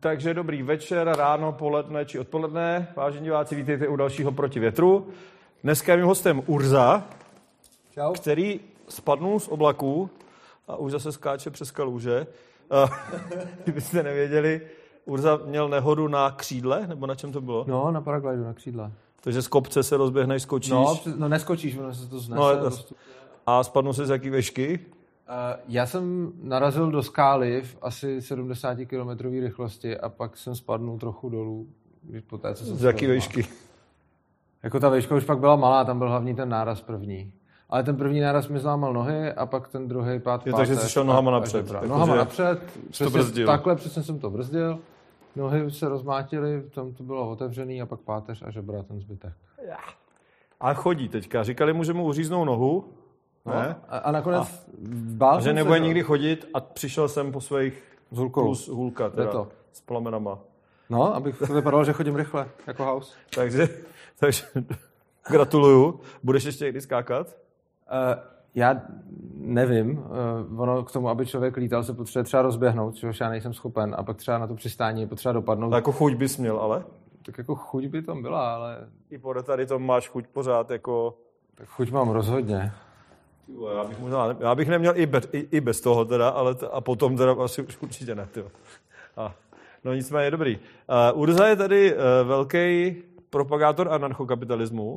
Takže dobrý večer, ráno, poledne či odpoledne. Vážení diváci, vítejte u dalšího Proti větru. Dneska je mým hostem Urza, Čau. Který spadnul z oblaků a už zase skáče přes kaluže. Kdybyste nevěděli, Urza měl nehodu na křídle, nebo na čem to bylo? No, na paraglidu, na křídle. Takže z kopce se rozběhneš, skočíš. No neskočíš, ono se to znese. A spadnul jsi z jaký výšky? Já jsem narazil do skály v asi 70 km rychlosti a pak jsem spadnul trochu dolů. Poté, co jsem z jaký výšky? Jako ta výška už pak byla malá, tam byl hlavní ten náraz první. Ale ten první náraz mi zlámal nohy a pak ten druhý páteř. Takže jsi šel nohama napřed. Nohama napřed, takhle přesně jsem to brzdil. Nohy se rozmátily, tam to bylo otevřený a pak páteř a žebra ten zbytek. A chodí teďka. Říkali mu, že mu uříznou nohu. No, a nakonec bál že nebude nikdy chodit a přišel jsem po svých s hulkou. Plus hulka teda, s plamenama. No, abych to vypadalo, že chodím rychle, jako House. Takže gratuluju. Budeš ještě někdy skákat? Já nevím. Ono k tomu, aby člověk lítal, se potřebuje třeba rozběhnout, čehož já nejsem schopen, a pak třeba na to přistání je potřeba dopadnout. Tak jako chuť bys měl, ale? Tak jako chuť by tam byla, ale... I tady to máš chuť pořád, jako... Tak chuť mám rozhodně. Já bych neměl i bez toho teda, ale a potom teda asi už určitě ne. No nicméně dobrý. Urza je tady velký propagátor anarchokapitalismu.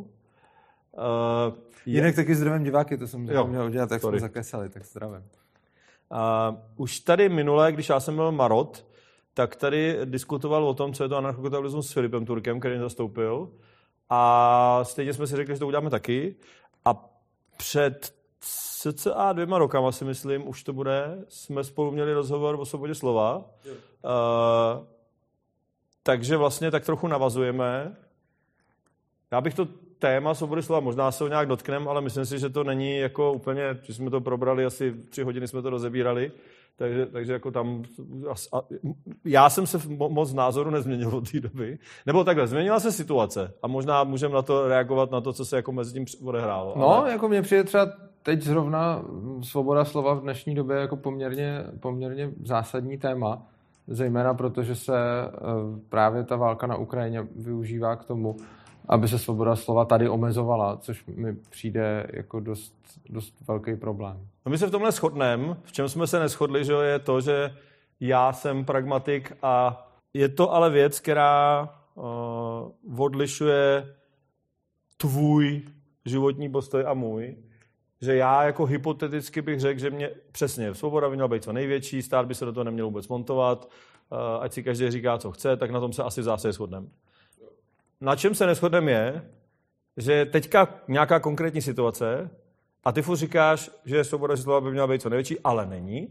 Jinak taky zdravím diváky, to jsem měl udělat, tak jsme zakesali, tak zdravím. Už tady minule, když já jsem byl Marot, tak tady diskutoval o tom, co je to anarchokapitalismus s Filipem Turkem, který mě zastoupil. A stejně jsme si řekli, že to uděláme taky. A před cca 2 rokama, si myslím, už to bude, jsme spolu měli rozhovor o svobodě slova. Takže vlastně tak trochu navazujeme. Já bych to téma svobody slova, možná se ho nějak dotkneme, ale myslím si, že to není jako úplně, že jsme to probrali, asi 3 hodiny jsme to rozebírali, takže jako tam, já jsem se moc názoru nezměnil od té doby. Nebo takhle, změnila se situace a možná můžeme na to reagovat na to, co se jako mezi tím odehrálo. No, ale... jako mně přijde třeba teď zrovna svoboda slova v dnešní době jako poměrně zásadní téma, zejména protože se právě ta válka na Ukrajině využívá k tomu, aby se svoboda slova tady omezovala, což mi přijde jako dost velký problém. No my se v tomhle shodneme. V čem jsme se neshodli, že je to, že já jsem pragmatik a je to ale věc, která odlišuje tvůj životní postoj a můj. Že já jako hypoteticky bych řekl, že mě přesně svoboda by měla být co největší, stát by se do toho neměl vůbec montovat, ať si každý říká, co chce, tak na tom se asi v zásadě shodneme. Na čem se neshodneme je, že teďka nějaká konkrétní situace a ty furt říkáš, že svoboda slova by měla být co největší, ale není.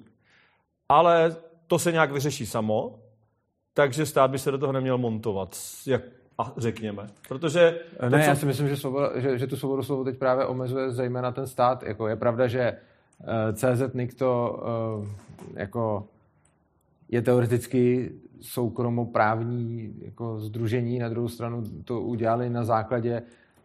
Ale to se nějak vyřeší samo, takže stát by se do toho neměl montovat, jak řekněme. Protože já si myslím, že tu svobodu slova teď právě omezuje zejména ten stát. Jako je pravda, že CZ.NIC to jako je teoreticky soukromoprávní jako sdružení, na druhou stranu to udělali na základě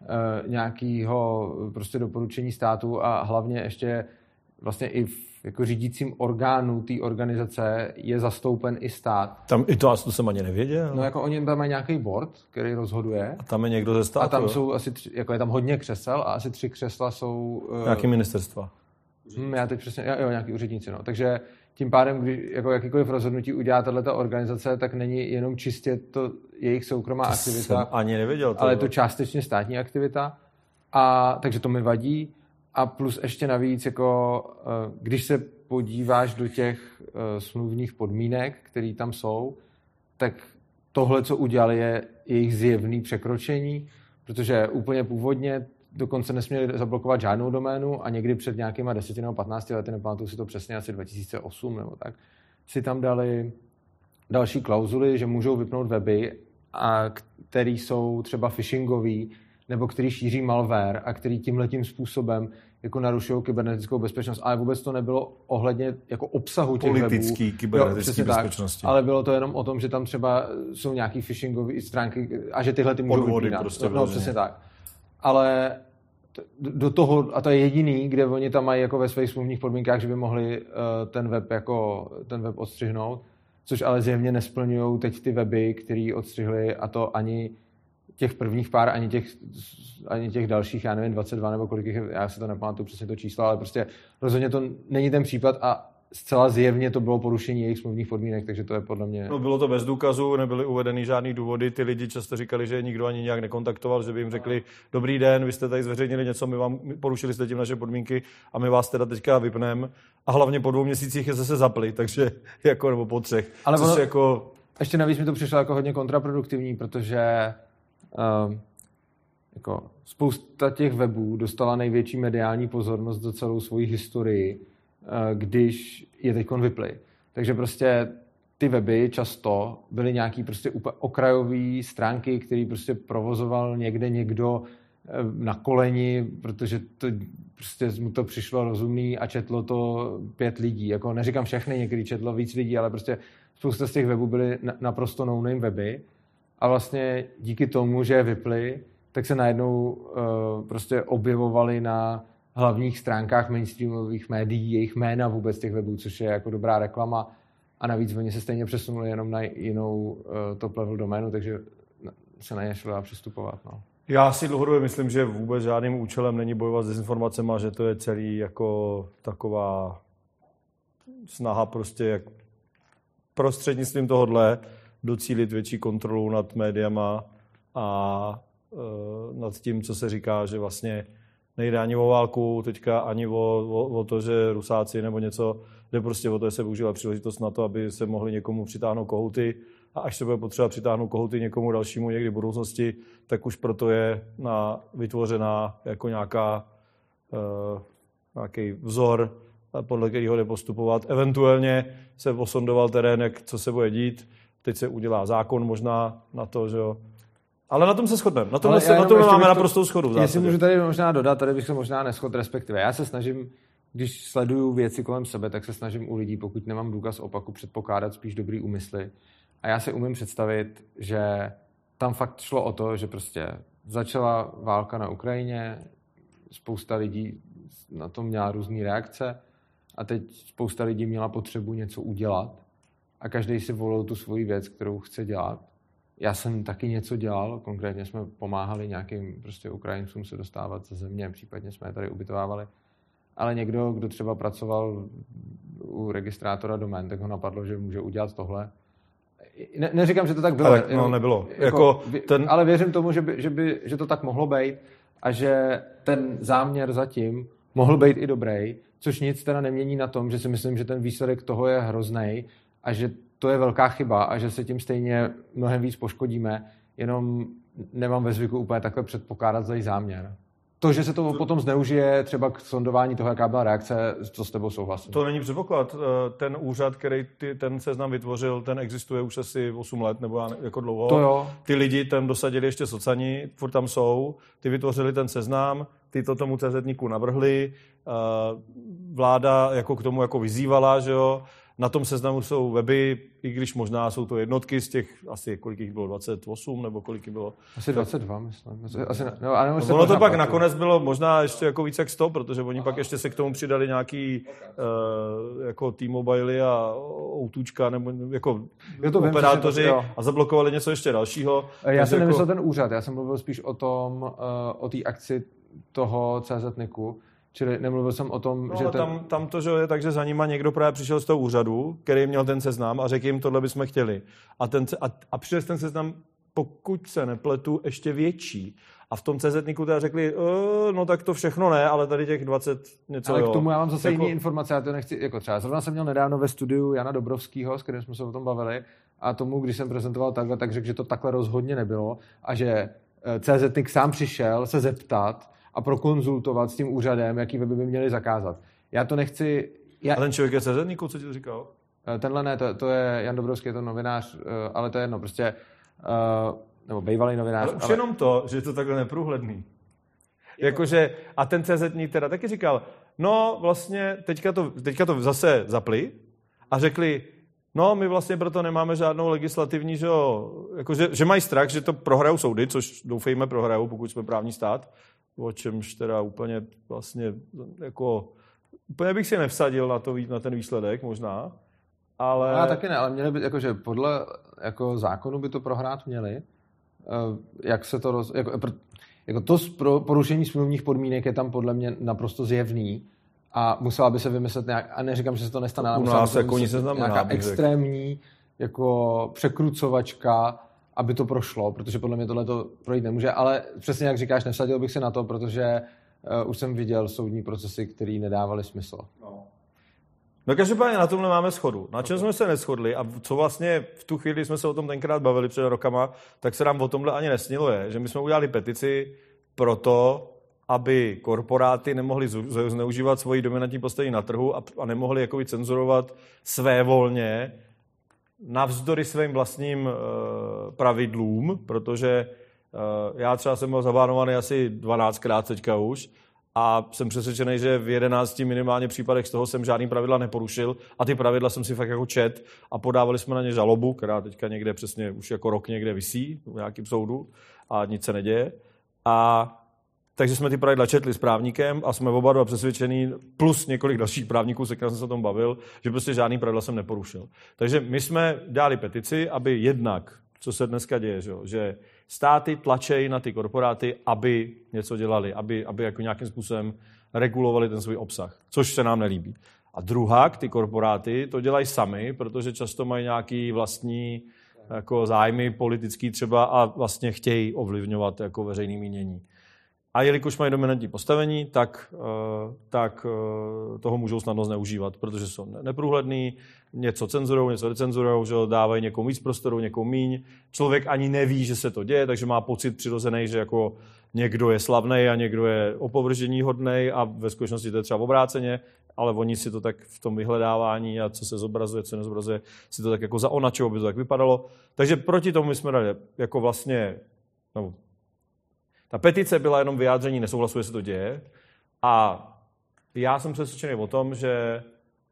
nějakého prostě doporučení státu a hlavně ještě vlastně i v jako řídícím orgánu té organizace je zastoupen i stát. Tam i to jsem ani nevěděl. No jako oni tam mají nějaký board, který rozhoduje. A tam je někdo ze státu. A tam jsou asi jako je tam hodně křesel a asi 3 křesla jsou... Nějaký ministerstva. Já teď přesně, nějaký úředníci, no. Takže tím pádem, když jako jakýkoliv rozhodnutí udělá tato organizace, tak není jenom čistě to jejich soukromá aktivita. Jsem ani nevěděl. Ale je to částečně státní aktivita. A takže to mi vadí. A plus ještě navíc, jako, když se podíváš do těch smluvních podmínek, které tam jsou, tak tohle, co udělali, je jejich zjevný překročení, protože úplně původně dokonce nesměli zablokovat žádnou doménu a někdy před nějakýma 10 nebo 15 lety, nepamatuju si to přesně, asi 2008 nebo tak, si tam dali další klauzuly, že můžou vypnout weby, a který jsou třeba phishingový, nebo který šíří malware a který tímhletím způsobem jako narušují kybernetickou bezpečnost. Ale vůbec to nebylo ohledně jako obsahu těch webů. Politický kybernetický bezpečnosti. Tak, ale bylo to jenom o tom, že tam třeba jsou nějaký phishingové stránky a že tyhle ty můžou vypínat. Prostě no, přesně tak. Ale do toho, a to je jediný, kde oni tam mají jako ve svých smluvních podmínkách, že by mohli ten web odstřihnout, což ale zjevně nesplňují teď ty weby, který odstřihli, a to ani těch prvních pár, ani těch dalších, já nevím, 22 nebo kolik je, já si to nepamatuju přesně to číslo, ale prostě rozhodně to není ten případ a zcela zjevně to bylo porušení jejich smluvních podmínek, takže to je podle mě... No bylo to bez důkazu, nebyly uvedeny žádný důvody, ty lidi často říkali, že je nikdo ani nějak nekontaktoval, že by jim řekli, dobrý den, vy jste tady zveřejnili něco, porušili jste tím naše podmínky a my vás teda teďka vypneme a hlavně po 2 měsících je zase zapli, takže jako, nebo po 3. Ale což jako... Ještě navíc mi to přišlo jako hodně kontraproduktivní, protože jako spousta těch webů dostala největší mediální pozornost za celou svoji historii, když je teďkon vyply. Takže prostě ty weby často byly nějaký prostě okrajový stránky, který prostě provozoval někde někdo na koleni, protože to prostě mu to přišlo rozumný a četlo to 5 lidí. Jako neříkám všechny, někdy četlo víc lidí, ale prostě spousta z těch webů byly naprosto no-name weby a vlastně díky tomu, že je vyply, tak se najednou prostě objevovali na hlavních stránkách mainstreamových médií, jejich jména vůbec těch webů, což je jako dobrá reklama a navíc oni se stejně přesunuli jenom na jinou top level doménu, takže se na ně šlo dá přistupovat. No. Já si dlouhodobě myslím, že vůbec žádným účelem není bojovat s dezinformacemi, že to je celý jako taková snaha prostě jak prostřednictvím tohodle docílit větší kontrolu nad médiama a nad tím, co se říká, že vlastně nejde ani o válku teďka, ani o to, že Rusáci nebo něco, jde prostě o to, že se využila příležitost na to, aby se mohli někomu přitáhnout kohouty a až se bude potřeba přitáhnout kohouty někomu dalšímu někdy v budoucnosti, tak už proto je vytvořená jako nějaký vzor, podle kterého jde postupovat. Eventuálně se osondoval terén, co se bude dít. Teď se udělá zákon možná na to, že jo. Ale na tom se shodneme. Na tom máme naprostou shodu. Jestli můžu tady možná dodat, tady bych se možná neshodl, respektive já se snažím, když sleduju věci kolem sebe, tak se snažím u lidí, pokud nemám důkaz opaku, předpokládat spíš dobrý úmysly. A já si umím představit, že tam fakt šlo o to, že prostě začala válka na Ukrajině, spousta lidí na to měla různý reakce a teď spousta lidí měla potřebu něco udělat a každý si volil tu svoji věc, kterou chce dělat. Já jsem taky něco dělal, konkrétně jsme pomáhali nějakým prostě Ukrajincům se dostávat ze země, případně jsme je tady ubytovávali. Ale někdo, kdo třeba pracoval u registrátora domén, tak ho napadlo, že může udělat tohle. Neříkám, že to tak bylo. Ale no, nebylo. Ale věřím tomu, že to tak mohlo být a že ten záměr zatím mohl být i dobrý, což nic teda nemění na tom, že si myslím, že ten výsledek toho je hroznej a že to je velká chyba a že se tím stejně mnohem víc poškodíme, jenom nemám ve zvyku úplně takhle předpokládat za záměr. To, že se to potom zneužije třeba k sondování toho, jaká byla reakce, to s tebou souhlasím. To není předpoklad. Ten úřad, který ten seznam vytvořil, ten existuje už asi 8 let, nebo jako dlouho. To jo. Ty lidi tam dosadili ještě socani, furt tam jsou, ty vytvořili ten seznam, ty to tomu CZ-níku navrhli, vláda jako k tomu jako vyzývala, že jo. Na tom seznamu jsou weby, i když možná jsou to jednotky z těch, asi kolik jich bylo, 28 nebo kolik jich bylo? Asi 22, myslím. Ono to pak nakonec bylo možná ještě jako víc jak 100, protože oni pak ještě se k tomu přidali nějaký jako T-Mobile a Outučka nebo jako operátoři a zablokovali něco ještě dalšího. Já jsem nemyslel ten úřad, já jsem mluvil spíš o té akci toho CZ-niku. Čili nemluvil jsem o tom, že tam to, že je tak, že za nima někdo právě přišel z toho úřadu, který měl ten seznam a řekl jim, tohle bychom chtěli. A přišel ten seznam, pokud se nepletu, ještě větší. A v tom CZ-niku teda řekli, no tak to všechno ne, ale tady těch 20 něco. Ale k tomu já mám zase jiný informace, já to nechci, jako třeba zrovna jsem měl nedávno ve studiu Jana Dobrovskýho, s kterým jsme se o tom bavili, a tomu, když jsem prezentoval takhle, tak řekl, že to takhle rozhodně nebylo a že CZ-nik sám přišel se zeptat a prokonzultovat s tím úřadem, jaký weby by měli zakázat. Já to nechci... A ten člověk je CZ-níku, co ti to říkal? Tenhle ne, to je Jan Dobrovský, je to novinář, ale to je jedno, prostě... nebo bývalý novinář. Ale už jenom to, že je to takhle neprůhledný. Jakože, a ten CZ-ník teda taky říkal, no vlastně teďka to zase zapli a řekli, no my vlastně proto nemáme žádnou legislativní, že jo, že mají strach, že to prohrajou soudy, což doufejme prohrajou, pokud jsme právní stát, o čemž teda úplně vlastně jako, úplně bych si nevsadil na ten výsledek možná, ale... Já taky ne, ale měli by, jakože podle jako zákonu by to prohrát měli. Jak se to jako to porušení smluvních podmínek je tam podle mě naprosto zjevný a musela by se vymyslet nějak, a neříkám, že se to nestane, ale musela by se vymyslet nějaká extrémní jako překrucovačka, aby to prošlo, protože podle mě tohle to projít nemůže, ale přesně jak říkáš, nevsadil bych se na to, protože už jsem viděl soudní procesy, které nedávaly smysl. No každopádně na tomhle máme shodu. Na čem jsme se neshodli a co vlastně v tu chvíli jsme se o tom tenkrát bavili před rokama, tak se nám o tomhle ani nesnilo je, že my jsme udělali petici proto, aby korporáty nemohly zneužívat svoji dominantní postavení na trhu a nemohly jakoby cenzurovat svévolně navzdory svým vlastním pravidlům, protože já třeba jsem byl zabánovaný asi 12krát teďka už a jsem přesvědčený, že v 11 minimálně případech z toho jsem žádný pravidla neporušil a ty pravidla jsem si fakt jako čet a podávali jsme na ně žalobu, která teďka někde přesně už jako rok někde visí v nějakém soudu a nic se neděje. Takže jsme ty pravidla četli s právníkem a jsme oba dva přesvědčení, plus několik dalších právníků, se kterým jsem se o tom bavil, že prostě žádný pravidla jsem neporušil. Takže my jsme dali petici, aby jednak, co se dneska děje, že státy tlačejí na ty korporáty, aby něco dělali, aby jako nějakým způsobem regulovali ten svůj obsah, což se nám nelíbí. A druhak, ty korporáty to dělají sami, protože často mají nějaký vlastní jako zájmy politický třeba a vlastně chtějí ovlivňovat jako veřejné mínění. A jelikož mají dominantní postavení, tak toho můžou snadno zneužívat, protože jsou neprůhledný, něco cenzurou, něco decenzurou, že dávají někomu víc prostoru, někomu míň. Člověk ani neví, že se to děje, takže má pocit přirozený, že jako někdo je slavnej a někdo je opovržení hodnej a ve skutečnosti to je třeba obráceně, ale oni si to tak v tom vyhledávání a co se zobrazuje, co nezobrazuje, si to tak jako zaonačují, aby to tak vypadalo. Takže proti tomu my jsme dali jako vlastně... No, ta petice byla jenom vyjádření nesouhlasu, že se to děje. A já jsem přesvědčený o tom, že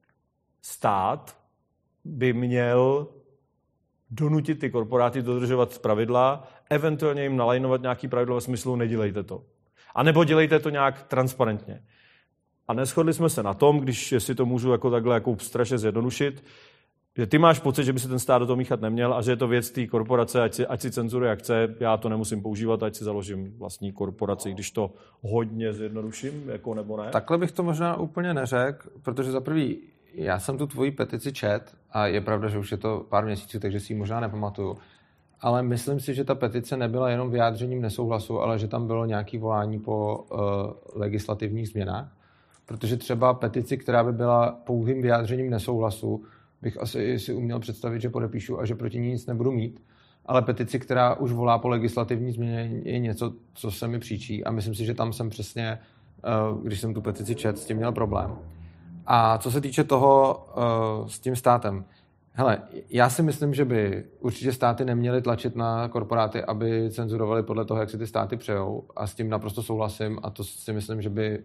stát by měl donutit ty korporáty dodržovat pravidla, eventuálně jim nalajnovat nějaký pravidlo ve smyslu nedělejte to. A nebo dělejte to nějak transparentně. A neshodli jsme se na tom, když si to můžu jako takhle jako strašně zjednodušit, že ty máš pocit, že by se ten stát do toho míchat neměl a že je to věc té korporace, ať si cenzuruje jak chce, já to nemusím používat, ať si založím vlastní korporaci, když to hodně zjednoduším, jako nebo ne. Takhle bych to možná úplně neřekl, protože za prvý, já jsem tu tvoji petici čet a je pravda, že už je to pár měsíců, takže si ji možná nepamatuju. Ale myslím si, že ta petice nebyla jenom vyjádřením nesouhlasu, ale že tam bylo nějaké volání po legislativních změnách, protože třeba petici, která by byla pouhým vyjádřením nesouhlasu, bych asi si uměl představit, že podepíšu a že proti ní nic nebudu mít. Ale petici, která už volá po legislativní změně, je něco, co se mi příčí a myslím si, že tam jsem přesně, když jsem tu petici čet, s tím měl problém. A co se týče toho s tím státem, hele, já si myslím, že by určitě státy neměly tlačit na korporáty, aby cenzurovali podle toho, jak si ty státy přejou a s tím naprosto souhlasím a to si myslím, že by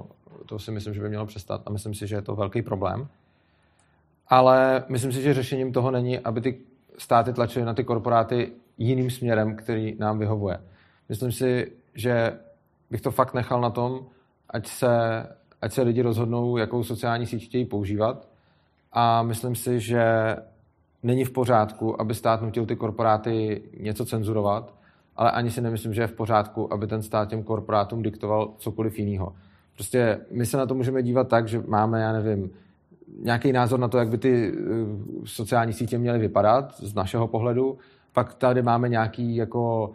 mělo přestat a myslím si, že je to velký problém. Ale myslím si, že řešením toho není, aby ty státy tlačily na ty korporáty jiným směrem, který nám vyhovuje. Myslím si, že bych to fakt nechal na tom, ať se lidi rozhodnou, jakou sociální síť chtějí používat. A myslím si, že není v pořádku, aby stát nutil ty korporáty něco cenzurovat, ale ani si nemyslím, že je v pořádku, aby ten stát těm korporátům diktoval cokoliv jiného. Prostě my se na to můžeme dívat tak, že máme, já nevím, nějaký názor na to, jak by ty sociální sítě měly vypadat z našeho pohledu. Pak tady máme nějaký jako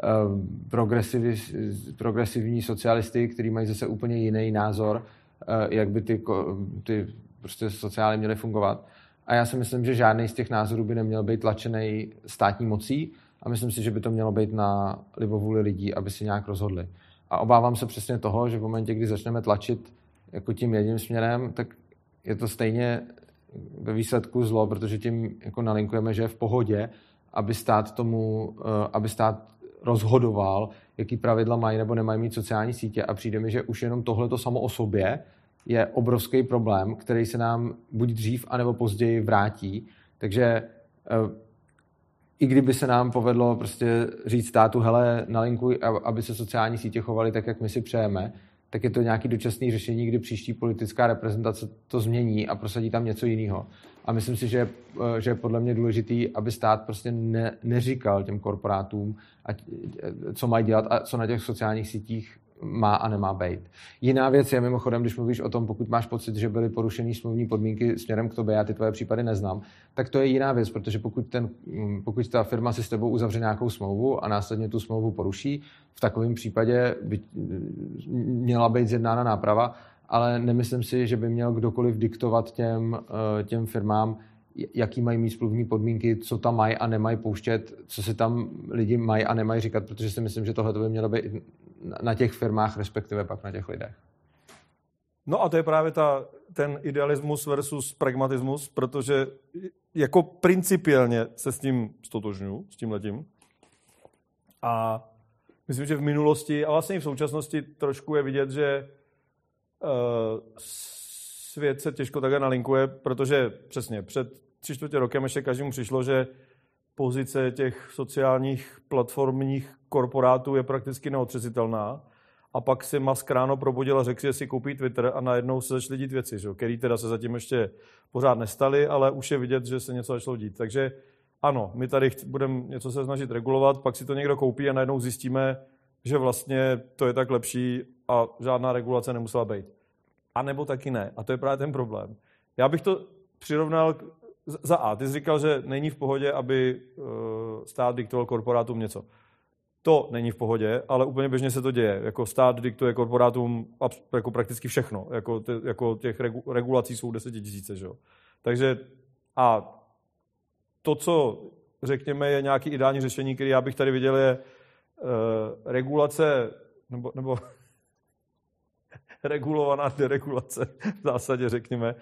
progresivní socialisty, kteří mají zase úplně jiný názor, jak by ty prostě sociály měly fungovat. A já si myslím, že žádný z těch názorů by neměl být tlačený státní mocí a myslím si, že by to mělo být na libovůli lidí, aby si nějak rozhodli. A obávám se přesně toho, že v momentě, kdy začneme tlačit jako tím jedním směrem, tak je to stejně ve výsledku zlo, protože tím jako nalinkujeme, že je v pohodě, aby stát rozhodoval, jaký pravidla mají nebo nemají mít sociální sítě a přijde mi, že už jenom tohleto samo o sobě je obrovský problém, který se nám buď dřív, anebo později vrátí. Takže i kdyby se nám povedlo prostě říct státu, hele, nalinkuj, aby se sociální sítě chovaly tak, jak my si přejeme, tak je to nějaký dočasný řešení, kdy příští politická reprezentace to změní a prosadí tam něco jiného. A myslím si, že je podle mě důležitý, aby stát prostě neříkal těm korporátům, co mají dělat a co na těch sociálních sítích má a nemá být. Jiná věc je mimochodem, když mluvíš o tom, pokud máš pocit, že byly porušený smluvní podmínky směrem k tobě, já ty tvoje případy neznám, tak to je jiná věc, protože pokud ta firma si s tebou uzavře nějakou smlouvu a následně tu smlouvu poruší, v takovém případě by měla být zjednána náprava, ale nemyslím si, že by měl kdokoliv diktovat těm firmám, jaký mají mít smluvní podmínky, co tam mají a nemají pouštět, co si tam lidi mají a nemají říkat, protože si myslím, že tohle by mělo být na těch firmách, respektive pak na těch lidech. No a to je právě ten idealismus versus pragmatismus, protože jako principiálně se s tím stotožňuji, s tímhletím. A myslím, že v minulosti a vlastně i v současnosti trošku je vidět, že svět se těžko takhle nalinkuje, protože přesně před 3/4 rokem ještě každému přišlo, že pozice těch sociálních platformních korporátů je prakticky neotřesitelná. A pak si Musk ráno probudil a řekl, že si koupí Twitter a najednou se začaly dít věci, které teda se zatím ještě pořád nestaly, ale už je vidět, že se něco začalo dít. Takže ano, my tady budeme něco se snažit regulovat, pak si to někdo koupí a najednou zjistíme, že vlastně to je tak lepší a žádná regulace nemusela být. A nebo taky ne. A to je právě ten problém. Já bych to přirovnal za A. Ty jsi říkal, že není v pohodě, aby stát diktoval korporátům něco. To není v pohodě, ale úplně běžně se to děje. Jako stát diktuje korporátům jako prakticky všechno. Jako těch regulací jsou 10 000, že jo. Takže a to, co řekněme, je nějaký ideální řešení, který já bych tady viděl, je regulace nebo regulovaná deregulace. V zásadě řekněme,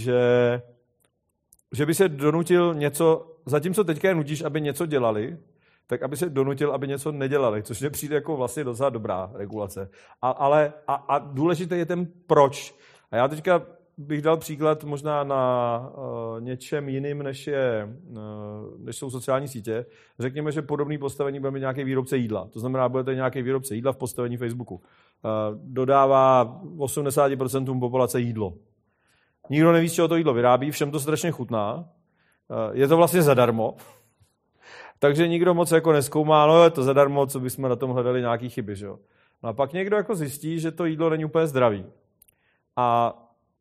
že by se donutil něco, zatímco teďka je nutíš, aby něco dělali, tak aby se donutil, aby něco nedělali, což mě přijde jako vlastně docela dobrá regulace. Ale důležité je ten proč. A já teďka bych dal příklad možná na něčem jiným, než jsou sociální sítě. Řekněme, že podobný postavení bude mít nějaký výrobce jídla. To znamená, budete nějaký výrobce jídla v postavení Facebooku. Dodává 80% populace jídlo. Nikdo neví, z čeho to jídlo vyrábí, všem to strašně chutná. Je to vlastně zadarmo. Takže nikdo moc jako nezkoumá, no je to zadarmo, co bychom na tom hledali nějaký chyby, že jo. No a pak někdo jako zjistí, že to jídlo není úplně zdravý. A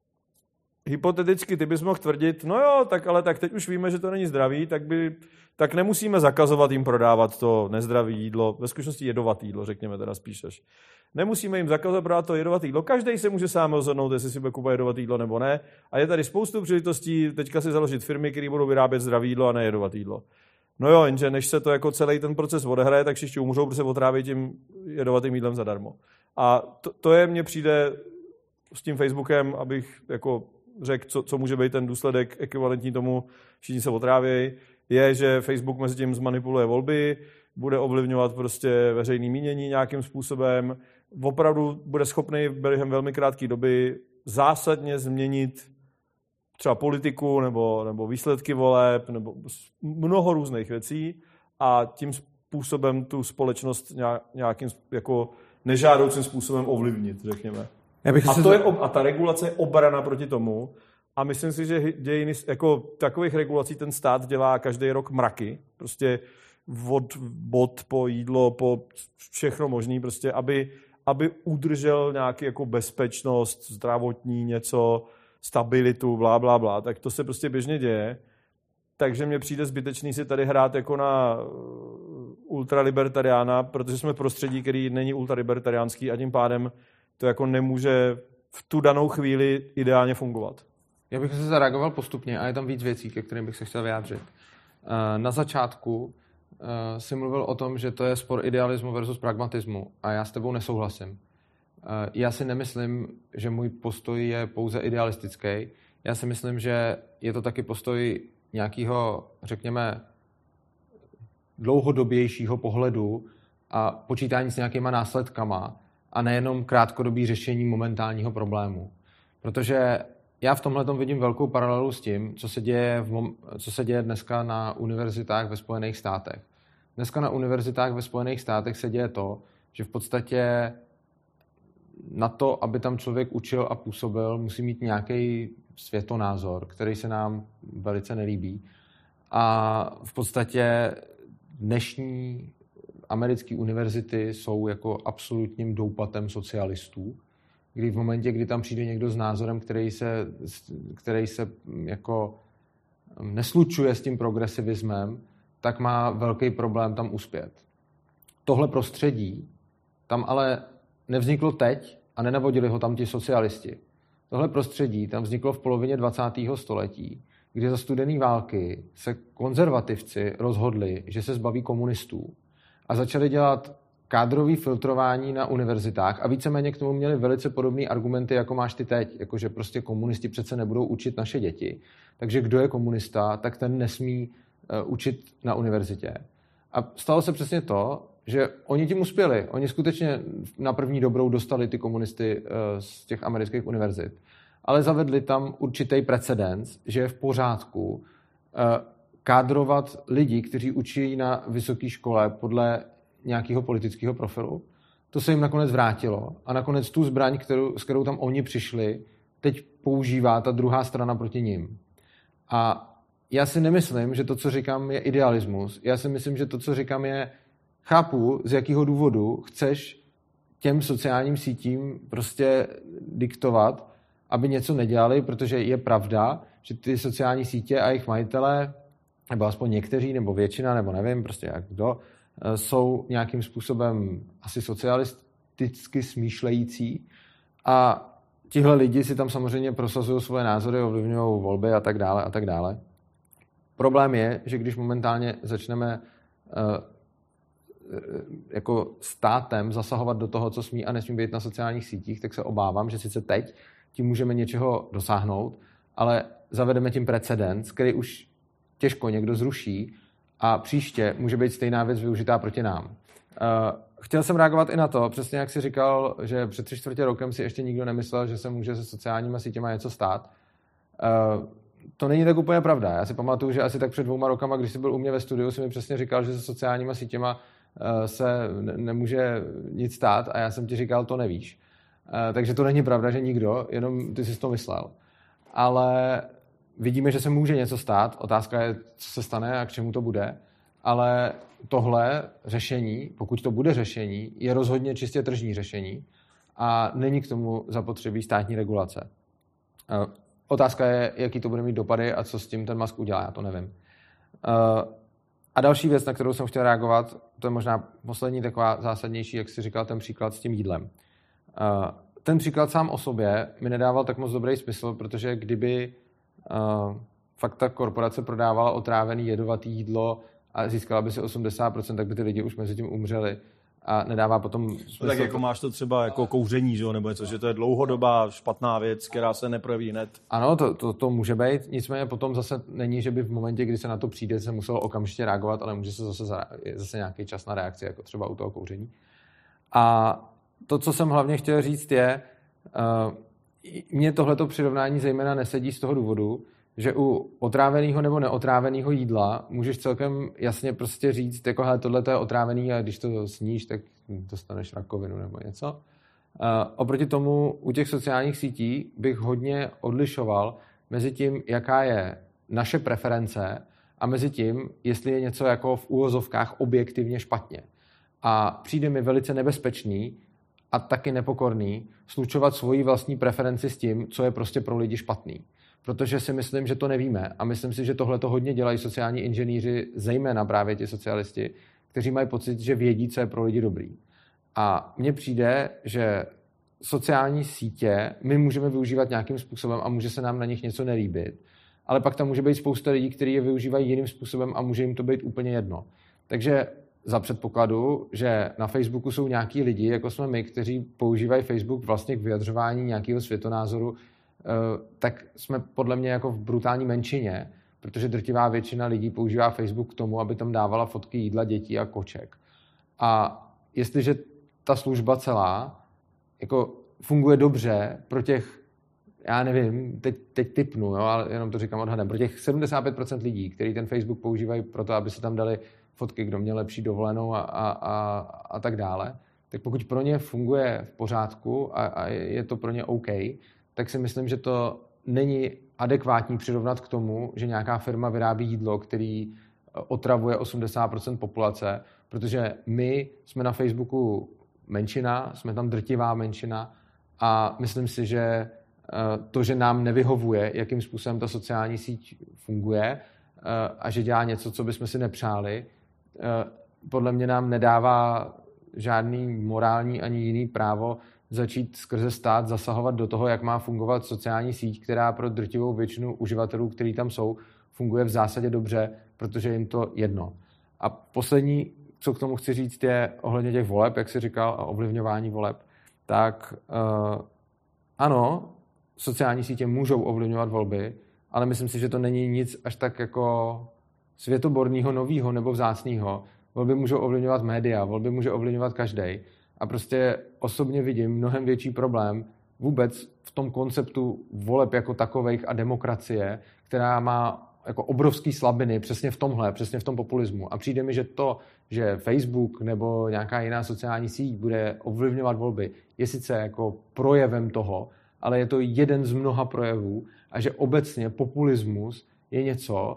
hypoteticky ty bys mohl tvrdit, no jo, tak teď už víme, že to není zdravý, tak nemusíme zakazovat jim prodávat to nezdravé jídlo, ve skutečnosti jedovaté jídlo, řekněme teda spíš. Nemusíme jim zakazovat prodávat to jedovaté jídlo, každý se může sám rozhodnout, jestli si bude kupovat jedovaté jídlo nebo ne. A je tady spoustu příležitostí teďka si založit firmy, které budou vyrábět zdravé jídlo a ne jedovaté jídlo. No jo, jenže než se to jako celý ten proces odehraje, tak všichni umřou, protože se otrávit tím jedovatým jídlem zadarmo. A to je, mně přijde s tím Facebookem, abych jako řekl, co může být ten důsledek ekvivalentní tomu, všichni se otrávějí, je, že Facebook mezi tím zmanipuluje volby, bude ovlivňovat prostě veřejné mínění nějakým způsobem, opravdu bude schopný během velmi krátké doby zásadně změnit třeba politiku nebo výsledky voleb nebo mnoho různých věcí a tím způsobem tu společnost nějakým jako nežádoucím způsobem ovlivnit, řekněme. A ta regulace je obrana proti tomu a myslím si, že dějiny jako takových regulací ten stát dělá každý rok mraky, prostě od bod po jídlo, po všechno možný, prostě aby udržel nějaký jako bezpečnost, zdravotní něco, stabilitu, blá, tak to se prostě běžně děje. Takže mně přijde zbytečný si tady hrát jako na ultralibertariána, protože jsme prostředí, který není ultralibertariánský a tím pádem to jako nemůže v tu danou chvíli ideálně fungovat. Já bych se zareagoval postupně a je tam víc věcí, ke kterým bych se chtěl vyjádřit. Na začátku si mluvil o tom, že to je spor idealismu versus pragmatismu a já s tebou nesouhlasím. Já si nemyslím, že můj postoj je pouze idealistický. Já si myslím, že je to taky postoj nějakého, řekněme, dlouhodobějšího pohledu a počítání s nějakýma následkama a nejenom krátkodobý řešení momentálního problému. Protože já v tomhletom vidím velkou paralelu s tím, co se děje dneska na univerzitách ve Spojených státech. Dneska na univerzitách ve Spojených státech se děje to, že v podstatě na to, aby tam člověk učil a působil, musí mít světonázor, který se nám velice nelíbí. A v podstatě dnešní americké univerzity jsou jako absolutním doupatem socialistů, kdy v momentě, kdy tam přijde někdo s názorem, který se jako neslučuje s tím progresivismem, tak má velký problém tam uspět. Tohle prostředí tam ale nevzniklo teď a nenavodili ho tam ti socialisti. Tohle prostředí tam vzniklo v polovině 20. století, kdy za studené války se konzervativci rozhodli, že se zbaví komunistů a začali dělat kádrový filtrování na univerzitách a víceméně k tomu měli velice podobné argumenty, jako máš ty teď, jakože prostě komunisti přece nebudou učit naše děti, takže kdo je komunista, tak ten nesmí učit na univerzitě. A stalo se přesně to, že oni tím uspěli. Oni skutečně na první dobrou dostali ty komunisty z těch amerických univerzit. Ale zavedli tam určitý precedens, že je v pořádku kádrovat lidi, kteří učí na vysoké škole podle nějakého politického profilu. To se jim nakonec vrátilo. A nakonec tu zbraň, s kterou tam oni přišli, teď používá ta druhá strana proti nim. A já si nemyslím, že to, co říkám, je idealismus. Já si myslím, že to, co říkám, je chápu, z jakého důvodu chceš těm sociálním sítím prostě diktovat, aby něco nedělali, protože je pravda, že ty sociální sítě a jejich majitelé, nebo aspoň někteří, nebo většina, nebo nevím, prostě jak kdo, jsou nějakým způsobem asi socialisticky smýšlející a tihle lidi si tam samozřejmě prosazují svoje názory, ovlivňují volby a tak dále a tak dále. Problém je, že když momentálně začneme jako státem zasahovat do toho, co smí a nesmí být na sociálních sítích, tak se obávám, že sice teď tím můžeme něčeho dosáhnout, ale zavedeme tím precedens, který už těžko někdo zruší a příště může být stejná věc využitá proti nám. Chtěl jsem reagovat i na to, přesně jak jsi říkal, že před 3/4 rokem si ještě nikdo nemyslel, že se může se sociálníma sítěma něco stát. To není tak úplně pravda. Já si pamatuju, že asi tak před 2 rokama, když jsi byl u mě ve studiu, si mi přesně říkal, že se sociálníma sítěma se nemůže nic stát a já jsem ti říkal, to nevíš. Takže to není pravda, že nikdo, jenom ty jsi to myslel. Ale vidíme, že se může něco stát. Otázka je, co se stane a k čemu to bude. Ale tohle řešení, pokud to bude řešení, je rozhodně čistě tržní řešení a není k tomu zapotřebí státní regulace. Otázka je, jaký to bude mít dopady a co s tím ten Musk udělá, já to nevím. A další věc, na kterou jsem chtěl reagovat, to je možná poslední taková zásadnější, jak jsi říkal, ten příklad s tím jídlem. Ten příklad sám o sobě mi nedával tak moc dobrý smysl, protože kdyby fakt ta korporace prodávala otrávený jedovatý jídlo a získala by si 80%, tak by ty lidi už mezi tím umřeli. A nedává potom smysl. Tak jako máš to třeba jako kouření, že? Nebo něco, že to je dlouhodobá špatná věc, která se neprojeví hned. Ano, to může být, nicméně potom zase není, že by v momentě, kdy se na to přijde, se muselo okamžitě reagovat, ale může se zase nějaký čas na reakci, jako třeba u toho kouření. A to, co jsem hlavně chtěl říct, je, mně tohleto přirovnání zejména nesedí z toho důvodu, že u otráveného nebo neotráveného jídla můžeš celkem jasně prostě říct, jako hele, tohle je otrávený a když to sníš, tak dostaneš rakovinu nebo něco. Oproti tomu u těch sociálních sítí bych hodně odlišoval mezi tím, jaká je naše preference a mezi tím, jestli je něco jako v úvozovkách objektivně špatně. A přijde mi velice nebezpečný a taky nepokorný slučovat svoji vlastní preferenci s tím, co je prostě pro lidi špatný. Protože si myslím, že to nevíme a myslím si, že tohle to hodně dělají sociální inženýři, zejména právě ti socialisti, kteří mají pocit, že vědí, co je pro lidi dobrý. A mně přijde, že sociální sítě my můžeme využívat nějakým způsobem a může se nám na nich něco nelíbit, ale pak tam může být spousta lidí, kteří je využívají jiným způsobem a může jim to být úplně jedno. Takže za předpokladu, že na Facebooku jsou nějaký lidi, jako jsme my, kteří používají Facebook vlastně k vyjadřování nějakého světonázoru, tak jsme podle mě jako v brutální menšině, protože drtivá většina lidí používá Facebook k tomu, aby tam dávala fotky jídla, dětí a koček. A jestliže ta služba celá jako funguje dobře pro těch, já nevím, teď tipnu, jo, ale jenom to říkám odhadem, pro těch 75% lidí, kteří ten Facebook používají pro to, aby se tam dali fotky, kdo měl lepší dovolenou a tak dále, tak pokud pro ně funguje v pořádku a je to pro ně OK, tak si myslím, že to není adekvátní přirovnat k tomu, že nějaká firma vyrábí jídlo, který otravuje 80% populace, protože my jsme na Facebooku menšina, jsme tam drtivá menšina a myslím si, že to, že nám nevyhovuje, jakým způsobem ta sociální síť funguje a že dělá něco, co bychom si nepřáli, podle mě nám nedává žádný morální ani jiný právo začít skrze stát zasahovat do toho, jak má fungovat sociální síť, která pro drtivou většinu uživatelů, kteří tam jsou, funguje v zásadě dobře, protože jim to jedno. A poslední, co k tomu chci říct, je ohledně těch voleb, jak jsi říkal, a ovlivňování voleb, tak ano, sociální sítě můžou ovlivňovat volby, ale myslím si, že to není nic až tak jako světoborného, nového nebo vzácného. Volby můžou ovlivňovat média, volby může ovlivňovat každý. A prostě osobně vidím mnohem větší problém vůbec v tom konceptu voleb jako takových a demokracie, která má jako obrovský slabiny přesně v tomhle, přesně v tom populismu. A přijde mi, že to, že Facebook nebo nějaká jiná sociální síť bude ovlivňovat volby, je sice jako projevem toho, ale je to jeden z mnoha projevů a že obecně populismus je něco,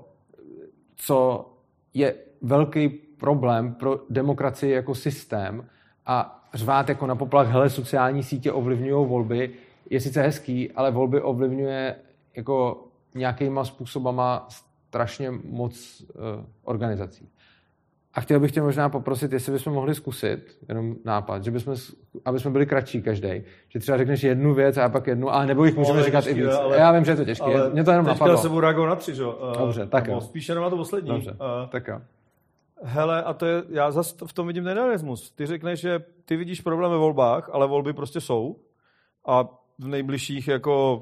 co je velký problém pro demokracii jako systém a řvát jako na poplach, hele, sociální sítě ovlivňují volby, je sice hezký, ale volby ovlivňuje jako nějakýma způsobama strašně moc organizací. A chtěl bych tě možná poprosit, jestli bychom mohli zkusit, jenom nápad, že aby jsme byli kratší každý, že třeba řekneš jednu věc a pak jednu, ale nebo jich můžeme říkat i víc. Já vím, že je to těžké, mě to jenom napadlo. Teďka se budu reagovat na 3, jo? Dobře, tak jo. Spíš jenom na to poslední. Dobře, tak jo. Hele, a to je, já zase v tom vidím ten realismus. Ty řekneš, že ty vidíš problém ve volbách, ale volby prostě jsou a v nejbližších jako,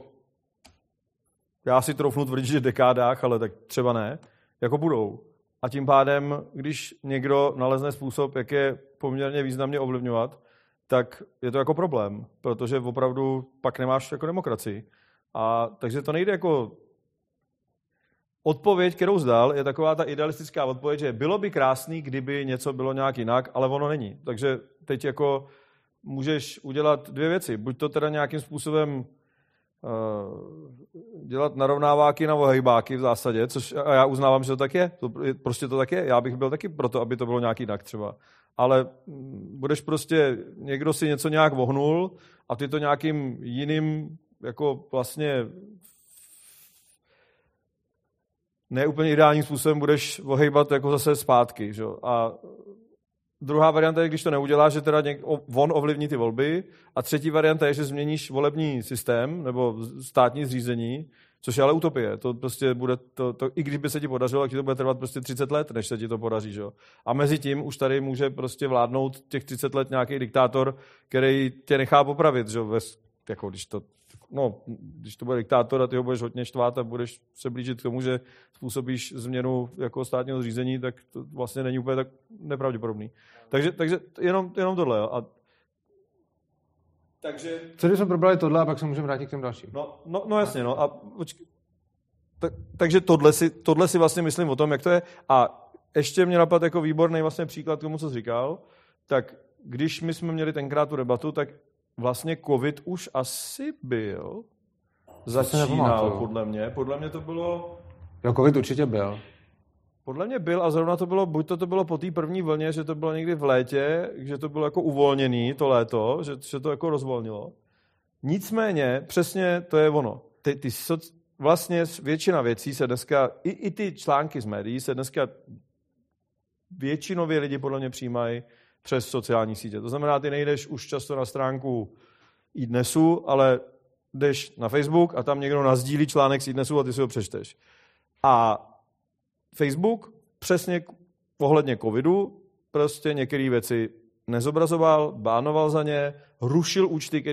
já si troufnu tvrdit, že dekádách, ale tak třeba ne, jako budou. A tím pádem, když někdo nalezne způsob, jak je poměrně významně ovlivňovat, tak je to jako problém, protože opravdu pak nemáš jako demokracii. A takže to nejde jako... Odpověď, kterou zdal, je taková ta idealistická odpověď, že bylo by krásný, kdyby něco bylo nějak jinak, ale ono není. Takže teď jako můžeš udělat 2 věci. Buď to teda nějakým způsobem dělat narovnáváky na ohejbáky v zásadě, což a já uznávám, že to tak je. Prostě to tak je. Já bych byl taky proto, aby to bylo nějak jinak třeba. Ale budeš prostě, někdo si něco nějak vohnul a ty to nějakým jiným jako vlastně ne úplně ideálním způsobem budeš ohejbat jako zase zpátky. Že? A druhá varianta je, když to neuděláš, že teda on ovlivní ty volby. A třetí varianta je, že změníš volební systém nebo státní zřízení, což je ale utopie. To prostě bude, i když by se ti podařilo, tak ti to bude trvat prostě 30 let, než se ti to podaří. Že? A mezi tím už tady může prostě vládnout těch 30 let nějaký diktátor, který tě nechá popravit. Že? Jako když to bude diktátor a ty ho budeš hodně štvát a budeš se blížit k tomu, že způsobíš změnu jako státního zřízení, tak to vlastně není úplně tak nepravděpodobný. Takže jenom tohle. Jo. Takže... Co když jsme probrali tohle a pak se můžeme vrátit k těm dalším? No jasně, no. A takže tohle si vlastně myslím o tom, jak to je. A ještě mě napadl jako výborný vlastně příklad k tomu, co jsi říkal, tak když my jsme měli tenkrát tu debatu, tak vlastně covid už asi byl. Začínal, podle mě. Podle mě to bylo... Jo, covid určitě byl. Podle mě byl a zrovna to bylo, buď to bylo po té první vlně, že to bylo někdy v létě, že to bylo jako uvolněný to léto, že to jako rozvolnilo. Nicméně, přesně to je ono. Vlastně většina věcí se dneska, i ty články z médií se dneska většinově lidi podle mě přijímají přes sociální sítě. To znamená, ty nejdeš už často na stránku iDnesu, ale jdeš na Facebook a tam někdo nasdílí článek z iDnesu a ty si ho přečteš. A Facebook přesně ohledně covidu prostě některé věci nezobrazoval, bánoval za ně, rušil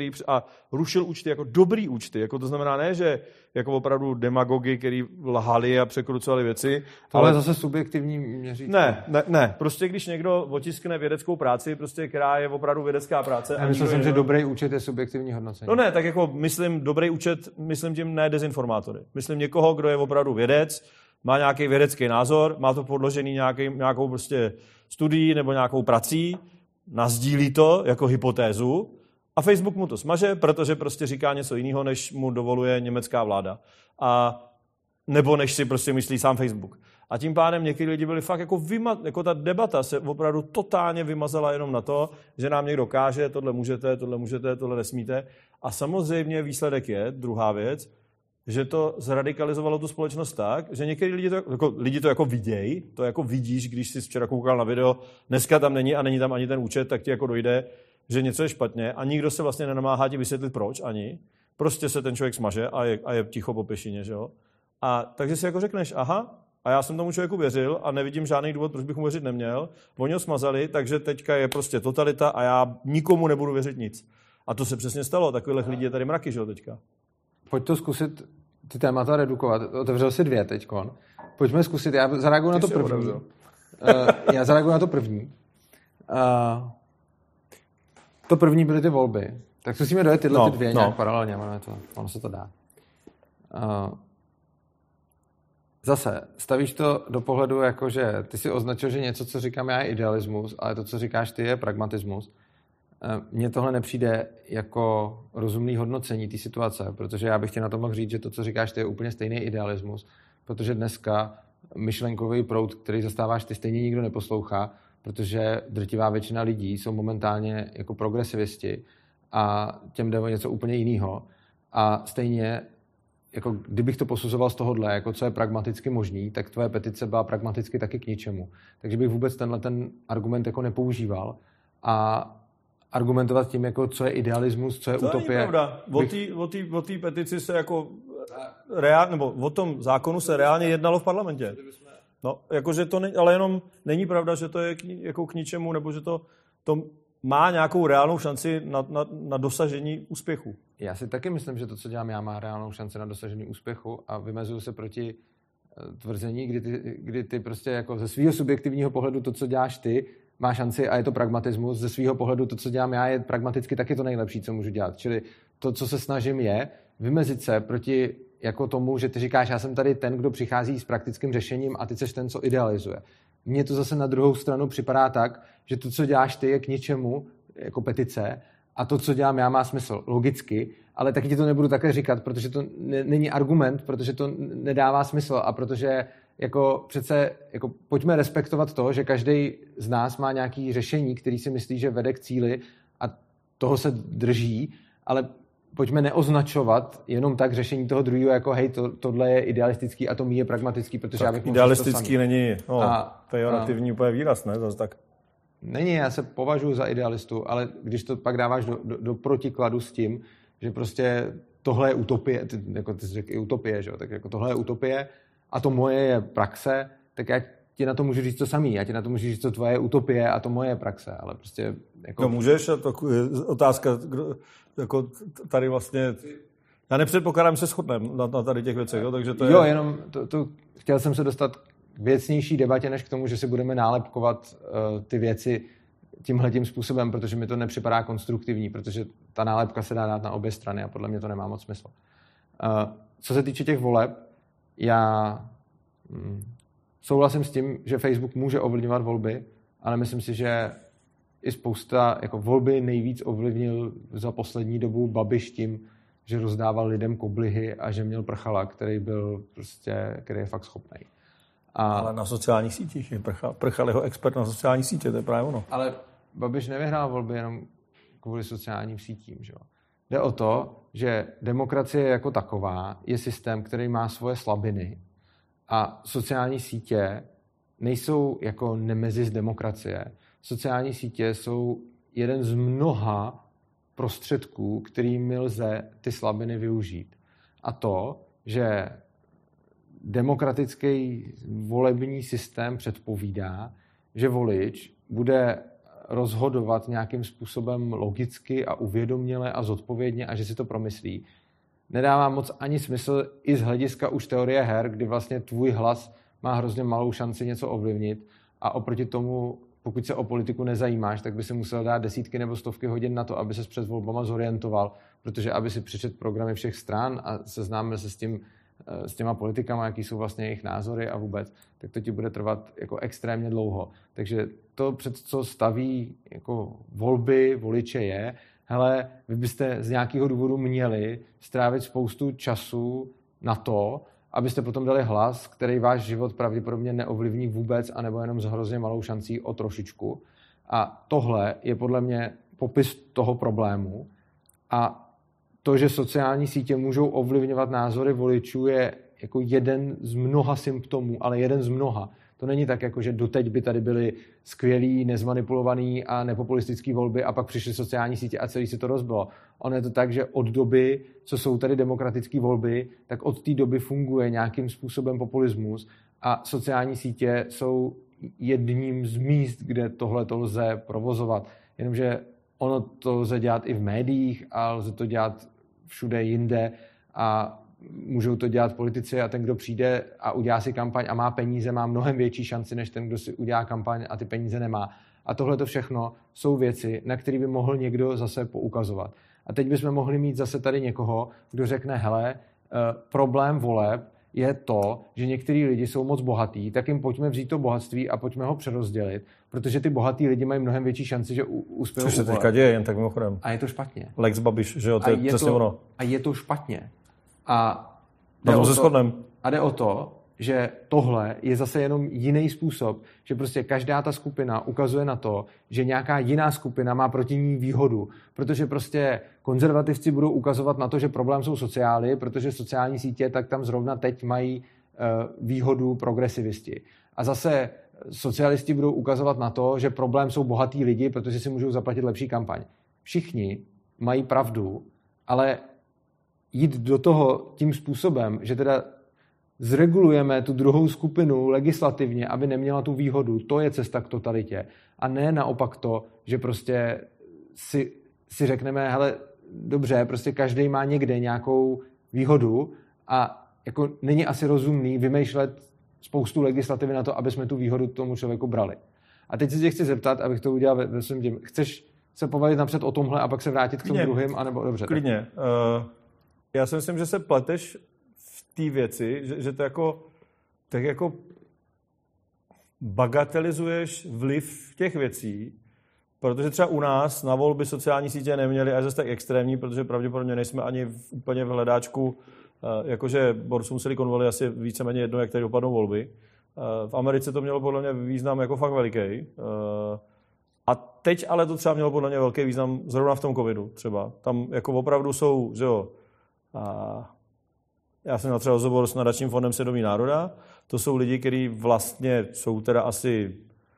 účty jako dobrý účty. Jako to znamená ne, že jako opravdu demagogy, který lhali a překrucovali věci. Ale zase subjektivní měřítko. Ne. Prostě když někdo otiskne vědeckou práci, prostě, která je opravdu vědecká práce. Já myslím, že dobrý účet je subjektivní hodnocení. No ne, tak jako myslím dobrý účet, myslím tím ne dezinformátory. Myslím někoho, kdo je opravdu vědec, má nějaký vědecký názor, má to podložený nějakou prostě studií nebo nějakou prací, nasdílí to jako hypotézu A Facebook mu to smaže, protože prostě říká něco jiného, než mu dovoluje německá vláda. A nebo než si prostě myslí sám Facebook. A tím pádem někteří lidi byli fakt jako ta debata se opravdu totálně vymazala jenom na to, že nám někdo káže, tohle můžete, tohle nesmíte. A samozřejmě výsledek je, druhá věc, že to zradikalizovalo tu společnost tak, že někteří lidi to jako vidějí, to jako vidíš, když jsi včera koukal na video, dneska tam není a není tam ani ten účet, tak ti jako dojde, že něco je špatně a nikdo se vlastně nenamáhá ti vysvětlit proč ani. Prostě se ten člověk smaže a je ticho po pěšině, že jo? A takže si jako řekneš, aha, a já jsem tomu člověku věřil a nevidím žádný důvod, proč bych mu věřit neměl. Oni ho smazali, takže teďka je prostě totalita a já nikomu nebudu věřit nic. A to se přesně stalo, takových lidí je tady mraky, že jo, teďka. Pojď to zkusit ty témata redukovat. Otevřel si 2 teďkon. Pojďme zkusit, já zareaguju na to první. Já zareaguju na to první. To první byly ty volby. Tak zkusíme dojet ty 2 nějak paralelně, ono se to dá. Zase, stavíš to do pohledu, jako že ty si označil, že něco, co říkám já, je idealismus, ale to, co říkáš ty, je pragmatismus. Mně tohle nepřijde jako rozumný hodnocení té situace, protože já bych ti na to mohl říct, že to, co říkáš ty, je úplně stejný idealismus, protože dneska myšlenkový proud, který zastáváš ty, stejně nikdo neposlouchá, protože drtivá většina lidí jsou momentálně jako progresivisti a těm jde o něco úplně jiného. A stejně jako kdybych to posuzoval z tohohle, jako co je pragmaticky možný, tak tvoje petice byla pragmaticky taky k ničemu. Takže bych vůbec ten argument jako nepoužíval a argumentovat tím, jako co je idealismus, co je utopie. To není pravda. O té petici se jako nebo o tom zákonu se reálně jednalo v parlamentě. No, jakože to ale jenom není pravda, že to je jako k ničemu, nebo že to má nějakou reálnou šanci na dosažení úspěchu. Já si taky myslím, že to, co dělám já, má reálnou šanci na dosažení úspěchu a vymezuju se proti tvrzení, kdy ty prostě jako ze svého subjektivního pohledu to, co děláš ty, má šanci a je to pragmatismus. Ze svého pohledu to, co dělám já, je pragmaticky taky to nejlepší, co můžu dělat. Čili to, co se snažím, je vymezit se proti jako tomu, že ty říkáš, já jsem tady ten, kdo přichází s praktickým řešením a ty seš ten, co idealizuje. Mně to zase na druhou stranu připadá tak, že to, co děláš ty, je k ničemu, jako petice, a to, co dělám já, má smysl logicky, ale taky ti to nebudu také říkat, protože to není argument, protože to nedává smysl a protože jako přece jako pojďme respektovat to, že každý z nás má nějaké řešení, který si myslí, že vede k cíli a toho se drží, ale pojďme neoznačovat jenom tak řešení toho druhého jako hej, tohle je idealistický a to mý je pragmatický, protože já bych idealistický není, pejorativní úplně výraz, ne? Zase tak. Není, já se považuji za idealistu, ale když to pak dáváš do protikladu s tím, že prostě tohle je utopie, jako ty jsi řekl i utopie, že? Tak jako tohle je utopie a to moje je praxe, tak já ti na to můžu říct to samý. Já ti na to můžu říct, co tvoje je utopie a to moje je praxe, ale prostě jako... No můžeš, a to je otázka, jako tady vlastně... Já nepředpokládám, že se shodneme na tady těch věcech, jo? Takže to je... Jo, jenom chtěl jsem se dostat k věcnější debatě, než k tomu, že si budeme nálepkovat ty věci tímhletím způsobem, protože mi to nepřipadá konstruktivní, protože ta nálepka se dá dát na obě strany a podle mě to nemá moc smysl. Co se týče těch voleb, já souhlasím s tím, že Facebook může ovlivňovat volby, ale myslím si, že i spousta jako volby nejvíc ovlivnil za poslední dobu Babiš tím, že rozdával lidem koblihy a že měl prchala, který je fakt schopný. Ale na sociálních sítích je prchal jeho expert na sociální sítě, to je právě ono. Ale Babiš nevyhrál volby jenom kvůli sociálním sítím. Že? Jde o to, že demokracie jako taková je systém, který má svoje slabiny a sociální sítě nejsou jako nemezis demokracie. Sociální sítě jsou jeden z mnoha prostředků, kterými lze ty slabiny využít. A to, že demokratický volební systém předpovídá, že volič bude rozhodovat nějakým způsobem logicky a uvědoměle a zodpovědně a že si to promyslí. Nedává moc ani smysl i z hlediska už teorie her, kdy vlastně tvůj hlas má hrozně malou šanci něco ovlivnit a oproti tomu, pokud se o politiku nezajímáš, tak by si musel dát desítky nebo stovky hodin na to, aby ses před volbama zorientoval, protože aby si přečet programy všech stran a seznámil se s těma politikama, jaký jsou vlastně jejich názory a vůbec, tak to ti bude trvat jako extrémně dlouho. Takže to, před co staví jako volby voliče je, hele, vy byste z nějakého důvodu měli strávit spoustu času na to, abyste potom dali hlas, který váš život pravděpodobně neovlivní vůbec, anebo jenom s hrozně malou šancí o trošičku. A tohle je podle mě popis toho problému. A to, že sociální sítě můžou ovlivňovat názory voličů, je jako jeden z mnoha symptomů, ale jeden z mnoha. To není tak, jako že doteď by tady byly skvělý, nezmanipulovaný a nepopulistický volby a pak přišly sociální sítě a celý se to rozbilo. Ono je to tak, že od doby, co jsou tady demokratické volby, tak od té doby funguje nějakým způsobem populismus a sociální sítě jsou jedním z míst, kde tohle to lze provozovat. Jenomže ono to lze dělat i v médiích a lze to dělat všude jinde a můžou to dělat politici a ten, kdo přijde a udělá si kampaň a má peníze, má mnohem větší šanci, než ten, kdo si udělá kampaň a ty peníze nemá. A tohle to všechno jsou věci, na které by mohl někdo zase poukazovat. A teď bychom mohli mít zase tady někoho, kdo řekne, hele, problém voleb je to, že některý lidi jsou moc bohatý, tak jim pojďme vzít to bohatství a pojďme ho přerozdělit, protože ty bohatý lidi mají mnohem větší šanci, že uspějou. Což se teďka děje, jen tak mimochodem. A je to špatně. Lex Babiš, že jo, to je přesně ono. A je to špatně. A jde o to, že tohle je zase jenom jiný způsob, že prostě každá ta skupina ukazuje na to, že nějaká jiná skupina má proti ní výhodu, protože prostě konzervativci budou ukazovat na to, že problém jsou sociály, protože sociální sítě tak tam zrovna teď mají výhodu progresivisti. A zase socialisti budou ukazovat na to, že problém jsou bohatý lidi, protože si můžou zaplatit lepší kampaň. Všichni mají pravdu, ale jít do toho tím způsobem, že teda zregulujeme tu druhou skupinu legislativně, aby neměla tu výhodu, to je cesta k totalitě. A ne naopak to, že prostě si řekneme, hele, dobře, prostě každý má někde nějakou výhodu a jako není asi rozumný vymýšlet spoustu legislativy na to, aby jsme tu výhodu tomu člověku brali. A teď se tě chci zeptat, abych to udělal ve svém tím. Chceš se pobavit napřed o tomhle a pak se vrátit k tomu druhým, anebo dobře? Klidně. Já si myslím, že se pleteš v té věci, že to jako, tak jako bagatelizuješ vliv těch věcí, protože třeba u nás na volby sociální sítě neměly až zase tak extrémní, protože pravděpodobně nejsme ani úplně v hledáčku, jakože borcům Silicon Valley asi víceméně jedno, jak tady dopadnou volby. V Americe to mělo podle mě význam jako fakt veliký. A teď ale to třeba mělo podle mě velký význam zrovna v tom covidu třeba. Tam jako opravdu jsou, že jo, já jsem měl třeba rozhovor s nadačním fondem Svědomí národa. To jsou lidi, kteří vlastně jsou teda asi,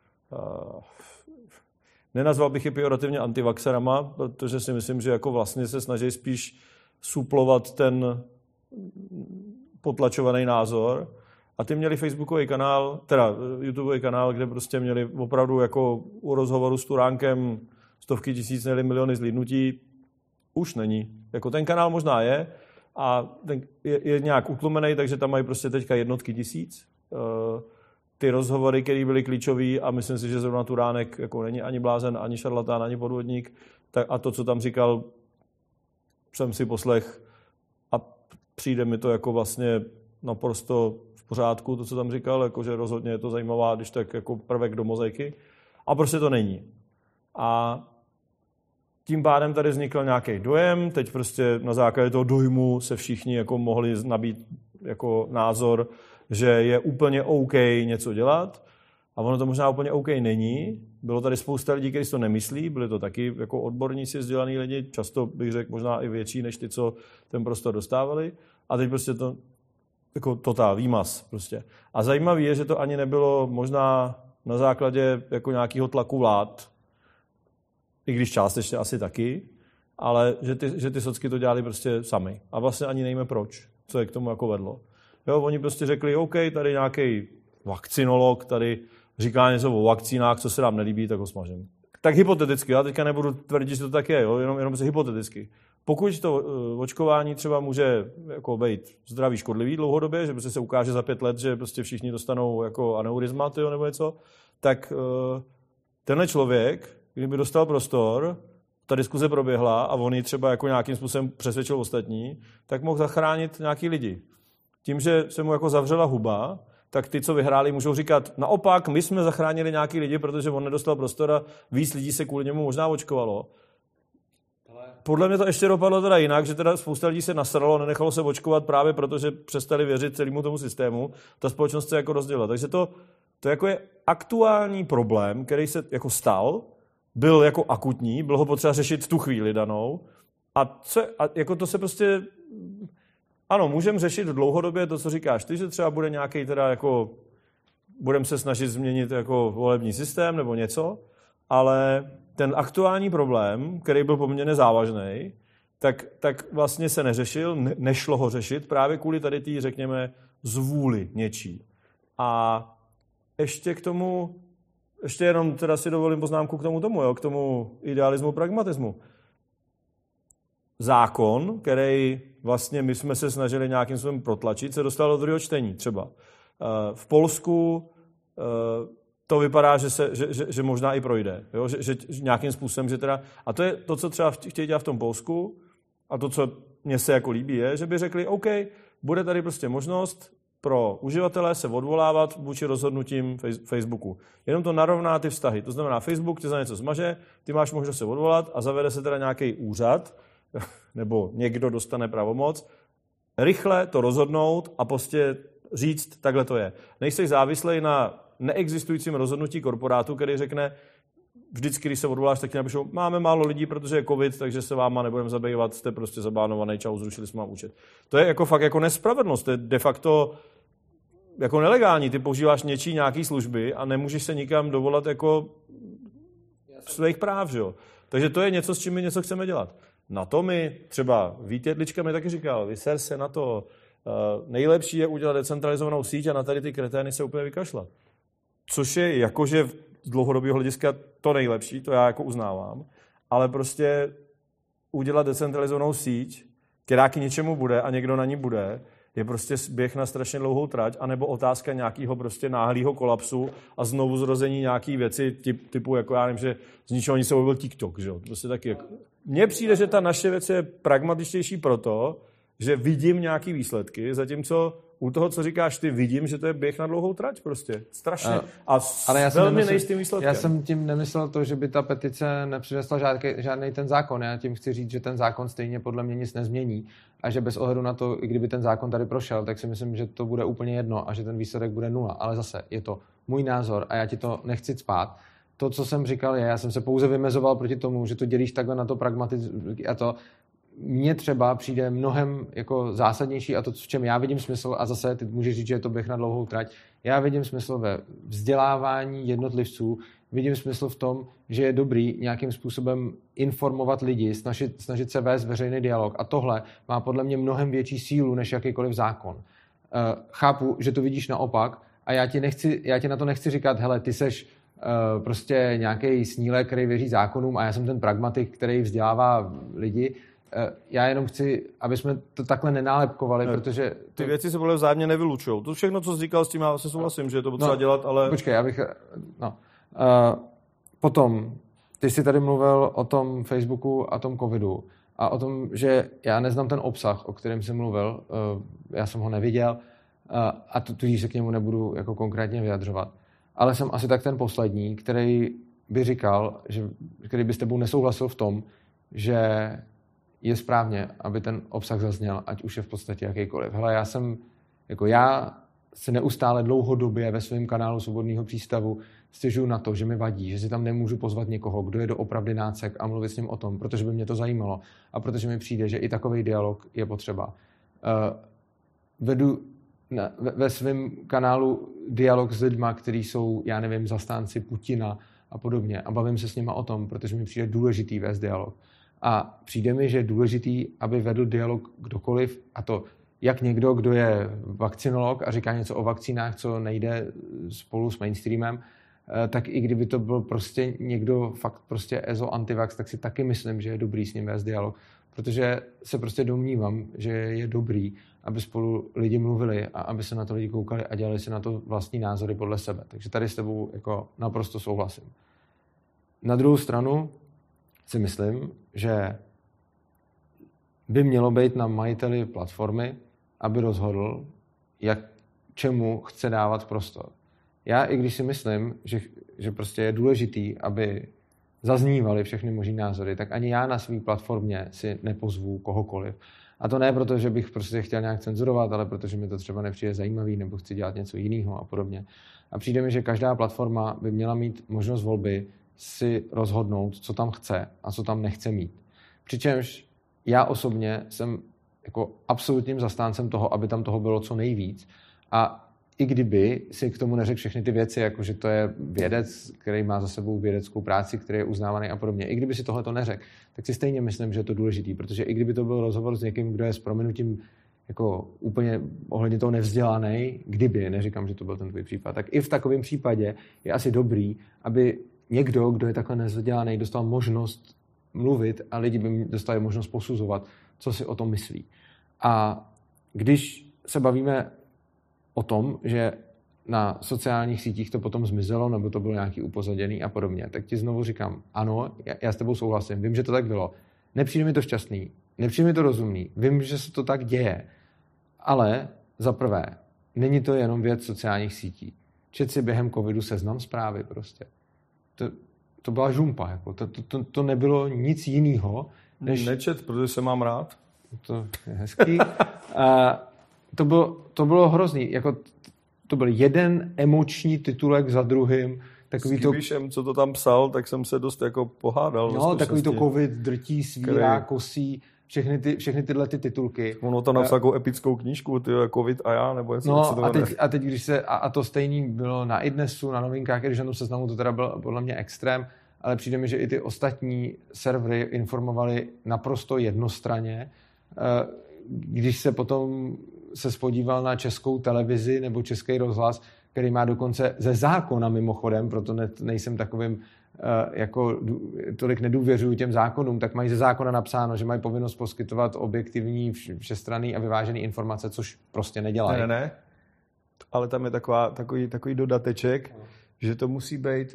nenazval bych je pejorativně antivaxerama, protože si myslím, že jako vlastně se snaží spíš suplovat ten potlačovaný názor. A ty měli facebookový kanál, teda YouTubeový kanál, kde prostě měli opravdu jako u rozhovoru s Turánkem stovky tisíc, ne miliony zhlídnutí. Už není. Jako ten kanál možná je a ten je nějak utlumený, takže tam mají prostě teďka jednotky tisíc. Ty rozhovory, které byly klíčové a myslím si, že zrovna Turánek jako není ani blázen, ani šarlatán, ani podvodník. Tak a to, co tam říkal, jsem si poslech a přijde mi to jako vlastně naprosto v pořádku, to, co tam říkal, jakože rozhodně je to zajímavá, když tak jako prvek do mozaiky. A prostě to není. A tím pádem tady vznikl nějaký dojem, teď prostě na základě toho dojmu se všichni jako mohli nabít jako názor, že je úplně OK něco dělat a ono to možná úplně OK není. Bylo tady spousta lidí, kteří to nemyslí, byli to taky jako odborníci, vzdělaný lidi, často bych řekl možná i větší, než ty, co ten prostor dostávali. A teď prostě to jako totál výmaz prostě. A zajímavé je, že to ani nebylo možná na základě jako nějakého tlaku vlád, i když částečně asi taky, ale že ty socky to dělali prostě sami. A vlastně ani nevíme proč, co je k tomu jako vedlo. Jo, oni prostě řekli, OK, tady nějaký vakcinolog, tady říká něco o vakcínách, co se nám nelíbí, tak ho smažím. Tak hypoteticky, já teďka nebudu tvrdit, že to tak je, jo, jenom se hypoteticky. Pokud to očkování třeba může jako být zdravý škodlivý dlouhodobě, že prostě se ukáže za 5 let, že prostě všichni dostanou jako aneurizma nebo něco, tak tenhle člověk, kdyby dostal prostor, ta diskuze proběhla a on ji třeba jako nějakým způsobem přesvědčil ostatní, tak mohl zachránit nějaký lidi. Tím, že se mu jako zavřela huba, tak ty, co vyhráli, můžou říkat, naopak, my jsme zachránili nějaký lidi, protože on nedostal prostor a víc lidí se kvůli němu možná očkovalo. Ale podle mě to ještě dopadlo teda jinak, že teda spousta lidí se nasralo, nenechalo se očkovat právě proto, že přestali věřit celému tomu systému. Ta společnost se jako rozdělila. Takže to jako je aktuální problém, který se jako stal, byl jako akutní, bylo ho potřeba řešit v tu chvíli danou. A jako to se prostě... Ano, můžeme řešit dlouhodobě to, co říkáš ty, že třeba bude nějaký teda jako... Budeme se snažit změnit jako volební systém nebo něco, ale ten aktuální problém, který byl poměrně závažný, tak vlastně se neřešil, nešlo ho řešit právě kvůli tady tý, řekněme, zvůli něčí. A ještě k tomu, ještě jenom teda si dovolím poznámku k tomu idealismu, pragmatismu. Zákon, který vlastně my jsme se snažili nějakým způsobem protlačit, se dostal do druhého čtení třeba. V Polsku to vypadá, že možná i projde. Jo? Že nějakým způsobem, že teda... A to je to, co třeba chtějí dělat v tom Polsku, a to, co mně se jako líbí, je, že by řekli, OK, bude tady prostě možnost pro uživatele se odvolávat vůči rozhodnutím Facebooku. Jenom to narovná ty vztahy. To znamená, Facebook tě za něco zmaže, ty máš možnost se odvolat a zavede se teda nějaký úřad, nebo někdo dostane pravomoc, rychle to rozhodnout a prostě říct, takhle to je. Nejseš závislej na neexistujícím rozhodnutí korporátu, který řekne, vždycky, když se odvoláš, tak ti napíšou, máme málo lidí, protože je covid, takže se váma nebudeme zabývat, jste prostě zabánovaný, čau, zrušili jsme vám účet. To je jako fakt jako nespravedlnost, to je de facto jako nelegální. Ty používáš něčí nějaký služby a nemůžeš se nikam dovolat jako svých práv, že jo. Takže to je něco, s čím my něco chceme dělat. Na to mi třeba Vít Jedlička mi taky říkal, vyser se na to, nejlepší je udělat decentralizovanou síť a na tady ty kretény se úplně vykašlat. Což je jakože z dlouhodobého hlediska to nejlepší, to já jako uznávám, ale prostě udělat decentralizovanou síť, která k něčemu bude a někdo na ní bude, je prostě běh na strašně dlouhou trať, anebo otázka nějakého prostě náhlého kolapsu a znovu zrození nějaký věci typu, jako já nevím, že z ničeho nic se objevil TikTok, že jo? Prostě taky jako... Mně přijde, že ta naše věc je pragmatičtější proto, že vidím nějaký výsledky, zatímco u toho, co říkáš ty, vidím, že to je běh na dlouhou trať prostě. Strašně. Ale velmi nejistým výsledkem. Já jsem tím nemyslel to, že by ta petice nepřinesla žádný ten zákon. Já tím chci říct, že ten zákon stejně podle mě nic nezmění a že bez ohledu na to, i kdyby ten zákon tady prošel, tak si myslím, že to bude úplně jedno a že ten výsledek bude 0. Ale zase je to můj názor a já ti to nechci cpát. To, co jsem říkal, já jsem se pouze vymezoval proti tomu, že to dělíš takhle na to pragmaticky a to mně třeba přijde mnohem jako zásadnější a to, v čem já vidím smysl, a zase ty můžeš říct, že je to běh na dlouhou trať, já vidím smysl ve vzdělávání jednotlivců, vidím smysl v tom, že je dobrý nějakým způsobem informovat lidi, snažit se vést veřejný dialog a tohle má podle mě mnohem větší sílu než jakýkoliv zákon. Chápu, že to vidíš naopak a já ti na to nechci říkat, hele, ty seš prostě nějaký snílek, který věří zákonům a já jsem ten pragmatik, který vzdělává lidi. Já jenom chci, aby jsme to takhle nenálepkovali, protože... Ty věci se podle vzájemně nevylučují. To všechno, co jsi říkal, s tím já se souhlasím, že je to potřeba dělat, ale... Počkej, potom, ty jsi tady mluvil o tom Facebooku a tom covidu a o tom, že já neznám ten obsah, o kterém jsem mluvil, já jsem ho neviděl a tudíž se k němu nebudu jako konkrétně vyjadřovat. Ale jsem asi tak ten poslední, který by říkal, který by s tebou nesouhlasil v tom, že je správně, aby ten obsah zazněl, ať už je v podstatě jakýkoliv. Hele, já se neustále dlouhodobě ve svém kanálu Svobodného přístavu stěžuju na to, že mi vadí, že si tam nemůžu pozvat někoho, kdo je doopravdy nácek a mluvit s ním o tom, protože by mě to zajímalo a protože mi přijde, že i takový dialog je potřeba. Vedu ve svém kanálu dialog s lidma, kteří jsou, já nevím, zastánci Putina a podobně a bavím se s nima o tom, protože mi přijde důležitý vést dialog. A přijde mi, že je důležitý, aby vedl dialog kdokoliv, a to jak někdo, kdo je vakcinolog a říká něco o vakcínách, co nejde spolu s mainstreamem, tak i kdyby to byl prostě někdo fakt prostě ezo antivax, tak si taky myslím, že je dobrý s ním vést dialog, protože se prostě domnívám, že je dobrý, aby spolu lidi mluvili a aby se na to lidi koukali a dělali si na to vlastní názory podle sebe. Takže tady s tebou jako naprosto souhlasím. Na druhou stranu si myslím, že by mělo být na majiteli platformy, aby rozhodl, čemu chce dávat prostor. Já, i když si myslím, že prostě je důležitý, aby zaznívaly všechny možný názory, tak ani já na své platformě si nepozvu kohokoliv. A to ne proto, že bych prostě chtěl nějak cenzurovat, ale protože mi to třeba nepřijde zajímavý nebo chci dělat něco jiného a podobně. A přijde mi, že každá platforma by měla mít možnost volby si rozhodnout, co tam chce a co tam nechce mít. Přičemž já osobně jsem jako absolutním zastáncem toho, aby tam toho bylo co nejvíc. A i kdyby si k tomu neřekl všechny ty věci, jako že to je vědec, který má za sebou vědeckou práci, který je uznávaný a podobně, i kdyby si tohle to neřekl, tak si stejně myslím, že je to důležitý, protože i kdyby to byl rozhovor s někým, kdo je s prominutím jako úplně ohledně toho nevzdělaný, kdyby, neříkám, že to byl ten tvůj případ, tak i v takovém případě je asi dobrý, aby někdo, kdo je takhle nevzdělaný, dostal možnost mluvit a lidi by dostali možnost posuzovat, co si o tom myslí. A když se bavíme o tom, že na sociálních sítích to potom zmizelo, nebo to bylo nějaký upozaděný a podobně, tak ti znovu říkám, ano, já s tebou souhlasím, vím, že to tak bylo. Nepřijde mi to šťastný, nepřijde mi to rozumný, vím, že se to tak děje, ale za prvé, není to jenom věc sociálních sítí. Čet si během covidu seznam zprávy prostě. To byla žumpa, jako. To nebylo nic jiného, než... Nečet, protože se mám rád. To je hezký. To bylo hrozný. Jako, to byl jeden emoční titulek za druhým. Takový s Kybíšem, co to tam psal, tak jsem se dost jako pohádal. No, takový to covid, drtí, svírá, kosí, všechny tyhle ty titulky. Ono tam napsal takovou epickou knížku, ty covid a já, nebo něco. No, a teď, když se, a to stejný bylo na iDnesu, na Novinkách, když na tom seznamu to teda byl podle mě extrém, ale přijde mi, že i ty ostatní servery informovali naprosto jednostranně. Když se potom se spodíval na Českou televizi nebo Český rozhlas, který má dokonce ze zákona mimochodem, proto nejsem takovým, jako tolik nedůvěřuju těm zákonům, tak mají ze zákona napsáno, že mají povinnost poskytovat objektivní, všestranný a vyvážený informace, což prostě nedělají. Ne. Ale tam je takový dodateček, že to musí být,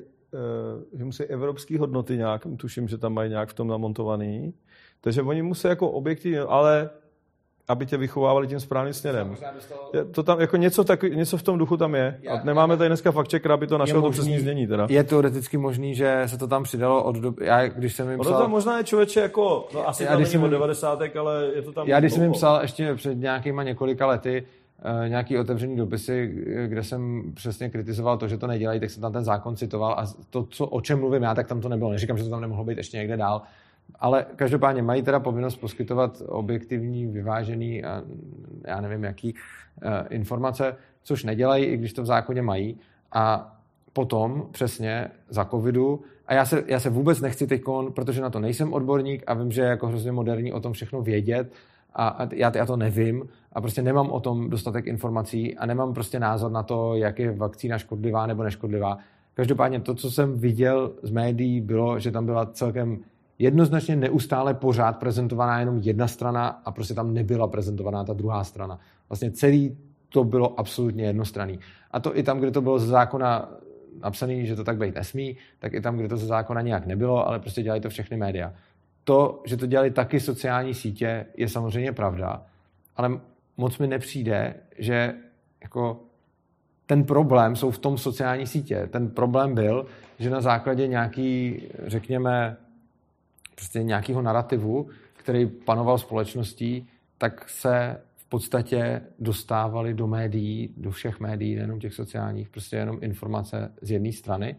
že musí evropský hodnoty nějak, tuším, že tam mají nějak v tom namontovaný, takže oni musí jako objektivně, ale aby tě vychovávali tím správným směrem. To tam, jako něco v tom duchu tam je. A nemáme tady dneska fact-checkera, aby to našel to přesně znění. Teda. Je teoreticky možný, že se to tam přidalo od doby... Když jsem jim psal... To možná je člověče jako... No, asi tam není od 90. ale je to tam... Když jsem jim psal ještě před nějakýma několika lety nějaký otevřený dopisy, kde jsem přesně kritizoval to, že to nedělají, tak jsem tam ten zákon citoval a to, o čem mluvím já, tak tam to nebylo. Neříkám, že to tam nemohlo být ještě někde dál. Ale každopádně mají teda povinnost poskytovat objektivní, vyvážený a já nevím jaký informace, což nedělají, i když to v zákoně mají. A potom přesně za covidu, a já se vůbec nechci teďkon, protože na to nejsem odborník a vím, že je jako hrozně moderní o tom všechno vědět a já to nevím a prostě nemám o tom dostatek informací a nemám prostě názor na to, jak je vakcína škodlivá nebo neškodlivá. Každopádně to, co jsem viděl z médií, bylo, že tam byla celkem jednoznačně neustále pořád prezentovaná jenom jedna strana a prostě tam nebyla prezentovaná ta druhá strana. Vlastně celý to bylo absolutně jednostranný. A to i tam, kde to bylo ze zákona napsaný, že to tak být nesmí, tak i tam, kde to ze zákona nějak nebylo, ale prostě dělají to všechny média. To, že to dělali taky sociální sítě, je samozřejmě pravda, ale moc mi nepřijde, že jako ten problém jsou v tom sociální sítě. Ten problém byl, že na základě nějaký, řekněme, prostě nějakého narrativu, který panoval společností, tak se v podstatě dostávaly do médií, do všech médií, nejenom těch sociálních, prostě jenom informace z jedné strany.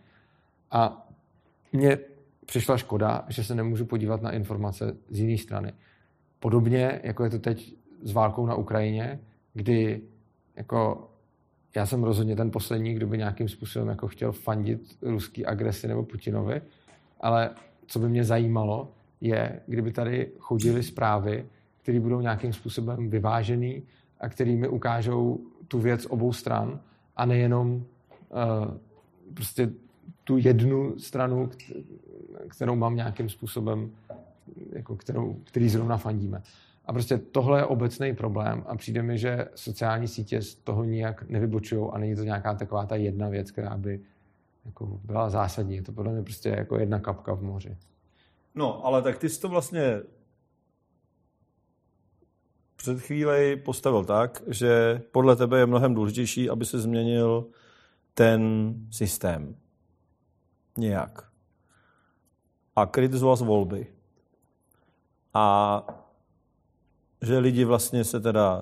A mně přišla škoda, že se nemůžu podívat na informace z jiné strany. Podobně, jako je to teď s válkou na Ukrajině, kdy jako já jsem rozhodně ten poslední, kdo by nějakým způsobem jako chtěl fandit ruský agresi nebo Putinovi, ale co by mě zajímalo, je, kdyby tady chodily zprávy, které budou nějakým způsobem vyvážený a které mi ukážou tu věc obou stran a nejenom prostě tu jednu stranu, kterou mám nějakým způsobem, jako který zrovna fandíme. A prostě tohle je obecný problém a přijde mi, že sociální sítě z toho nijak nevybočujou a není to nějaká taková ta jedna věc, která by jako byla zásadní. Je to podle mě prostě jako jedna kapka v moři. No, ale tak ty jsi to vlastně před chvílí postavil tak, že podle tebe je mnohem důležitější, aby se změnil ten systém. Nějak. a kritizoval volby. A že lidi vlastně se teda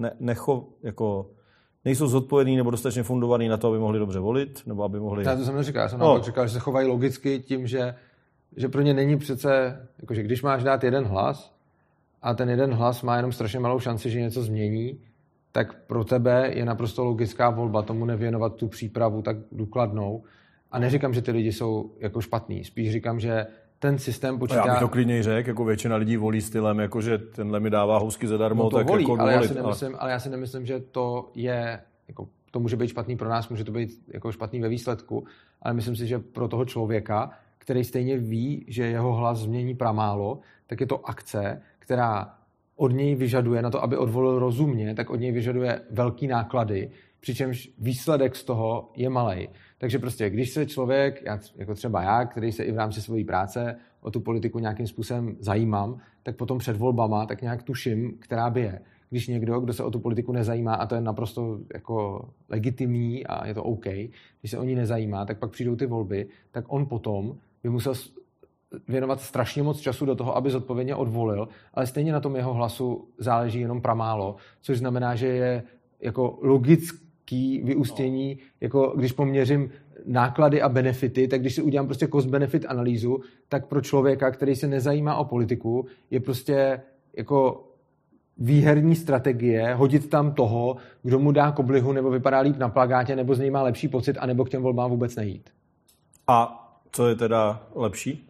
nejsou zodpovědní nebo dostatečně fundovaní na to, aby mohli dobře volit, nebo aby mohli... Já to jsem neříkal, já jsem naopak říkal, že se chovají logicky tím, že pro ně není přece, jakože když máš dát jeden hlas a ten jeden hlas má jenom strašně malou šanci, že něco změní, tak pro tebe je naprosto logická volba tomu nevěnovat tu přípravu tak důkladnou. A neříkám, že ty lidi jsou jako špatný, spíš říkám, že ten systém počítá... Já bych to klidněji řekl, jako většina lidí volí stylem, jako že tenhle mi dává housky zadarmo, no to tak volí, jako ale volit. Já si nemyslím, že to je, jako, to může být špatný pro nás, může to být jako špatný ve výsledku, ale myslím si, že pro toho člověka, který stejně ví, že jeho hlas změní pramálo, tak je to akce, která od něj vyžaduje, na to, aby odvolil rozumně, tak od něj vyžaduje velký náklady, přičemž výsledek z toho je malej. Takže prostě, když se člověk, jako třeba já, který se i v rámci své práce o tu politiku nějakým způsobem zajímám, tak potom před volbama tak nějak tuším, která by je. Když někdo, kdo se o tu politiku nezajímá, a to je naprosto jako legitimní a je to OK, když se o ní nezajímá, tak pak přijdou ty volby, tak on potom by musel věnovat strašně moc času do toho, aby zodpovědně odvolil, ale stejně na tom jeho hlasu záleží jenom pramálo, což znamená, že je jako logický vyústění, jako když poměřím náklady a benefity, tak když si udělám prostě cost-benefit analýzu, tak pro člověka, který se nezajímá o politiku, je prostě jako výherní strategie hodit tam toho, kdo mu dá koblihu nebo vypadá líp na plakátě, nebo z něj má lepší pocit, anebo k těm volbám vůbec nejít. A co je teda lepší?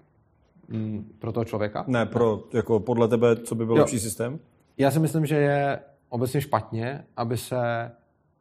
Pro toho člověka? Ne, jako podle tebe, co by byl lepší systém? Já si myslím, že je obecně špatně, aby se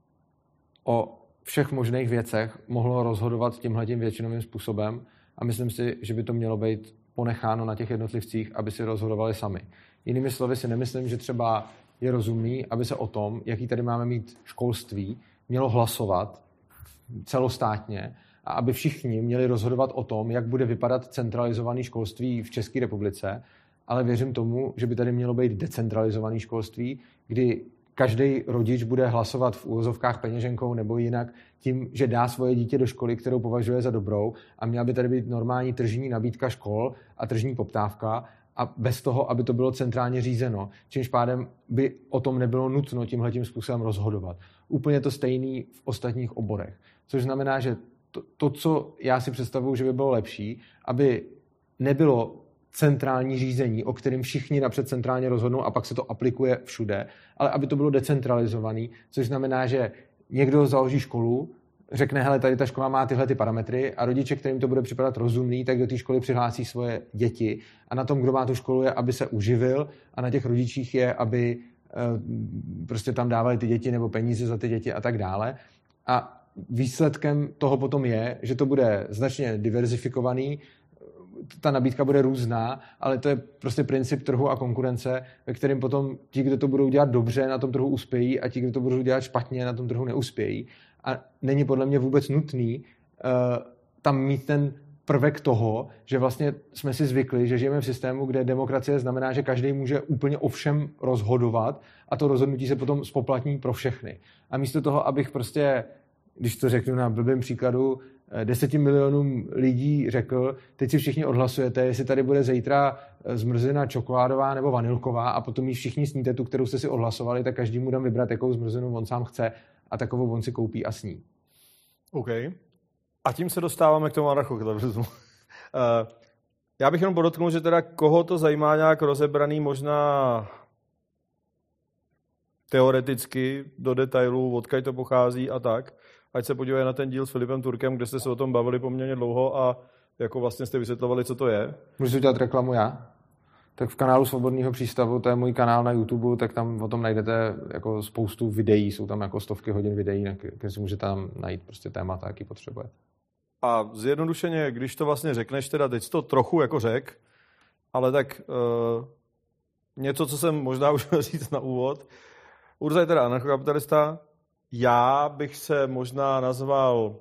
o všech možných věcech mohlo rozhodovat tímhletím většinovým způsobem a myslím si, že by to mělo být ponecháno na těch jednotlivcích, aby si rozhodovali sami. Jinými slovy si nemyslím, že třeba je rozumný, aby se o tom, jaký tady máme mít školství, mělo hlasovat celostátně a aby všichni měli rozhodovat o tom, jak bude vypadat centralizované školství v České republice, ale věřím tomu, že by tady mělo být decentralizované školství, kdy každý rodič bude hlasovat v úvozovkách peněženkou nebo jinak tím, že dá svoje dítě do školy, kterou považuje za dobrou a měla by tady být normální tržní nabídka škol a tržní poptávka a bez toho, aby to bylo centrálně řízeno. Čímž pádem by o tom nebylo nutno tímhletím způsobem rozhodovat. Úplně to stejný v ostatních oborech. Což znamená, že to, co já si představuju, že by bylo lepší, aby nebylo centrální řízení, o kterém všichni napřed centrálně rozhodnou a pak se to aplikuje všude, ale aby to bylo decentralizovaný, což znamená, že někdo založí školu, řekne, hele, tady ta škola má tyhle ty parametry a rodiče, kterým to bude připadat rozumný, tak do té školy přihlásí svoje děti a na tom, kdo má tu školu, je, aby se uživil a na těch rodičích je, aby prostě tam dávali ty děti nebo peníze za ty děti a tak dále. A výsledkem toho potom je, že to bude značně diverzifikovaný, ta nabídka bude různá, ale to je prostě princip trhu a konkurence, ve kterém potom ti, kdo to budou dělat dobře, na tom trhu uspějí a ti, kdo to budou dělat špatně, na tom trhu neuspějí. A není podle mě vůbec nutný tam mít ten prvek toho, že vlastně jsme si zvykli, že žijeme v systému, kde demokracie znamená, že každý může úplně o všem rozhodovat a to rozhodnutí se potom spoplatní pro všechny. A místo toho, abych prostě, když to řeknu na blbém příkladu, 10 milionům lidí řekl, teď si všichni odhlasujete, jestli tady bude zítra zmrzlina čokoládová nebo vanilková a potom ji všichni sníte tu, kterou jste si odhlasovali, tak každému dám vybrat, jakou zmrzlinu on sám chce a takovou on si koupí a sní. OK. A tím se dostáváme k tomu anarchokapitalismu. Já bych jenom podotknul, že teda koho to zajímá nějak rozebraný možná teoreticky do detailů, odkud to pochází a tak, ať se podívají na ten díl s Filipem Turkem, kde jste se o tom bavili poměrně dlouho a jako vlastně jste vysvětlovali, co to je. Můžu udělat reklamu já? Tak v kanálu Svobodného přístavu, to je můj kanál na YouTube, tak tam o tom najdete jako spoustu videí, jsou tam jako stovky hodin videí, kde si můžete tam najít prostě témata, jaký potřebujete. A zjednodušeně, když to vlastně řekneš, teda teď to trochu jako řek, ale tak něco, co jsem možná už měl říct na úvod. Urza je teda anarchokapitalista, já bych se možná nazval,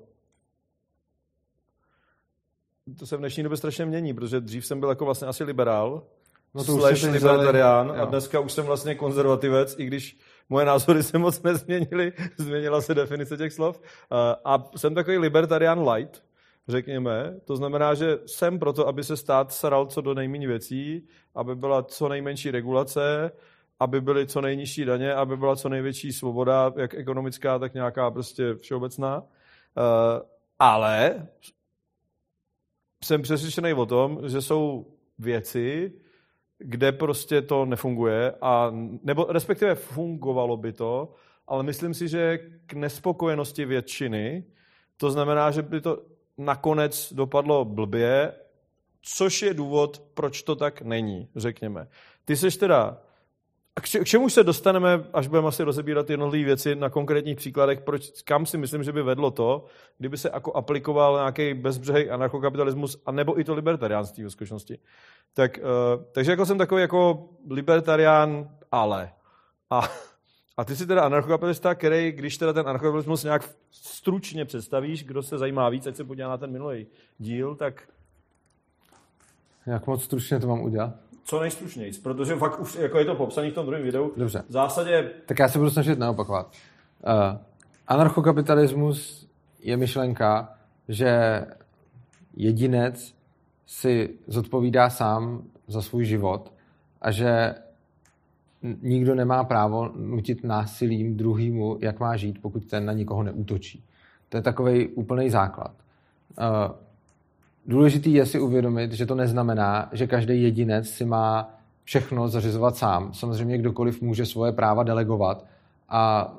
to se v dnešní době strašně mění, protože dřív jsem byl jako vlastně asi liberál, slash libertarián a dneska už jsem vlastně konzervativec, i když moje názory se moc nezměnily, změnila se definice těch slov. A jsem takový libertarián light, řekněme. To znamená, že jsem proto, aby se stát staral co do nejméně věcí, aby byla co nejmenší regulace, aby byly co nejnižší daně, aby byla co největší svoboda, jak ekonomická, tak nějaká prostě všeobecná. Ale jsem přesvědčený o tom, že jsou věci, kde prostě to nefunguje, nebo respektive fungovalo by to, ale myslím si, že k nespokojenosti většiny, to znamená, že by to nakonec dopadlo blbě, což je důvod, proč to tak není, řekněme. Ty seš teda, k čemu se dostaneme, až budeme asi rozebírat jednotlivé věci na konkrétních příkladech, kam si myslím, že by vedlo to, kdyby se jako aplikoval nějaký bezbřehý anarchokapitalismus, anebo i to libertariánství ve skutečnosti. Takže jako jsem takový jako libertarián, ale. A ty jsi teda anarchokapitalista, který, když teda ten anarchokapitalismus nějak stručně představíš, kdo se zajímá víc, ať se podívá na ten minulý díl, tak... Jak moc stručně to mám udělat? Co nejstručněji, protože fakt už jako je to popsané v tom druhém videu. Dobře. V zásadě... Tak já se budu snažit neopakovat. Anarchokapitalismus je myšlenka, že jedinec si zodpovídá sám za svůj život a že nikdo nemá právo nutit násilím druhýmu, jak má žít, pokud ten na nikoho neútočí. To je takovej úplný základ. Důležitý je si uvědomit, že to neznamená, že každý jedinec si má všechno zařizovat sám. Samozřejmě kdokoliv může svoje práva delegovat a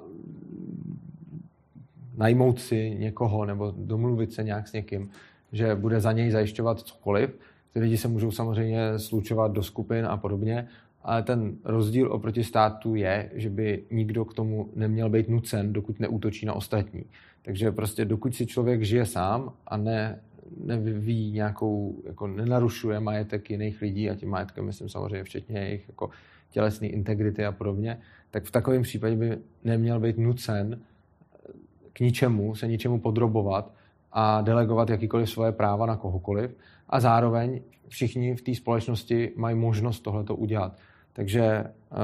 najmout si někoho nebo domluvit se nějak s někým, že bude za něj zajišťovat cokoliv. Ty lidi se můžou samozřejmě slučovat do skupin a podobně, ale ten rozdíl oproti státu je, že by nikdo k tomu neměl být nucen, dokud neútočí na ostatní. Takže prostě dokud si člověk žije sám a nevyvíjí nějakou, jako nenarušuje majetek jiných lidí, a tím majetkem myslím samozřejmě včetně jejich jako tělesné integrity a podobně, tak v takovém případě by neměl být nucen k ničemu, se ničemu podrobovat a delegovat jakýkoliv svoje práva na kohokoliv. A zároveň všichni v té společnosti mají možnost tohleto udělat. Takže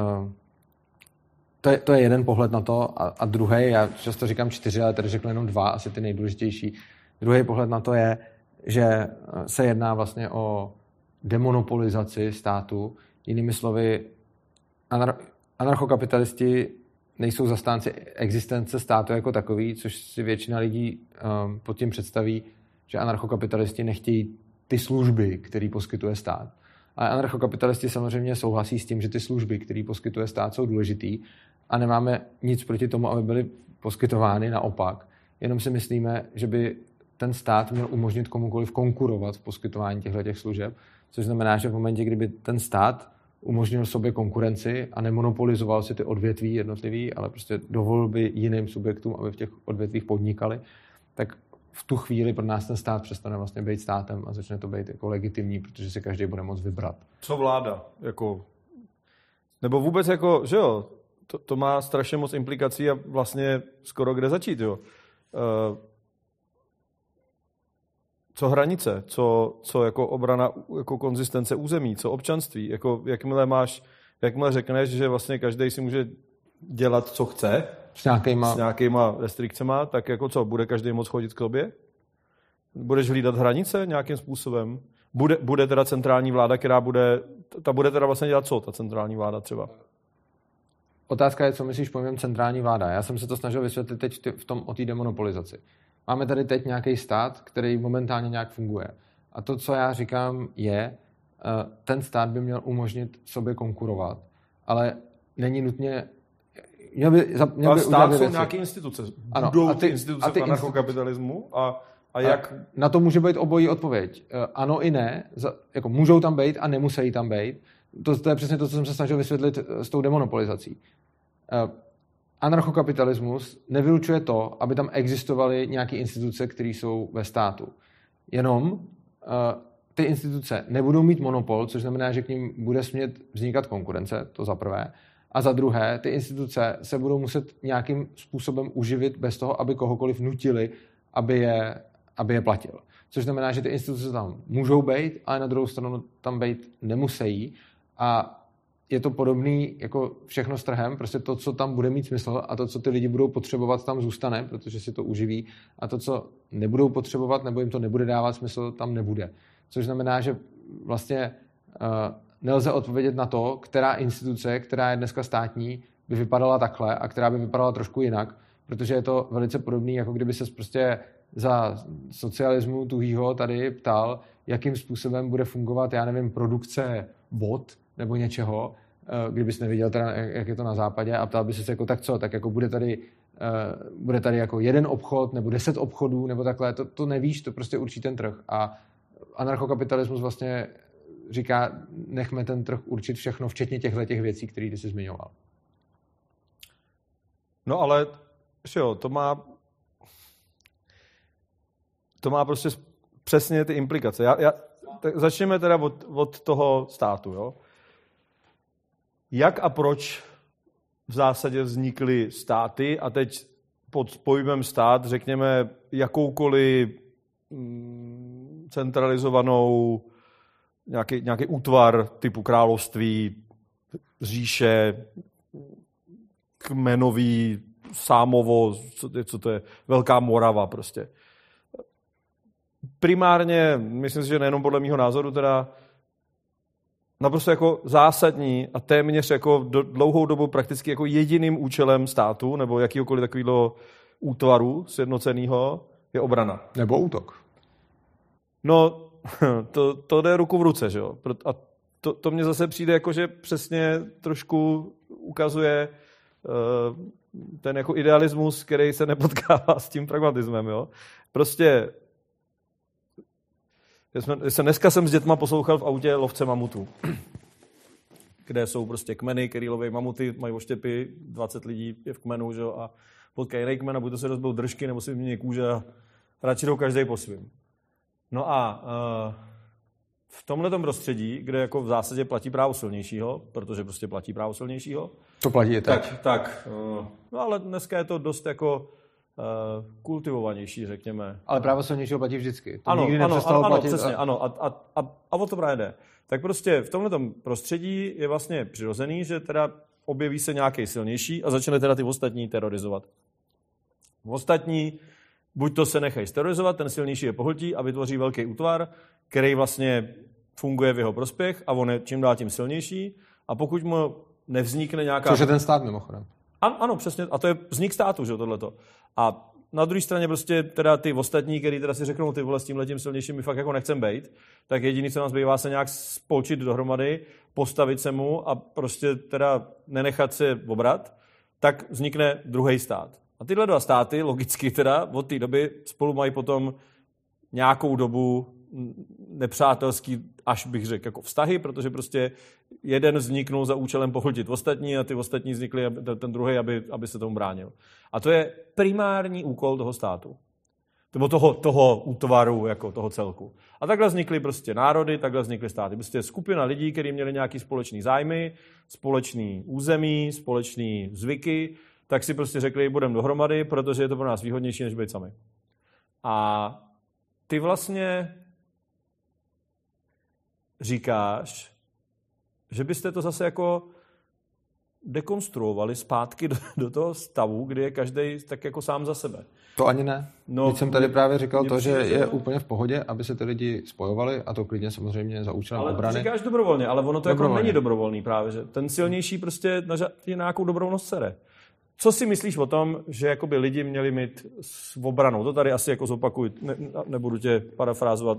to je jeden pohled na to. A druhý, já často říkám 4, ale tady řeknu jenom 2, asi ty nejdůležitější. Druhý pohled na to je, že se jedná vlastně o demonopolizaci státu. Jinými slovy, anarchokapitalisti nejsou zastánci existence státu jako takový, což si většina lidí pod tím představí, že anarchokapitalisti nechtějí ty služby, které poskytuje stát. Ale anarchokapitalisti samozřejmě souhlasí s tím, že ty služby, které poskytuje stát, jsou důležitý a nemáme nic proti tomu, aby byly poskytovány, naopak. Jenom si myslíme, že by ten stát měl umožnit komukoliv konkurovat v poskytování těchto služeb, což znamená, že v momentě, kdyby ten stát umožnil sobě konkurenci a nemonopolizoval si ty odvětví jednotlivý, ale prostě dovolil by jiným subjektům, aby v těch odvětvích podnikali, tak v tu chvíli pro nás ten stát přestane vlastně být státem a začne to být jako legitimní, protože si každý bude moct vybrat. Co vláda? Nebo vůbec že jo, to má strašně moc implikací a vlastně skoro kde začít, jo. Co hranice, co jako obrana, jako konzistence území, co občanství, jako jakmile řekneš, že vlastně každý si může dělat, co chce, s nějakýma restrikcema, tak jako co, bude každý moc chodit k tobě? Budeš hlídat hranice nějakým způsobem? Bude teda centrální vláda, která bude teda vlastně dělat co, ta centrální vláda třeba? Otázka je, co myslíš pojmem centrální vláda. Já jsem se to snažil vysvětlit teď o té demonopolizaci. Máme tady teď nějaký stát, který momentálně nějak funguje. A to, co já říkám, je, ten stát by měl umožnit sobě konkurovat, ale není nutně... Ale stát jsou nějaké instituce. Budou ty instituce v anarchokapitalismu a jak... Na to může být obojí odpověď. Ano i ne. Jako můžou tam být a nemusí tam být. To je přesně to, co jsem se snažil vysvětlit s tou demonopolizací. Anarchokapitalismus nevylučuje to, aby tam existovaly nějaké instituce, které jsou ve státu. Jenom ty instituce nebudou mít monopol, což znamená, že k nim bude smět vznikat konkurence, to za prvé. A za druhé, ty instituce se budou muset nějakým způsobem uživit bez toho, aby kohokoliv nutili, aby je platil. Což znamená, že ty instituce tam můžou být, ale na druhou stranu tam být nemusí. A je to podobný jako všechno s trhem, prostě to, co tam bude mít smysl a to, co ty lidi budou potřebovat, tam zůstane, protože si to uživí a to, co nebudou potřebovat nebo jim to nebude dávat smysl, tam nebude. Což znamená, že vlastně nelze odpovědět na to, která instituce, která je dneska státní, by vypadala takhle a která by vypadala trošku jinak, protože je to velice podobný, jako kdyby ses prostě za socialismu tuhýho tady ptal, jakým způsobem bude fungovat, já nevím, produkce bot nebo něčeho, kdybys neviděl teda, jak je to na západě a ptal by se jako tak co, tak jako bude tady jako jeden obchod nebo 10 obchodů nebo takhle, to nevíš, to prostě určí ten trh a anarchokapitalismus vlastně říká, nechme ten trh určit všechno, včetně těch věcí, které ty jsi zmiňoval. No ale jo, to má prostě přesně ty implikace. Tak začněme teda od toho státu. Jo? Jak a proč v zásadě vznikly státy a teď pod pojmem stát řekněme jakoukoliv centralizovanou nějaký útvar typu království, říše, kmenový, Sámovo, co to je, Velká Morava prostě. Primárně, myslím si, že nejenom podle mýho názoru, teda naprosto jako zásadní a téměř jako dlouhou dobu prakticky jako jediným účelem státu nebo jakýhokoliv takového útvaru sjednocenýho je obrana. Nebo útok. No, to jde ruku v ruce, že jo? A to mně zase přijde jako, že přesně trošku ukazuje ten jako idealismus, který se nepotkává s tím pragmatismem, jo? Prostě dneska jsem s dětma poslouchal v autě lovce mamutů, kde jsou prostě kmeny, který loví mamuty, mají oštěpy, 20 lidí je v kmenu, že jo? A potkají jiný kmen a buď to se rozbijou držky, nebo si vymění kůže a radši jdou každý po svým. No a v tomhletom prostředí, kde jako v zásadě platí právo silnějšího, protože prostě platí právo silnějšího. To platí i teď. No ale dneska je to dost jako kultivovanější, řekněme. Ale právo silnějšího platí vždycky. To ano, nikdy nepřestalo platit. Přesně, ano. A o to právě jde. Tak prostě v tomhletom prostředí je vlastně přirozený, že teda objeví se nějaký silnější a začne teda ty ostatní terorizovat. Ostatní buď to se nechají sterorizovat, ten silnější je pohltí a vytvoří velký útvar, který vlastně funguje v jeho prospěch a on je čím dál tím silnější a pokud mu nevznikne nějaká... Což je ten stát mimochodem. Ano, přesně. A to je vznik státu, že tohleto. A na druhé straně prostě teda ty ostatní, který teda si řeknou, ty vole, s tímhletím silnějším my fakt jako nechcem bejt, tak jediný, co nás bývá, se nějak spolčit dohromady, postavit se mu a prostě teda nenechat se obrat, tak vznikne druhý stát. A tyhle dva státy, logicky teda, od té doby spolu mají potom nějakou dobu nepřátelský, až bych řekl, jako vztahy, protože prostě jeden vzniknul za účelem pohltit ostatní a ty ostatní vznikly, ten druhý, aby se tomu bránil. A to je primární úkol toho státu. Nebo toho útvaru, jako toho celku. A takhle vznikly prostě národy, takhle vznikly státy. Prostě skupina lidí, kteří měli nějaký společný zájmy, společný území, společný zvyky, tak si prostě řekli, budeme dohromady, protože je to pro nás výhodnější, než být sami. A ty vlastně říkáš, že byste to zase jako dekonstruovali zpátky do toho stavu, kdy je každý tak jako sám za sebe. To ani ne. No, jsem tady právě říkal to, že je úplně v pohodě, aby se ty lidi spojovali a to klidně samozřejmě za účelem obrany. Ale ty říkáš dobrovolně, ale ono to jako není dobrovolný právě, že ten silnější prostě na nějakou dobrovolnost sere. Co si myslíš o tom, že jakoby lidi měli mít s obranou? To tady asi jako zopakuj, nebudu tě parafrázovat.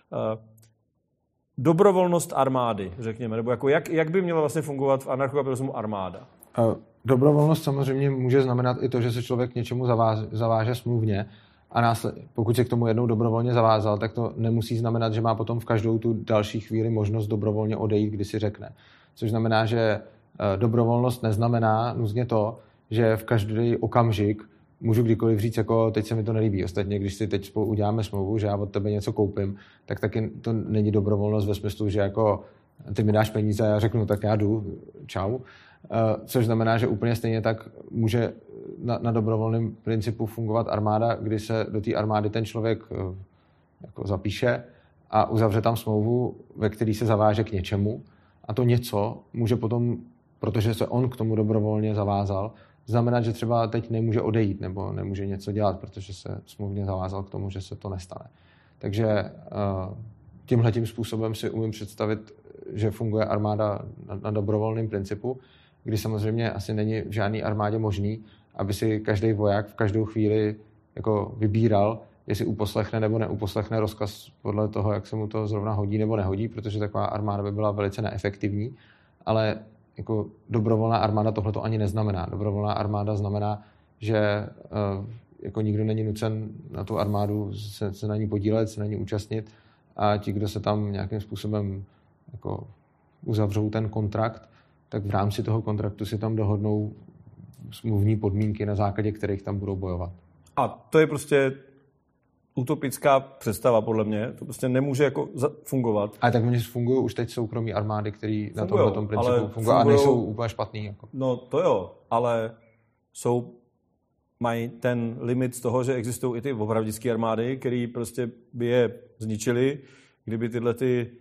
Dobrovolnost armády, řekněme, nebo jako jak by měla vlastně fungovat v anarchokapitalismu armáda? Dobrovolnost samozřejmě může znamenat i to, že se člověk k něčemu zaváže smluvně a pokud se k tomu jednou dobrovolně zavázal, tak to nemusí znamenat, že má potom v každou tu další chvíli možnost dobrovolně odejít, kdy si řekne. Což znamená, že dobrovolnost neznamená nutně to, že v každý okamžik můžu kdykoliv říct, jako teď se mi to nelíbí. Ostatně, když si teď spolu uděláme smlouvu, že já od tebe něco koupím, tak taky to není dobrovolnost ve smyslu, že jako ty mi dáš peníze a já řeknu, tak já jdu, čau. Což znamená, že úplně stejně tak může na dobrovolném principu fungovat armáda, kdy se do té armády ten člověk jako zapíše a uzavře tam smlouvu, ve který se zaváže k něčemu A to něco může potom, protože se on k tomu dobrovolně zavázal, znamenat, že třeba teď nemůže odejít nebo nemůže něco dělat, protože se smluvně zavázal k tomu, že se to nestane. Takže tímhletím způsobem si umím představit, že funguje armáda na dobrovolném principu, kdy samozřejmě asi není v žádné armádě možný, aby si každý voják v každou chvíli jako vybíral, jestli uposlechne nebo neuposlechne rozkaz podle toho, jak se mu to zrovna hodí nebo nehodí, protože taková armáda by byla velice neefektivní, ale jako dobrovolná armáda tohle to ani neznamená. Dobrovolná armáda znamená, že jako nikdo není nucen na tu armádu se na ní podílet, se na ní účastnit a ti, kdo se tam nějakým způsobem jako uzavřou ten kontrakt, tak v rámci toho kontraktu si tam dohodnou smluvní podmínky, na základě kterých tam budou bojovat. A to je prostě utopická představa, podle mě. To prostě nemůže jako fungovat. Ale tak oni fungují už teď soukromí armády, které na tomhle principu fungují a nejsou úplně špatný. Jako. No to jo, ale mají ten limit z toho, že existují i ty opravdické armády, které prostě by je zničily, kdyby tyhle ty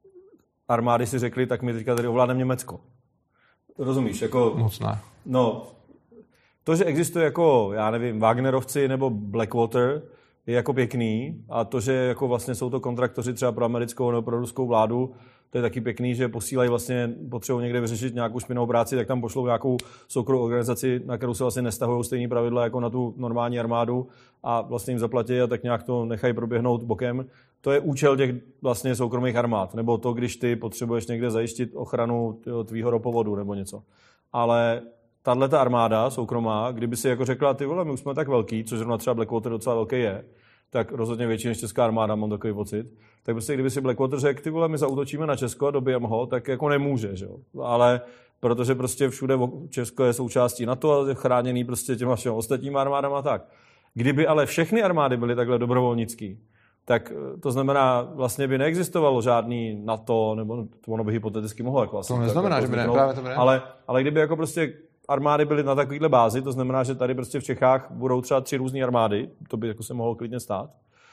armády si řekly, tak my teďka tady ovládneme Německo. Rozumíš? Jako, moc ne. No, to, že existuje jako, já nevím, Wagnerovci nebo Blackwater, je jako pěkný a to, že jako vlastně jsou to kontraktoři třeba pro americkou nebo pro ruskou vládu, to je taky pěkný, že posílají vlastně, potřebují někde vyřešit nějakou špinavou práci, tak tam pošlou nějakou soukromou organizaci, na kterou se vlastně nestahují stejný pravidla jako na tu normální armádu a vlastně jim zaplatí a tak nějak to nechají proběhnout bokem. To je účel těch vlastně soukromých armád, nebo to, když ty potřebuješ někde zajistit ochranu tvýho ropovodu nebo něco. Ale tato armáda soukromá, kdyby si jako řekla, ty vole, my už jsme tak velký, což zrovna třeba Blackwater docela velký je, tak rozhodně větší než česká armáda, mám takový pocit. Tak prostě kdyby si Blackwater řekl, ty vole, my zaútočíme na Česko a dobijeme ho, tak jako nemůže, že jo. Ale protože prostě všude Česko je součástí NATO a je chráněný prostě těma všem ostatníma armádama tak. Kdyby ale všechny armády byly takhle dobrovolnický, tak to znamená, vlastně by neexistovalo žádný NATO, nebo ono by hypoteticky mohlo jako vlastně. To neznamená, jako že by ne, právě to by ne. Ale kdyby jako prostě armády byly na takovýhle bázi, to znamená, že tady prostě v Čechách budou třeba 3 různé armády, to by jako se mohlo klidně stát.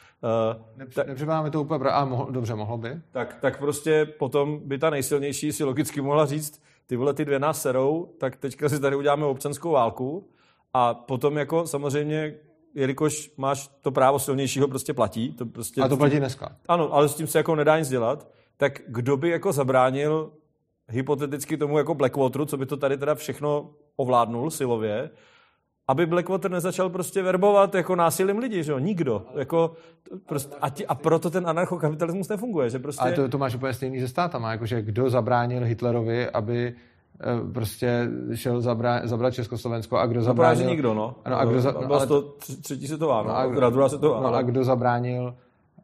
Nepřipadáme to úplně, dobře, mohlo by. Tak prostě potom by ta nejsilnější si logicky mohla říct, ty vole, ty 2 nás serou, tak teďka si tady uděláme občanskou válku a potom jako samozřejmě, jelikož máš to právo silnějšího, prostě platí. To prostě a to platí dneska. Ano, ale s tím se jako nedá nic dělat. Tak kdo by jako zabránil hypoteticky tomu jako Blackwateru, co by to tady teda všechno ovládnul silově, aby Blackwater nezačal prostě verbovat jako násilím lidi, že jo? Nikdo. Jako, prostě, a proto ten anarchokapitalismus nefunguje. Že prostě... Ale to máš úplně stejný se státama, jakože kdo zabránil Hitlerovi, aby prostě šel zabrat Československo a kdo zabránil... Právě nikdo, no. Ano, a kdo byla to třetí světová, no. Druhá světová. No, a kdo zabránil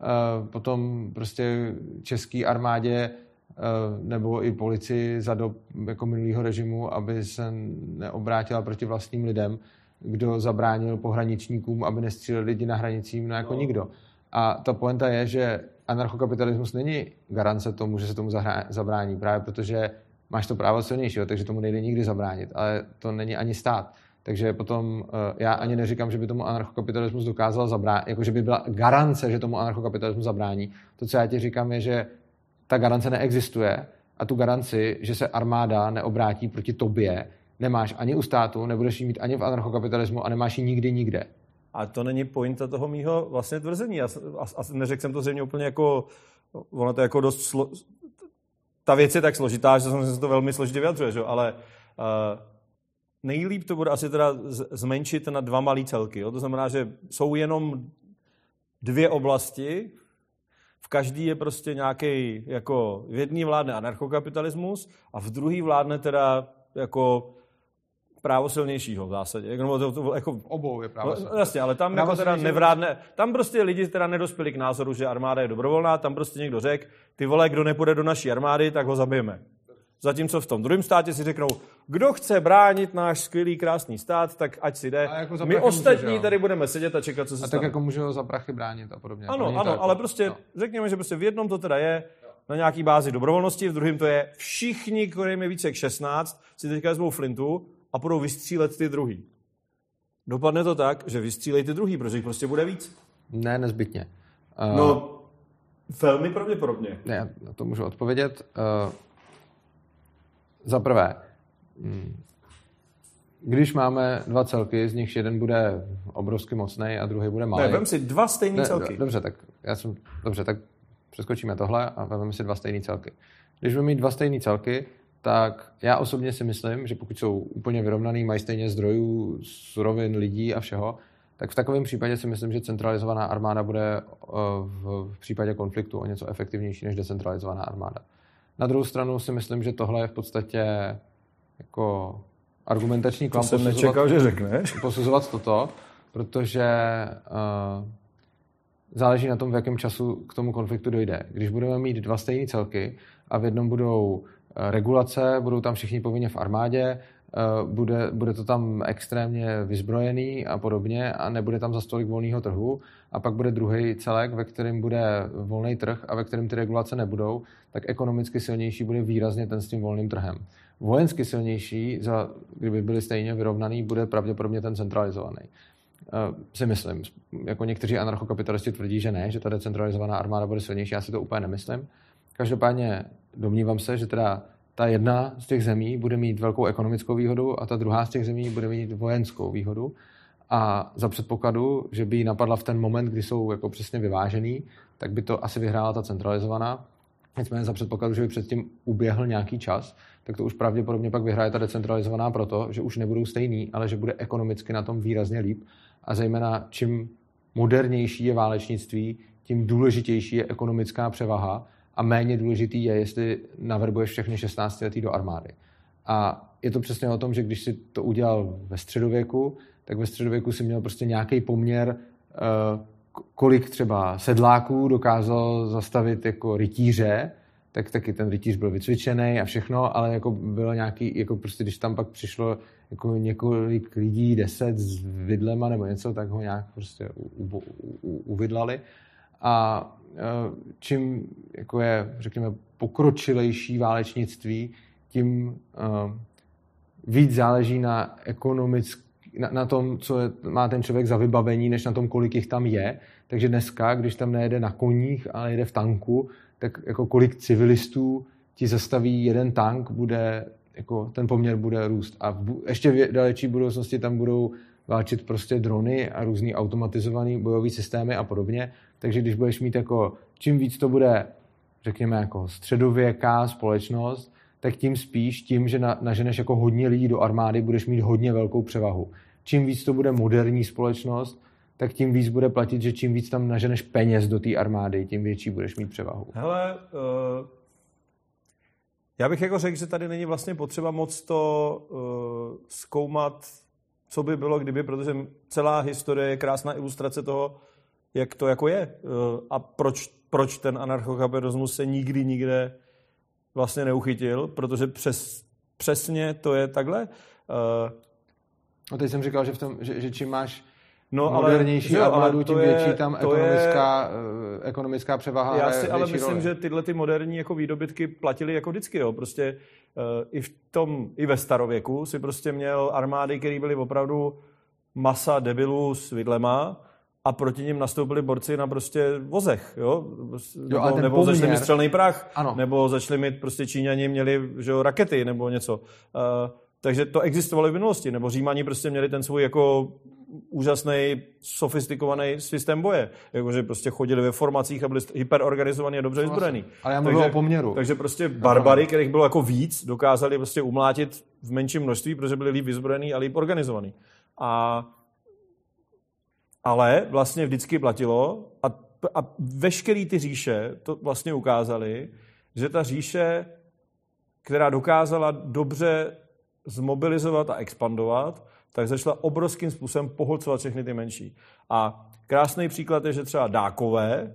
potom prostě české armádě nebo i policii za dob jako minulého režimu, aby se neobrátila proti vlastním lidem, kdo zabránil pohraničníkům, aby nestříleli lidi na hranicích, no jako nikdo. A ta pointa je, že anarchokapitalismus není garance tomu, že se tomu zabrání, právě protože máš to právo silnějšího, takže tomu nejde nikdy zabránit, ale to není ani stát. Takže potom já ani neříkám, že by tomu anarchokapitalismus dokázal zabránit, jako že by byla garance, že tomu anarchokapitalismus zabrání. To, co já ti říkám, je, že ta garance neexistuje a tu garanci, že se armáda neobrátí proti tobě, nemáš ani u státu, nebudeš ji mít ani v anarchokapitalismu a nemáš ji nikdy nikde. A to není pointa toho mýho vlastně tvrzení. A neřekl jsem to zřejmě úplně jako, ono to je jako dost ta věc je tak složitá, že se to velmi složitě vyjadřuje, že? Ale nejlíp to bude asi teda zmenšit na 2 malý celky. Jo? To znamená, že jsou jenom 2 oblasti, v každý je prostě nějaký, jako v jedný vládne anarchokapitalismus a v druhý vládne teda jako právo silnějšího v zásadě. Jako, obou je právo silnějšího. No, jasně, ale tam jako teda nevrádne, tam prostě lidi teda nedospěli k názoru, že armáda je dobrovolná, tam prostě někdo řekl, ty vole, kdo nepůjde do naší armády, tak ho zabijeme. Zatímco v tom druhém státě si řeknou, kdo chce bránit náš skvělý, krásný stát, tak ať si jde. Jako my ostatní tady budeme sedět a čekat, co se stane. A tak jako můžou za prachy bránit a podobně. Ano, jako, ale prostě řekněme, že prostě v jednom to teda je na nějaký bázi dobrovolnosti, v druhém to je všichni, kterým je více jak 16, si teďka vezmou flintu a budou vystřílet ty druhý. Dopadne to tak, že vystřílej ty druhý, protože jich prostě bude víc. Ne, nezbytně. No, velmi pravděpodobně. Ne, na to můžu odpovědět. za prvé, když máme dva celky, z nichž jeden bude obrovsky mocný a druhý bude malý. Ne, vem si dva stejný celky. Dobře, tak přeskočíme tohle a vezmeme si dva stejný celky. Když budeme mít dva stejný celky, tak já osobně si myslím, že pokud jsou úplně vyrovnaný, mají stejně zdrojů, surovin, lidí a všeho, tak v takovém případě si myslím, že centralizovaná armáda bude v případě konfliktu o něco efektivnější než decentralizovaná armáda. Na druhou stranu si myslím, že tohle je v podstatě jako argumentační klam posuzovat toto, protože záleží na tom, v jakém času k tomu konfliktu dojde. Když budeme mít dva stejné celky a v jednom budou regulace, budou tam všichni povinně v armádě, bude to tam extrémně vyzbrojený a podobně a nebude tam za tolik volného trhu a pak bude druhý celek, ve kterém bude volný trh a ve kterém ty regulace nebudou, tak ekonomicky silnější bude výrazně ten s tím volným trhem. Vojensky silnější, kdyby byly stejně vyrovnaný, bude pravděpodobně ten centralizovaný. Si myslím. Jako někteří anarchokapitalisti tvrdí, že ne, že ta decentralizovaná armáda bude silnější, já si to úplně nemyslím. Každopádně domnívám se, že teda ta jedna z těch zemí bude mít velkou ekonomickou výhodu a ta druhá z těch zemí bude mít vojenskou výhodu. A za předpokladu, že by ji napadla v ten moment, kdy jsou jako přesně vyvážený, tak by to asi vyhrála ta centralizovaná. Nicméně za předpokladu, že by předtím uběhl nějaký čas, tak to už pravděpodobně pak vyhraje ta decentralizovaná proto, že už nebudou stejný, ale že bude ekonomicky na tom výrazně líp. A zejména čím modernější je válečnictví, tím důležitější je ekonomická převaha a méně důležitý je, jestli naverbuješ všechny 16letý do armády. A je to přesně o tom, že když si to udělal ve středověku, tak ve středověku si měl prostě nějaký poměr, kolik třeba sedláků dokázal zastavit jako rytíře, tak taky ten rytíř byl vycvičený a všechno, ale jako bylo nějaký, jako prostě když tam pak přišlo jako několik lidí, 10 s vidlema nebo něco, tak ho nějak prostě uvidlali. A čím jako je, řekněme, pokročilejší válečnictví, tím víc záleží na na tom, má ten člověk za vybavení, než na tom, kolik jich tam je. Takže dneska, když tam nejede na koních, ale jede v tanku, tak jako kolik civilistů ti zastaví jeden tank, jako ten poměr bude růst. A ještě v dalečí budoucnosti tam budou válčit prostě drony a různý automatizovaný bojový systémy a podobně. Takže když budeš mít jako, čím víc to bude, řekněme, jako středověká společnost, tak tím spíš tím, že naženeš jako hodně lidí do armády, budeš mít hodně velkou převahu. Čím víc to bude moderní společnost, tak tím víc bude platit, že čím víc tam naženeš peněz do té armády, tím větší budeš mít převahu. Hele, já bych jako řekl, že tady není vlastně potřeba moc to zkoumat, co by bylo, kdyby, protože celá historie je krásná ilustrace toho, jak to jako je. A proč ten anarchokapitalismus se nikde vlastně neuchytil, protože přesně to je takhle. A teď jsem říkal, že čím máš modernější armádu, tím větší tam ekonomická převaha. Já si ale myslím, že tyhle ty moderní jako výdobytky platily jako vždycky. Jo. Prostě i ve starověku si prostě měl armády, které byly opravdu masa debilů s vidlema a proti nim nastoupili borci na prostě vozech, jo? Nebo začali mít střelný prach, ano. Nebo začali mít prostě Číňani měli, že jo, rakety nebo něco. Takže to existovalo v minulosti, nebo Římani prostě měli ten svůj jako úžasný, sofistikovaný systém boje. Jakože prostě chodili ve formacích a byli hyperorganizovaní a dobře vyzbrojený. Ale já mluvím o poměru. Takže prostě barbary, kterých bylo jako víc, dokázali prostě umlátit v menším množství, protože byli líp vyzbrojení a líp organizovaní. Ale vlastně vždycky platilo a veškerý ty říše to vlastně ukázaly, že ta říše, která dokázala dobře zmobilizovat a expandovat, tak začala obrovským způsobem pohlcovat všechny ty menší. A krásný příklad je, že třeba Dákové,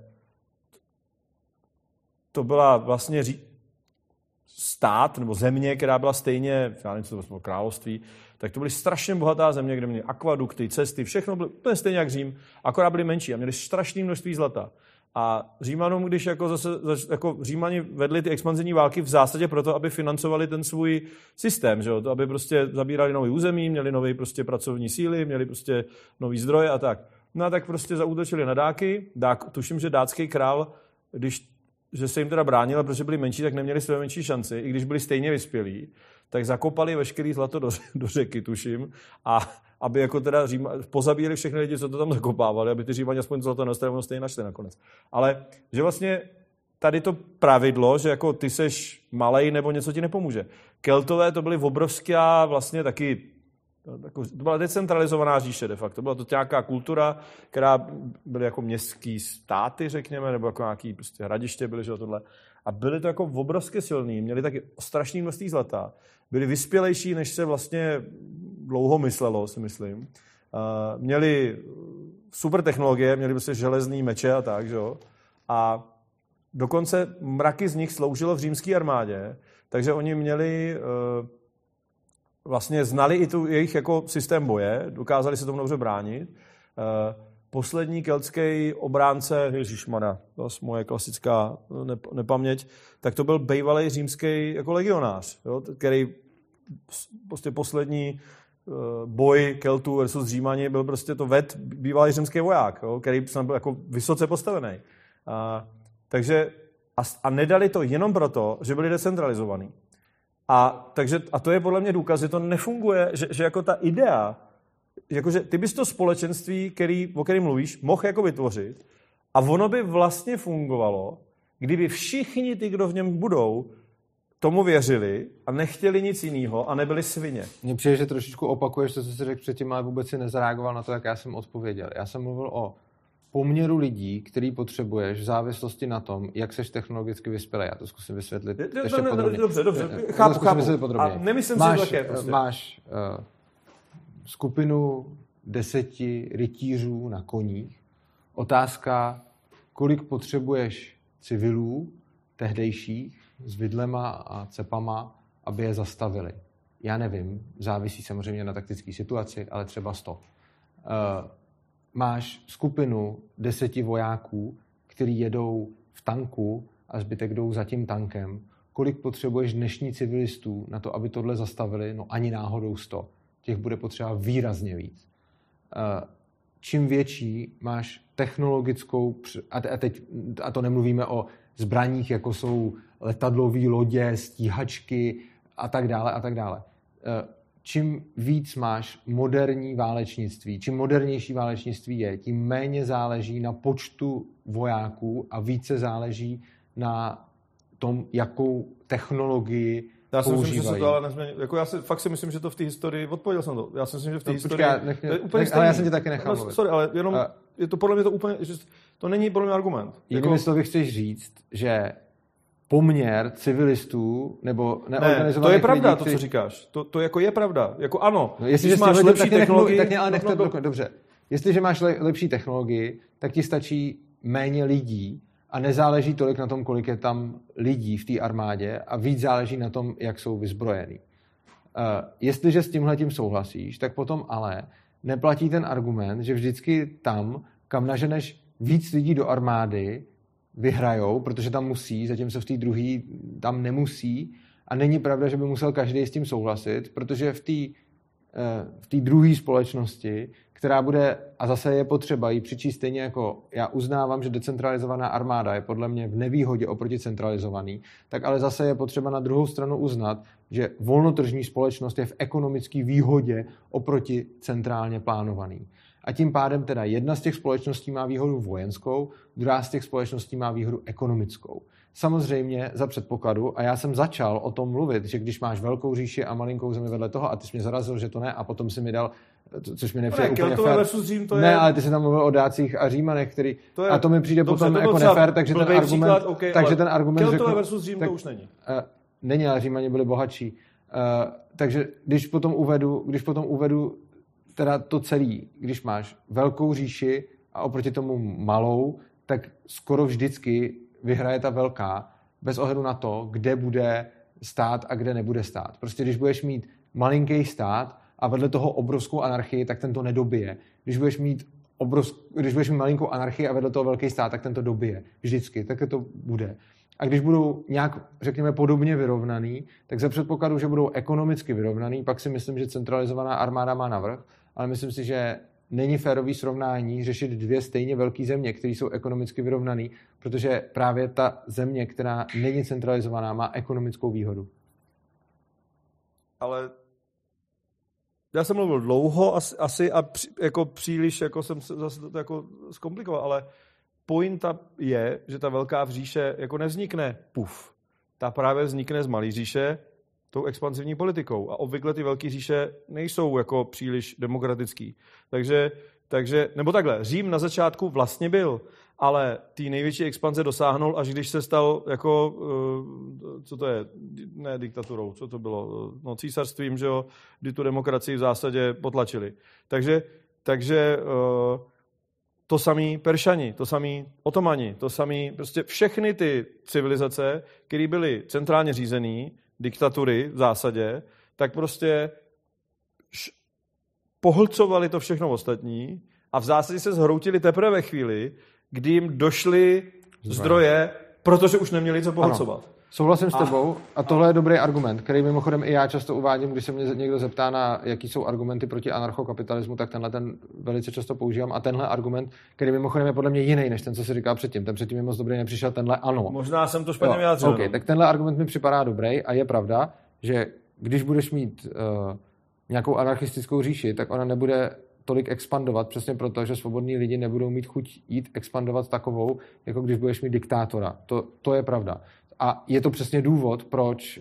to byla vlastně stát nebo země, která byla stejně, já nevím, co to bylo království, tak to byly strašně bohatá země, kde měli akvadukty, cesty, všechno bylo úplně stejně jak Řím, akorát byli menší a měli strašné množství zlata. A Římanům, když jako Římani vedli ty expanzivní války v zásadě proto, aby financovali ten svůj systém, že jo? To, aby prostě zabírali nový území, měli nový prostě pracovní síly, měli prostě nový zdroje a tak. No a tak prostě zaútočili na Dáky. Tuším, že dátský král, že se jim teda bránil, protože byli menší, tak neměli své menší šanci, i když byli stejně vyspělí, tak zakopali veškerý zlato do řeky, tuším, a aby jako teda pozabíjeli všechny lidi, co to tam zakopávali, aby ty Římani aspoň zlato na stejně našli nakonec. Ale že vlastně tady to pravidlo, že jako ty seš malej nebo něco ti nepomůže. Keltové to byly obrovská vlastně taky, to byla decentralizovaná říše de facto. Byla to nějaká kultura, která byly jako městský státy, řekněme, nebo jako nějaký prostě hradiště byly, že tohle. A byly to jako obrovsky silný, měli taky strašný množství zlata. Byli vyspělejší, než se vlastně dlouho myslelo, si myslím. Měli super technologie, měli prostě železný meče a tak, že jo. A dokonce mraky z nich sloužilo v římské armádě, takže oni měli, vlastně znali i tu jejich jako systém boje, dokázali se tomu dobře bránit. Poslední keltský obránce, ježišmana, to je moje klasická nepaměť, tak to byl bývalý římský jako legionář, jo, který prostě poslední boj Keltů versus Římani byl prostě to bývalý římský voják, jo, který byl jako vysoce postavený. Takže a nedali to jenom proto, že byli decentralizovaní. A to je podle mě důkaz, že to nefunguje, že jako ta idea, jakože ty bys to společenství, o kterém mluvíš, mohl jako vytvořit a ono by vlastně fungovalo, kdyby všichni ty, kdo v něm budou, tomu věřili a nechtěli nic jiného a nebyli svině. Mně přijde, že trošičku opakuješ to, co jsi řekl předtím, ale vůbec si nezareagoval na to, jak já jsem odpověděl. Já jsem mluvil o poměru lidí, který potřebuješ v závislosti na tom, jak seš technologicky vyspělej. Já to zkusím vysvětlit ještě podrobně. Dobře, chápu. A nemyslím si, že také prostě. Máš skupinu 10 rytířů na koních. Otázka, kolik potřebuješ civilů tehdejších s vidlema a cepama, aby je zastavili. Já nevím, závisí samozřejmě na taktické situaci, ale třeba 100. Máš skupinu 10 vojáků, kteří jedou v tanku a zbytek jdou za tím tankem. Kolik potřebuješ dnešní civilistů na to, aby tohle zastavili? No ani náhodou 100. Těch bude potřeba výrazně víc. Čím větší máš technologickou, a to nemluvíme o zbraních, jako jsou letadlové lodě, stíhačky a tak dále. Čím víc máš moderní válečnictví, čím modernější válečnictví je, tím méně záleží na počtu vojáků a více záleží na tom, jakou technologii já si používají. Myslím, že se to ale nezmění. Jako fakt si myslím, že to v té historii, odpověděl jsem to. Já si myslím, že v té historii... Ale já jsem tě taky nechal mluvit. Sorry, ale jenom je to podle mě to úplně, že to není podle mě argument. Jinými slovy chceš říct, že poměr civilistů nebo neorganizovaných to je pravda, lidí, to, co říkáš. To jako je pravda. Jako ano, no, jestliže máš lepší technologii... Dobře. Jestliže máš lepší technologii, tak ti stačí méně lidí a nezáleží tolik na tom, kolik je tam lidí v té armádě a víc záleží na tom, jak jsou vyzbrojení. Jestliže s tímhletím souhlasíš, tak potom ale neplatí ten argument, že vždycky tam, kam naženeš víc lidí do armády, vyhrajou, protože tam musí, zatímco v té druhé tam nemusí a není pravda, že by musel každý s tím souhlasit, protože v té druhé společnosti, která bude, a zase je potřeba jí přičíst stejně jako já uznávám, že decentralizovaná armáda je podle mě v nevýhodě oproti centralizovaný, tak ale zase je potřeba na druhou stranu uznat, že volnotržní společnost je v ekonomické výhodě oproti centrálně plánovaný. A tím pádem teda jedna z těch společností má výhodu vojenskou, druhá z těch společností má výhodu ekonomickou. Samozřejmě za předpokladu, a já jsem začal o tom mluvit, že když máš velkou říši a malinkou zemi vedle toho, a ty jsi mě zarazil, že to ne, a potom si mi dal, což mi nepřijde úplně fér. Versus Řím, to je... Ne, ale ty jsi tam mluvil o dácích a Římanech, který... a to mi přijde dobře, potom jako nefér, takže ten argument... Příklad, okay, takže ten argument Keltové versus Řím tak, to už není. Není, ale Římani byli bohatší. Takže když potom uvedu teda to celý, když máš velkou říši a oproti tomu malou, tak skoro vždycky vyhraje ta velká, bez ohledu na to, kde bude stát a kde nebude stát. Prostě když budeš mít malinký stát a vedle toho obrovskou anarchii, tak ten to nedobije. Když budeš mít malinkou anarchii a vedle toho velký stát, tak ten to dobije. Vždycky, tak to bude. A když budou nějak, řekněme, podobně vyrovnaný, tak za předpokladu, že budou ekonomicky vyrovnaný, pak si myslím, že centralizovaná armáda má navrch, ale myslím si, že není férový srovnání řešit dvě stejně velké země, které jsou ekonomicky vyrovnaný, protože právě ta země, která není centralizovaná, má ekonomickou výhodu. ale já jsem mluvil dlouho asi a jako příliš jako jsem se zase to jako zkomplikoval, ale pointa je, že ta velká říše jako nevznikne puf. Ta právě vznikne z malý říše tou expansivní politikou. A obvykle ty velké říše nejsou jako příliš demokratický. Takže, nebo takhle, Řím na začátku vlastně byl, ale ty největší expanze dosáhnul, až když se stal jako, co to je, ne diktaturou, co to bylo, no císařstvím, že jo, kdy tu demokracii v zásadě potlačili. Takže to samý Peršani, to samý Otomani, to samý prostě všechny ty civilizace, které byly centrálně řízené, diktatury v zásadě, tak prostě pohlcovali to všechno ostatní a v zásadě se zhroutili teprve ve chvíli, kdy jim došly zdroje, protože už neměli co pohlcovat. Ano. Souhlasím s tebou a tohle je dobrý argument, který mimochodem i já často uvádím, když se mě někdo zeptá na jaký jsou argumenty proti anarchokapitalismu, tak tenhle ten velice často používám a tenhle argument, který mimochodem je podle mě jiný než ten, co jsi říkal předtím. Ten předtím je moc dobrý, nepřišel tenhle ano. Možná jsem to špatně vyjádřil. Okay, tak tenhle argument mi připadá dobrý a je pravda, že když budeš mít nějakou anarchistickou říši, tak ona nebude tolik expandovat, přesně proto, že svobodní lidi nebudou mít chuť jít expandovat takovou, jako když budeš mít diktátora. To je pravda. A je to přesně důvod, proč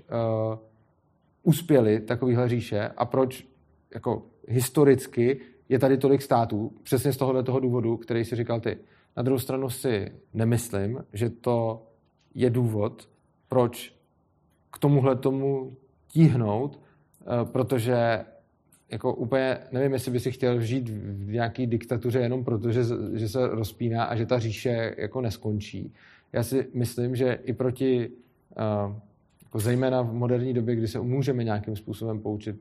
uspěly takovýhle říše a proč jako historicky je tady tolik států, přesně z tohoto důvodu, který si říkal ty. Na druhou stranu si nemyslím, že to je důvod, proč k tomuhle tomu tíhnout, protože jako úplně nevím, jestli by si chtěl žít v nějaký diktatuře jenom proto, že se rozpíná a že ta říše jako neskončí. Já si myslím, že i proti, jako zejména v moderní době, kdy se můžeme nějakým způsobem poučit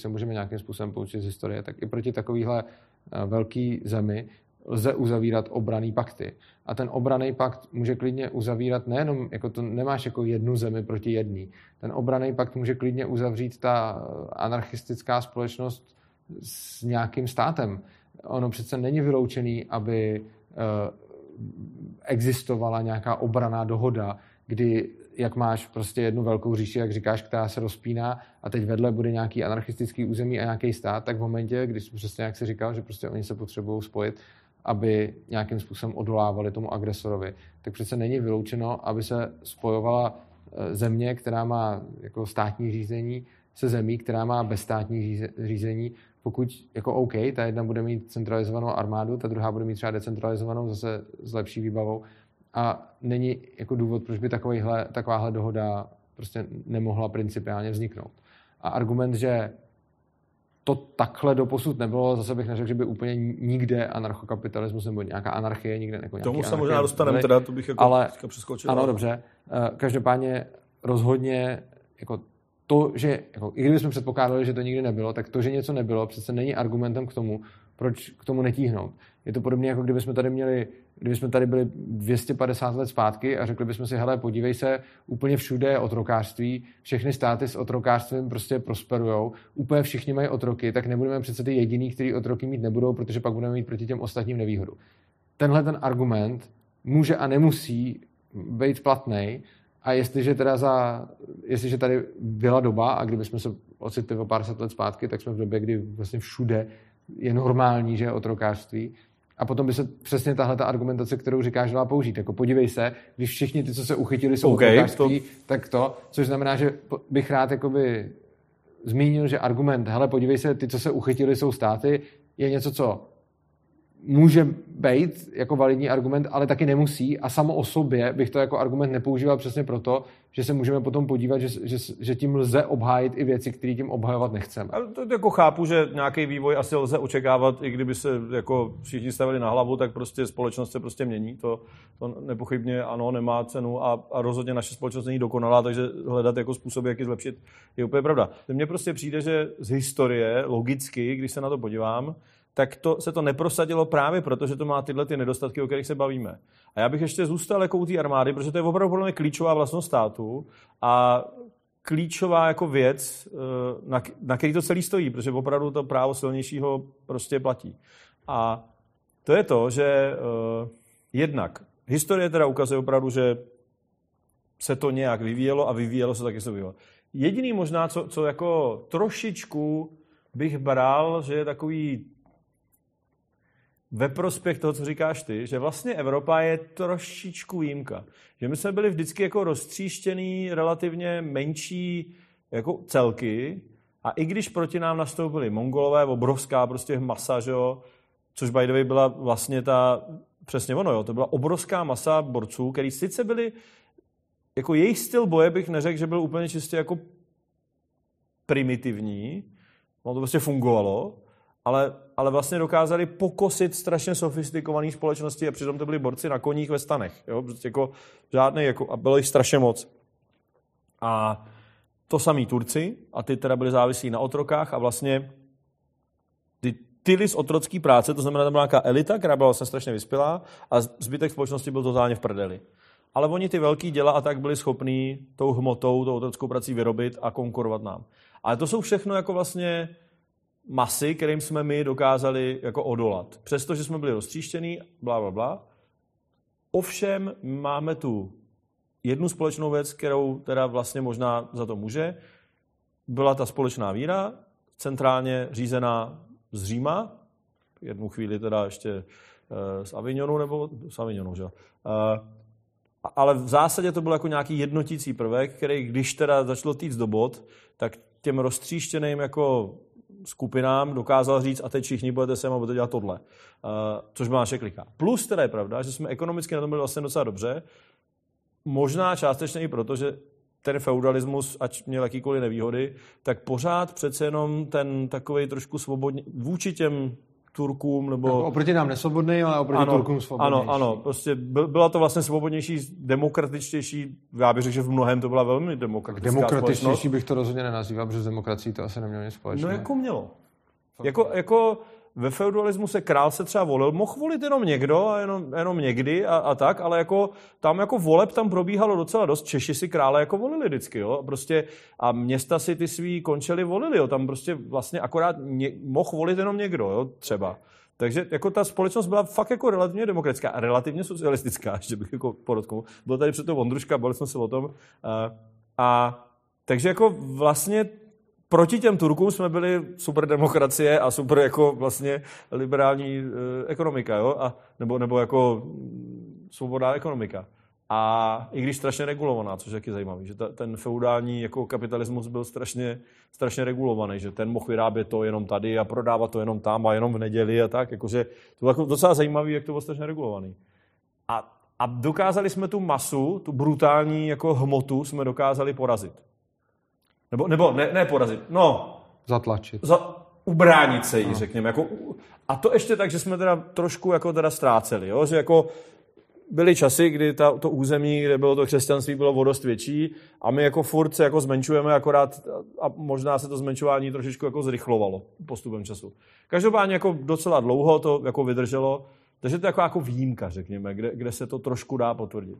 z historie, tak i proti takovýhle velký zemi lze uzavírat obranný pakty. A ten obranný pakt může klidně uzavírat nejenom, jako to nemáš jako jednu zemi proti jedný. Ten obranný pakt může klidně uzavřít ta anarchistická společnost s nějakým státem. Ono přece není vyloučený, aby existovala nějaká obranná dohoda, kdy jak máš prostě jednu velkou říši, jak říkáš, která se rozpíná a teď vedle bude nějaký anarchistický území a nějaký stát, tak v momentě, když přesně jak jsi říkal, že prostě oni se potřebují spojit, aby nějakým způsobem odolávali tomu agresorovi, tak přece není vyloučeno, aby se spojovala země, která má jako státní řízení, se zemí, která má bezstátní řízení, pokud jako OK, ta jedna bude mít centralizovanou armádu, ta druhá bude mít třeba decentralizovanou zase s lepší výbavou a není jako důvod, proč by takováhle dohoda prostě nemohla principiálně vzniknout. A argument, že to takhle doposud nebylo, zase bych neřekl, že by úplně nikde anarchokapitalismus nebo nějaká anarchie nikde. Jako tomu se možná dostaneme, teda to bych jako přeskočil. Ano, dobře. Každopádně rozhodně jako to, že jako, i kdybychom předpokládali, že to nikdy nebylo, tak to, že něco nebylo, přece není argumentem k tomu, proč k tomu netíhnout. Je to podobně, jako kdybychom tady byli 250 let zpátky a řekli bychom si, hele, podívej se, úplně všude je otrokářství, všechny státy s otrokářstvím prostě prosperujou, úplně všichni mají otroky, tak nebudeme přece ty jediný, kteří otroky mít nebudou, protože pak budeme mít proti těm ostatním nevýhodu. Tenhle ten argument může a nemusí být platný. A jestliže tady byla doba, a kdybychom se ocitli o pár set let zpátky, tak jsme v době, kdy vlastně všude je normální, že je otrokářství. A potom by se přesně tahle ta argumentace, kterou říkáš, dala použít. Jako podívej se, když všichni ty, co se uchytili, jsou otrokářství, tak to, což znamená, že bych rád jakoby zmínil, že argument, hele, podívej se, ty, co se uchytili, jsou státy, je něco, co může být jako validní argument, ale taky nemusí a samo o sobě bych to jako argument nepoužíval přesně proto, že se můžeme potom podívat, že tím lze obhájit i věci, které tím obhajovat nechceme. Ale to jako chápu, že nějaký vývoj asi lze očekávat, i kdyby se jako všichni stavili na hlavu, tak prostě společnost se prostě mění. To nepochybně ano, nemá cenu a rozhodně naše společnost není dokonalá, takže hledat jako způsoby, jak ji zlepšit, je úplně pravda. Mně prostě přijde, že z historie logicky, když se na to podívám, tak se to neprosadilo právě proto, že to má tyhle ty nedostatky, o kterých se bavíme. A já bych ještě zůstal jako u té armády, protože to je opravdu podle mě klíčová vlastnost státu a klíčová jako věc, na který to celý stojí, protože opravdu to právo silnějšího prostě platí. A to je to, že jednak historie teda ukazuje opravdu, že se to nějak vyvíjelo a vyvíjelo se taky se vyvíjelo. jediný možná, co jako trošičku bych bral, že je takový ve prospěch toho, co říkáš ty, že vlastně Evropa je trošičku výjimka. Že my jsme byli vždycky jako roztříštěný, relativně menší jako celky a i když proti nám nastoupili Mongolové, obrovská prostě masa, že jo, což by the way byla vlastně přesně ono, jo, to byla obrovská masa borců, který sice byli, jako jejich styl boje bych neřekl, že byl úplně čistě jako primitivní, no to prostě fungovalo, ale vlastně dokázali pokosit strašně sofistikované společnosti a přitom to byli borci na koních ve stanech. Jo? Prostě jako žádnej, jako, a bylo jich strašně moc. A to samý Turci, a ty teda byli závislí na otrokách a vlastně ty tyly z otrocké práce, to znamená, tam byla nějaká elita, která byla vlastně strašně vyspělá a zbytek společnosti byl totálně v prdeli. Ale oni ty velký děla a tak byli schopní tou hmotou, tou otrockou prací vyrobit a konkurovat nám. Ale to jsou všechno jako vlastně masy, kterým jsme my dokázali jako odolat. Přestože jsme byli roztříštění, blá, blá, blá. Ovšem máme tu jednu společnou věc, kterou teda vlastně možná za to může. Byla ta společná víra, centrálně řízená z Říma, jednu chvíli teda ještě z Avignonu, nebo z Avignonu, že? Ale v zásadě to byl jako nějaký jednotící prvek, který když teda začalo týct do bod, tak těm roztříštěným jako skupinám dokázal říct, a teď všichni budete sem a budete dělat tohle. Což byla naše klika. Plus teda je pravda, že jsme ekonomicky na tom byli vlastně docela dobře. Možná částečně i proto, že ten feudalismus, ať měl jakýkoliv nevýhody, tak pořád přece jenom ten takovej trošku svobodně vůči těm Turkům, nebo... Jako oproti nám nesvobodný, ale oproti Turkům svobodnější. Ano, prostě byla to vlastně svobodnější, demokratičtější, já bych řekl, že v mnohem to byla velmi demokratická demokratičtější bych to rozhodně nenazýval, protože s demokracií to asi nemělo nic společného. No jako mělo. Jako ve feudalismu se král se třeba volil, mohl volit jenom někdo a jenom někdy a tak, ale jako tam jako voleb tam probíhalo docela dost. Češi si krále jako volili vždycky, jo. Prostě a města si ty svý končely volili, jo. Tam prostě vlastně akorát mohl volit jenom někdo, jo, třeba. Takže jako ta společnost byla fakt jako relativně demokratická a relativně socialistická, ještě bych jako podotknul. Byl tady před to Vondruška, bavili jsme se o tom. Takže jako vlastně proti těm Turkům jsme byli super demokracie a super jako vlastně liberální ekonomika, jo? Nebo jako svobodná ekonomika. A i když strašně regulovaná, což je taky zajímavý, že ten feudální jako kapitalismus byl strašně regulovaný, že ten mohl vyrábět to jenom tady a prodávat to jenom tam a jenom v neděli a tak, jakože to bylo jako docela zajímavý, jak to bylo strašně regulovaný. A dokázali jsme tu masu, tu brutální jako hmotu jsme dokázali porazit. Nebo ne porazit, no. Zatlačit. Ubránit se jí, řekněme. Jako, a to ještě tak, že jsme teda trošku jako teda ztráceli, jo? Že jako byly časy, kdy to území, kde bylo to křesťanství, bylo o dost větší a my jako furt se jako zmenšujeme akorát a možná se to zmenšování trošičku jako zrychlovalo postupem času. Každopádně jako docela dlouho to jako vydrželo, takže to je jako výjimka, řekněme, kde se to trošku dá potvrdit.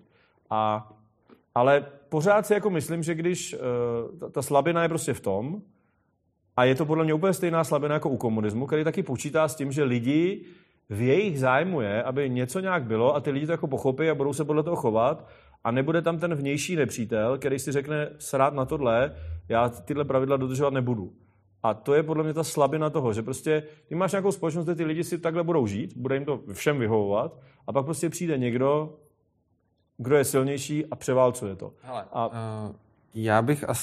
Ale pořád si jako myslím, že když ta slabina je prostě v tom, a je to podle mě úplně stejná slabina jako u komunismu, který taky počítá s tím, že lidi v jejich zájmu je, aby něco nějak bylo a ty lidi to jako pochopí a budou se podle toho chovat a nebude tam ten vnější nepřítel, který si řekne srát na tohle, já tyhle pravidla dodržovat nebudu. A to je podle mě ta slabina toho, že prostě ty máš nějakou společnost, kde ty lidi si takhle budou žít, bude jim to všem vyhovovat a pak prostě přijde někdo, kdo je silnější a převálcuje to. Hele, já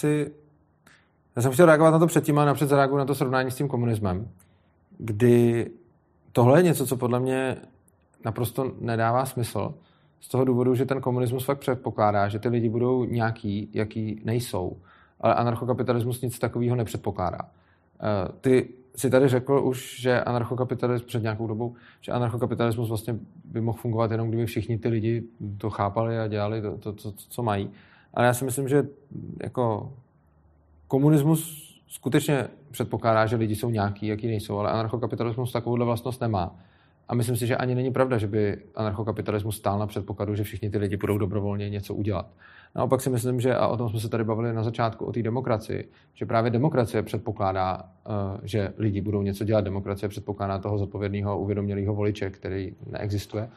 jsem chtěl reagovat na to předtím, ale napřed zareaguju na to srovnání s tím komunismem, kdy tohle je něco, co podle mě naprosto nedává smysl, z toho důvodu, že ten komunismus fakt předpokládá, že ty lidi budou nějaký, jaký nejsou, ale anarchokapitalismus nic takového nepředpokládá. Ty si tady řekl už, že anarchokapitalismus před nějakou dobou, že anarchokapitalismus vlastně by mohl fungovat jenom, kdyby všichni ty lidi to chápali a dělali to, co mají. Ale já si myslím, že jako komunismus skutečně předpokládá, že lidi jsou nějaký, jaký nejsou, ale anarchokapitalismus takovouhle vlastnost nemá. A myslím si, že ani není pravda, že by anarchokapitalismus stál na předpokladu, že všichni ty lidi budou dobrovolně něco udělat. Naopak si myslím, že, a o tom jsme se tady bavili na začátku, o té demokracii, že právě demokracie předpokládá, že lidi budou něco dělat. Demokracie předpokládá toho zodpovědného, uvědomělého voliče, který neexistuje.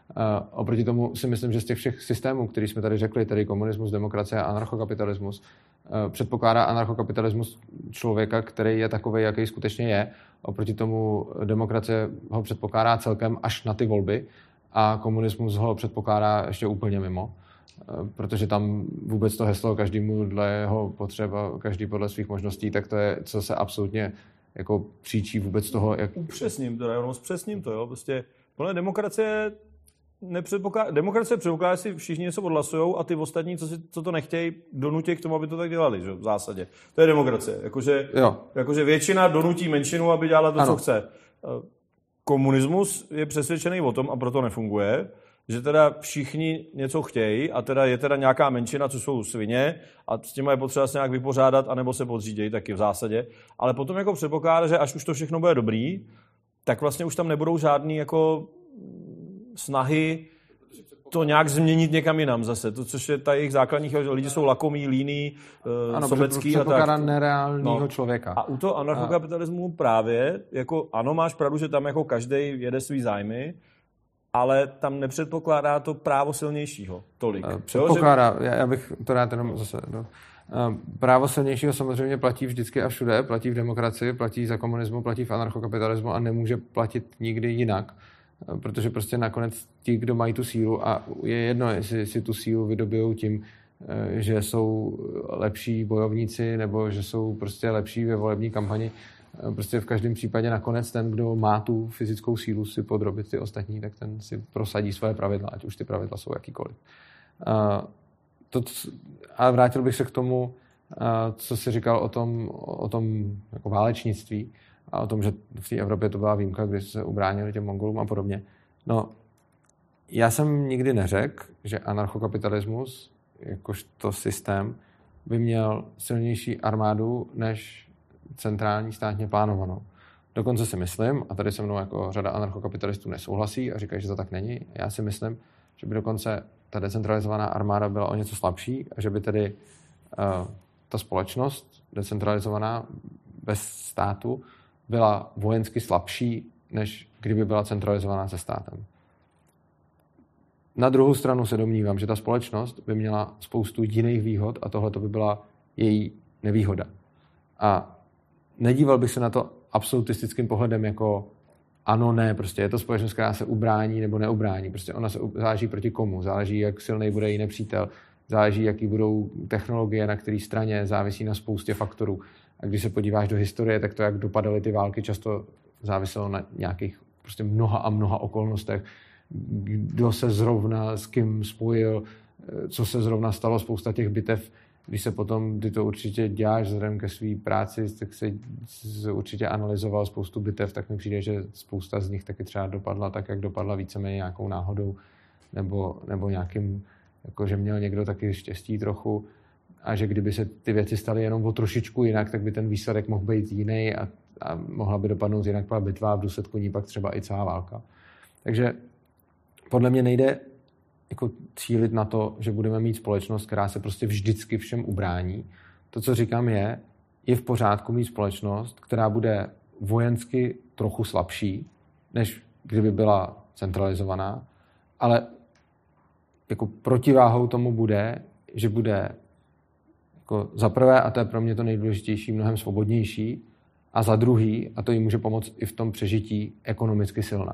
Oproti tomu si myslím, že z těch všech systémů, který jsme tady řekli, tedy komunismus, demokracie a anarchokapitalismus, předpokládá anarchokapitalismus člověka, který je takovej, jaký skutečně je. Oproti tomu demokracie ho předpokládá celkem až na ty volby a komunismus ho předpokládá ještě úplně mimo. Protože tam vůbec to heslo každému dle jeho potřeb a každý podle svých možností, tak to je, co se absolutně jako příčí vůbec toho, jak... Zpřesním to, jo. Prostě plné demokracie předpokládá, si všichni něco odhlasujou a ty ostatní, co to nechtějí, donutí k tomu, aby to tak dělali, že? V zásadě. To je demokracie. Jakože většina donutí menšinu, aby dělala to, co chce. Komunismus je přesvědčený o tom, a proto nefunguje, že teda všichni něco chtějí a teda je teda nějaká menšina, co jsou svině a s tím je potřeba se nějak vypořádat anebo se podřídějí taky v zásadě. Ale potom jako předpokládá, že až už to všechno bude dobrý, tak vlastně už tam nebudou žádný jako snahy to nějak změnit někam jinam zase. To, což je ta jejich základních, že lidi jsou lakomí, líní, sobecký a tak. Nereálního člověka. A u toho anarchokapitalismu právě, jako ano, máš pravdu, že tam jako každej jede svý zájmy, ale tam nepředpokládá to právo silnějšího tolik. Předpokládá, já bych to rád jenom zase... Právo silnějšího samozřejmě platí vždycky a všude, platí v demokracii, platí za komunismu, platí v anarchokapitalismu a nemůže platit nikdy jinak. Protože prostě nakonec ti, kdo mají tu sílu, a je jedno, jestli si tu sílu vydobijou tím, že jsou lepší bojovníci nebo že jsou prostě lepší ve volební kampani, prostě v každém případě nakonec ten, kdo má tu fyzickou sílu si podrobit ty ostatní, tak ten si prosadí své pravidla, ať už ty pravidla jsou jakýkoliv. A vrátil bych se k tomu, co jsi říkal o tom jako válečnictví a o tom, že v té Evropě to byla výjimka, kdy se ubránili těm Mongolům a podobně. No, já jsem nikdy neřekl, že anarchokapitalismus, jakožto systém, by měl silnější armádu než centrální státně plánovanou. Dokonce si myslím, a tady se mnou jako řada anarchokapitalistů nesouhlasí a říkají, že to tak není, já si myslím, že by dokonce ta decentralizovaná armáda byla o něco slabší a že by tedy ta společnost decentralizovaná bez státu byla vojensky slabší, než kdyby byla centralizovaná se státem. Na druhou stranu se domnívám, že ta společnost by měla spoustu jiných výhod a tohle by byla její nevýhoda. A nedíval bych se na to absolutistickým pohledem jako ano, ne, prostě je to společnost, která se ubrání nebo neubrání. Prostě ona se záleží proti komu, záleží, jak silný bude její nepřítel, záleží, jaký budou technologie, na které straně, závisí na spoustě faktorů. A když se podíváš do historie, tak to, jak dopadaly ty války, často záviselo na nějakých prostě mnoha a mnoha okolnostech. Kdo se zrovna s kým spojil, co se zrovna stalo, spousta těch bitev. Když se potom, ty to určitě děláš vzhledem ke své práci, tak se určitě analyzoval spoustu bitev, tak mi přijde, že spousta z nich taky třeba dopadla tak, jak dopadla víceméně nějakou náhodou nebo nějakým, jako že měl někdo taky štěstí trochu a že kdyby se ty věci staly jenom o trošičku jinak, tak by ten výsledek mohl být jiný a mohla by dopadnout jinak ta bitva a v důsledku ní pak třeba i celá válka. Takže podle mě nejde jako cílit na to, že budeme mít společnost, která se prostě vždycky všem ubrání. To, co říkám, je v pořádku mít společnost, která bude vojensky trochu slabší, než kdyby byla centralizovaná, ale jako protiváhou tomu bude, že bude jako za prvé, a to je pro mě to nejdůležitější, mnohem svobodnější, a za druhý, a to jí může pomoct i v tom přežití, ekonomicky silná.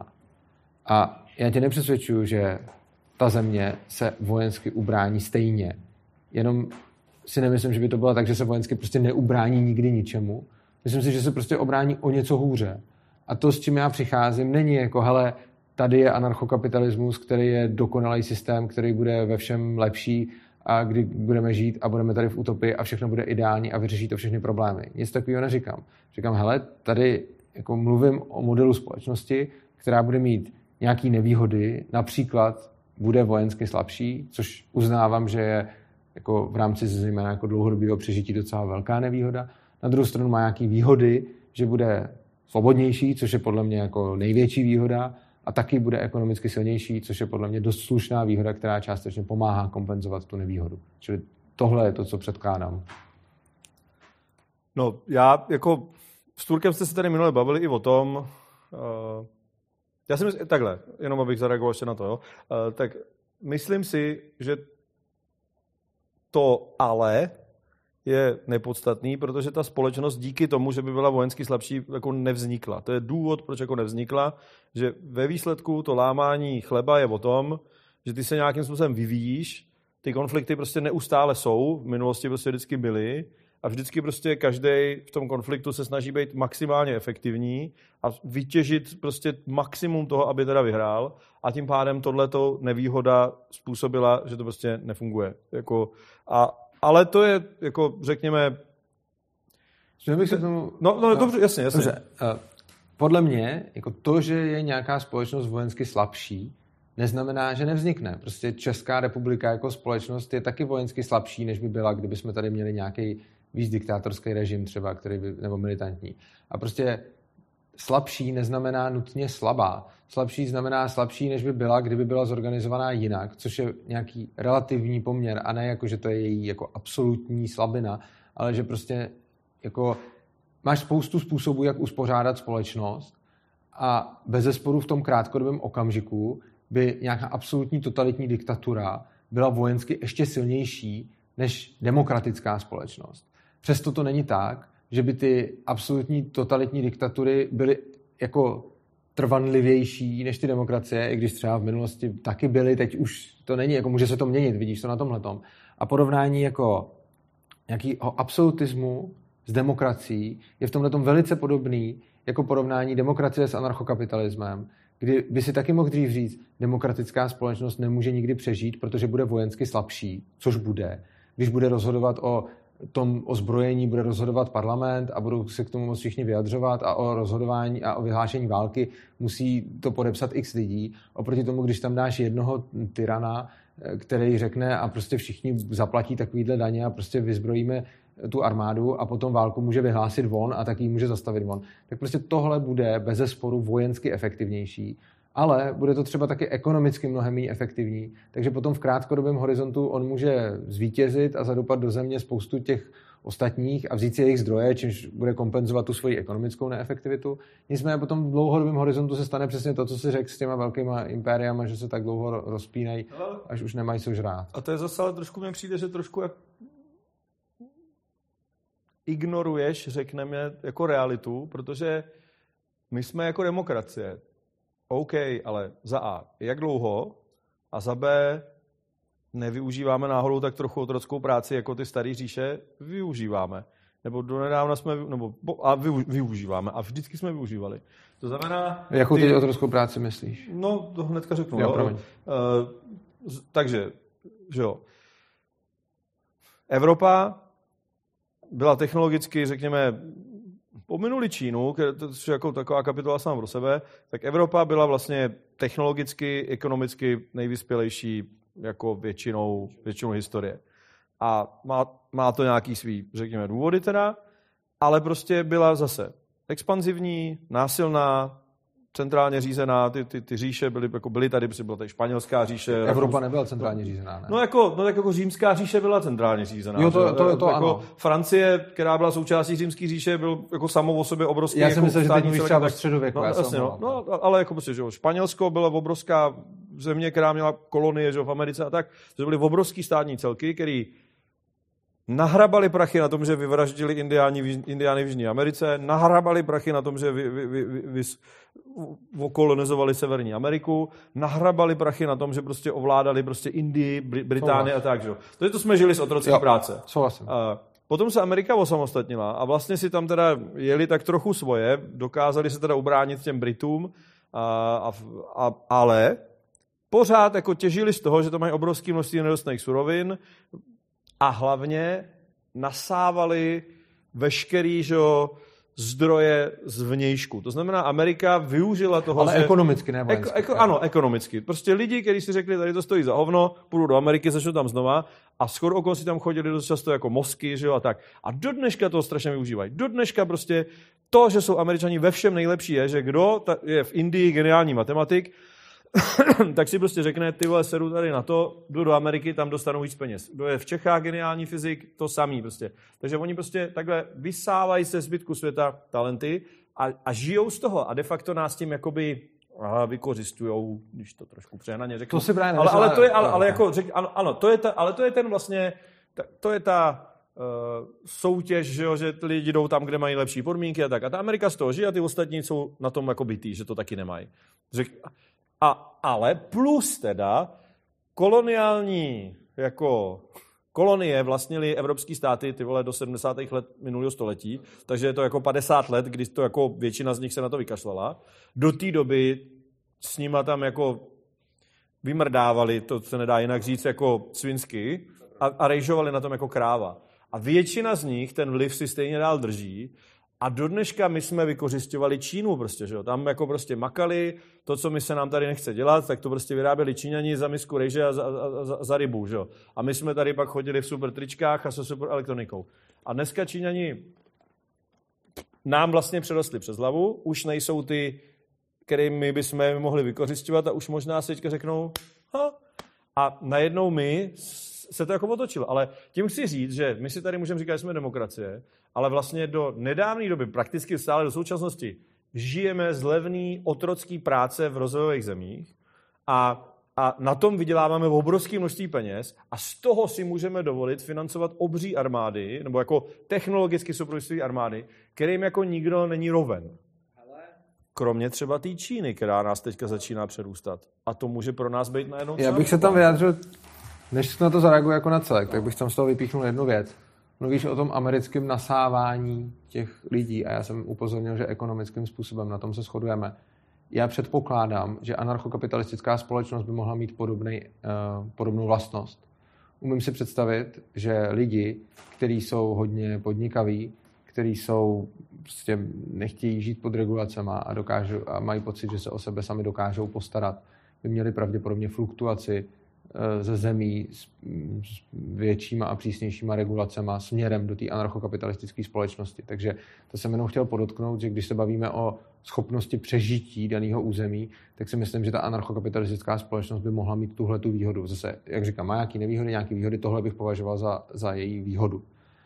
A já tě nepřesvědčuju, že ta země se vojensky ubrání stejně. Jenom si nemyslím, že by to bylo tak, že se vojensky prostě neubrání nikdy ničemu. Myslím si, že se prostě obrání o něco hůře. A to, s čím já přicházím, není jako, hele, tady je anarchokapitalismus, který je dokonalý systém, který bude ve všem lepší a kdy budeme žít a budeme tady v utopii a všechno bude ideální a vyřeší to všechny problémy. Nic takového neříkám. Říkám, hele, tady jako mluvím o modelu společnosti, která bude mít nějaké nevýhody, například bude vojensky slabší, což uznávám, že je jako v rámci zejména jako dlouhodobého přežití docela velká nevýhoda. Na druhou stranu má nějaké výhody, že bude svobodnější, což je podle mě jako největší výhoda, a taky bude ekonomicky silnější, což je podle mě dost slušná výhoda, která částečně pomáhá kompenzovat tu nevýhodu. Čili tohle je to, co předkládám. No, já jako s Turkem jste se tady minule bavili i o tom, Já si myslím, takhle, jenom abych zareagoval ještě na to, jo. Tak myslím si, že to ale je nepodstatný, protože ta společnost díky tomu, že by byla vojensky slabší, jako nevznikla. To je důvod, proč jako nevznikla, že ve výsledku to lámání chleba je o tom, že ty se nějakým způsobem vyvíjíš, ty konflikty prostě neustále jsou, v minulosti prostě vždycky byly a vždycky prostě každý v tom konfliktu se snaží být maximálně efektivní a vytěžit prostě maximum toho, aby teda vyhrál a tím pádem tohleto nevýhoda způsobila, že to prostě nefunguje. Ale to je, jako řekněme... Dobře, jasně. Dobře. Podle mě, jako to, že je nějaká společnost vojensky slabší, neznamená, že nevznikne. Prostě Česká republika jako společnost je taky vojensky slabší, než by byla, kdyby jsme tady měli nějaký víc diktátorský režim třeba, nebo militantní. A prostě slabší neznamená nutně slabá. Slabší znamená slabší, než by byla, kdyby byla zorganizovaná jinak, což je nějaký relativní poměr a ne jako, že to je její jako absolutní slabina, ale že prostě jako máš spoustu způsobů, jak uspořádat společnost a bezesporu v tom krátkodobém okamžiku by nějaká absolutní totalitní diktatura byla vojensky ještě silnější než demokratická společnost. Přesto to není tak, že by ty absolutní totalitní diktatury byly jako trvanlivější než ty demokracie, i když třeba v minulosti taky byly, teď už to není, jako může se to měnit, vidíš to na tomhletom. A porovnání jako nějakého absolutismu s demokracií je v tomhletom velice podobný jako porovnání demokracie s anarchokapitalismem, kdy by si taky mohl dřív říct, demokratická společnost nemůže nikdy přežít, protože bude vojensky slabší, což bude. Když bude rozhodovat o tom ozbrojení, bude rozhodovat parlament a budou se k tomu moct všichni vyjadřovat a o rozhodování a o vyhlášení války musí to podepsat x lidí. Oproti tomu, když tam dáš jednoho tyrana, který řekne a prostě všichni zaplatí takovýhle daně a prostě vyzbrojíme tu armádu a potom válku může vyhlásit on a taky ji může zastavit on. Tak prostě tohle bude bezesporu vojensky efektivnější, ale bude to třeba taky ekonomicky mnohem méně efektivní, takže potom v krátkodobém horizontu on může zvítězit a zadupat do země spoustu těch ostatních a vzít si jejich zdroje, čímž bude kompenzovat tu svoji ekonomickou neefektivitu. Nicméně potom v dlouhodobém horizontu se stane přesně to, co si řekl s těma velkýma impériama, že se tak dlouho rozpínají, až už nemají co žrát. A to je zase, ale trošku mi přijde, že trošku jak ignoruješ, řekneme, jako realitu, protože my jsme jako demokracie. OK, ale za A, jak dlouho? A za B, nevyužíváme náhodou tak trochu otrockou práci, jako ty starý říše? Využíváme. Nebo donedávna jsme, využíváme. A vždycky jsme využívali. To znamená... Jakou teď otrockou práci myslíš? No, to hnedka řeknu. Jo. Takže, že jo. Evropa byla technologicky, řekněme, pominuli Čínu, což je jako taková kapitola sama pro sebe, tak Evropa byla vlastně technologicky, ekonomicky nejvyspělejší jako většinou historie. A má to nějaký svý, řekněme, důvody teda, ale prostě byla zase expanzivní, násilná, centrálně řízená, ty říše byly tady, protože byla tady španělská říše. Evropa nebyla centrálně řízená, ne? Tak jako římská říše byla centrálně řízená. Jo, to jako ano. Francie, která byla součástí římské říše, byl jako samo o sobě obrovský. Já si jako myslím, že teď mluvíš třeba ve středověku. Ale jako prostě, že jo, Španělsko byla obrovská země, která měla kolonie, že jo, v Americe a tak. To byly obrovský státní celky, který nahrabali prachy na tom, že vyvraždili indiány v Jižní Americe, nahrabali prachy na tom, že kolonizovali Severní Ameriku, nahrabali prachy na tom, že prostě ovládali prostě Indii, Británii a tak, že jo. To jsme žili z otrocké práce. Potom se Amerika osamostatnila a vlastně si tam teda jeli tak trochu svoje, dokázali se teda ubránit těm Britům, ale pořád jako těžili z toho, že to mají obrovské množství nedostných surovin, a hlavně nasávali veškerý, že zdroje z vnějšku. To znamená, Amerika využila toho, ale ekonomicky, ne vojensky. Ano, ekonomicky. Prostě lidi, kteří si řekli, tady to stojí za hovno, půjdu do Ameriky, začnu tam znova a shodou okolností tam chodili dost často jako mozky, že jo, a tak. A do dneška toho strašně využívají. Do dneška prostě to, že jsou Američani ve všem nejlepší je, že kdo je v Indii geniální matematik, tak si prostě řekne, ty vole, sedu tady na to, jdu do Ameriky, tam dostanu víc peněz. Kdo je v Čechách geniální fyzik, to samý prostě. Takže oni prostě takhle vysávají se zbytku světa talenty a žijou z toho a de facto nás tím jakoby vykořistujou, když to trošku přehnaně řeknu. To si právě ale to je ten vlastně, to je ta soutěž, že ty lidi jdou tam, kde mají lepší podmínky a tak. A ta Amerika z toho žije a ty ostatní jsou na tom jako bitý, že to taky nemají. Ale plus teda koloniální jako kolonie vlastnili evropský státy ty vole do 70. let minulého století, takže je to jako 50 let, kdy to jako většina z nich se na to vykašlala. Do té doby s nima tam jako vymrdávali, to se nedá jinak říct, jako svinsky a rejžovali na tom jako kráva. A většina z nich ten vliv si stejně dál drží a do dneška my jsme vykořisťovali Čínu prostě, že jo. Tam jako prostě makali to, co my se nám tady nechce dělat, tak to prostě vyráběli Číňani za misku rejže a za rybu, že jo. A my jsme tady pak chodili v super tričkách a se super elektronikou. A dneska Číňani nám vlastně přerostli přes hlavu, už nejsou ty, kterými bychom mohli vykořisťovat a už možná si teďka řeknou a najednou my se to jako otočilo. Ale tím chci říct, že my si tady můžeme říkat, že jsme demokracie, ale vlastně do nedávné doby, prakticky stále do současnosti, žijeme z levný otrocký práce v rozvojových zemích a na tom vyděláváme obrovské množství peněz a z toho si můžeme dovolit financovat obří armády, nebo jako technologicky souprostivé armády, kterým jako nikdo není roven. Kromě třeba té Číny, která nás teďka začíná přerůstat. A to může pro nás být najednou... Já bych se tam vyjádřil, než na to zareaguji jako na celek, tak bych tam z toho vypíchnul jednu věc. Mluvíš o tom americkém nasávání těch lidí a já jsem upozornil, že ekonomickým způsobem na tom se shodujeme. Já předpokládám, že anarchokapitalistická společnost by mohla mít podobnou vlastnost. Umím si představit, že lidi, kteří jsou hodně podnikaví, kteří jsou prostě nechtějí žít pod regulacema a mají pocit, že se o sebe sami dokážou postarat, by měli pravděpodobně fluktuaci ze zemí s většíma a přísnějšíma regulacema směrem do té anarchokapitalistické společnosti. Takže to jsem jenom chtěl podotknout, že když se bavíme o schopnosti přežití daného území, tak si myslím, že ta anarchokapitalistická společnost by mohla mít tuhletu výhodu. Zase, jak říkám, má nějaké nevýhody, nějaké výhody, tohle bych považoval za její výhodu.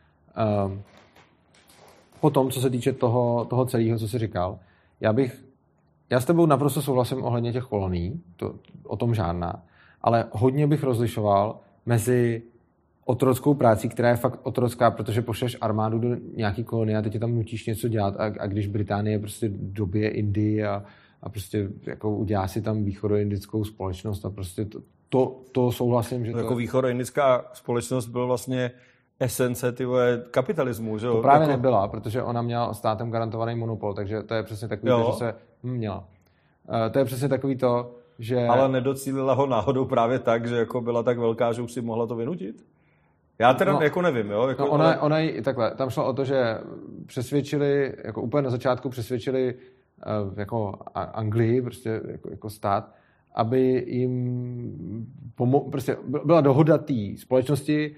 Potom, co se týče toho celého, co jsi říkal, já s tebou naprosto souhlasím ohledně těch kolonií, o tom žádná, ale hodně bych rozlišoval mezi otrockou práci, která je fakt otrocká, protože pošleš armádu do nějaký kolonie a teď tě tam nutíš něco dělat a když Británie prostě dobije Indii a prostě jako udělá si tam východoindickou společnost a prostě to souhlasím, že to... Jako východoindická společnost byl vlastně esence kapitalismu, že jo? To právě nebyla, protože ona měla státem garantovaný monopol, takže to je přesně takový, že se měla. To je přesně takový to, že... Ale nedocílila ho náhodou právě tak, že jako byla tak velká, že už si mohla to vynutit? Já teda jako nevím, jo? Jako, ona takhle, tam šlo o to, že přesvědčili, jako úplně na začátku přesvědčili jako Anglii, prostě jako stát, aby jim prostě byla dohoda té společnosti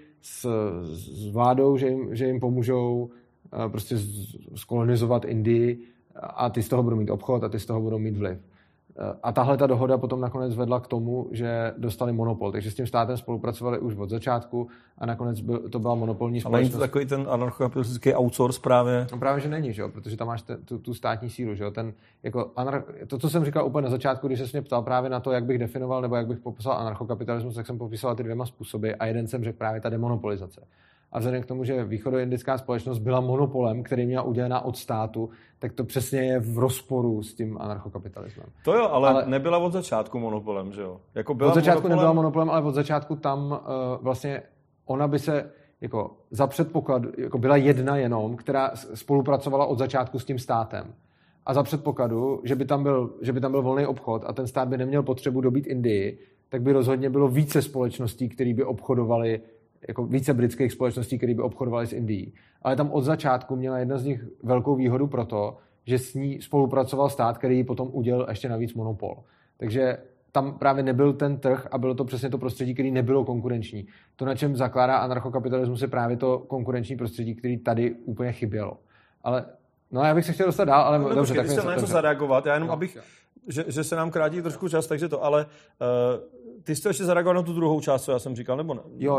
s vládou, že jim pomůžou prostě skolonizovat Indii a ty z toho budou mít obchod a ty z toho budou mít vliv. A tahle ta dohoda potom nakonec vedla k tomu, že dostali monopol. Takže s tím státem spolupracovali už od začátku a nakonec to byla monopolní společnost. Ale není to takový ten anarchokapitalistický outsource právě? No právě, že není, že jo? Protože tam máš tu státní sílu. Že jo? To, co jsem říkal úplně na začátku, když se mě ptal právě na to, jak bych definoval nebo jak bych popisoval anarchokapitalismus, tak jsem popisoval ty dvěma způsoby a jeden jsem řekl právě ta demonopolizace. A vzhledem k tomu, že východoindická společnost byla monopolem, který měla udělená od státu, tak to přesně je v rozporu s tím anarchokapitalismem. To jo, ale nebyla od začátku monopolem, že jo? Jako byla od začátku nebyla monopolem, ale od začátku tam vlastně ona by se jako za předpokladu, jako byla jedna jenom, která spolupracovala od začátku s tím státem. A za předpokladu, že by tam byl volný obchod a ten stát by neměl potřebu dobít Indii, tak by rozhodně bylo více společností, které by obchodovaly jako více britských společností, které by obchodovaly s Indií. Ale tam od začátku měla jedna z nich velkou výhodu proto, že s ní spolupracoval stát, který jí potom udělal ještě navíc monopol. Takže tam právě nebyl ten trh a bylo to přesně to prostředí, které nebylo konkurenční. To, na čem zakládá anarchokapitalismus, je právě to konkurenční prostředí, které tady úplně chybělo. Ale já bych se chtěl dostat dál, ale no, dobře. Tak jsem na něco zareagovat, já jenom abych, že se nám krátí trošku čas, takže to, ale ty jsi to ještě zareagoval na tu druhou část, co já jsem říkal, nebo ne? Jo.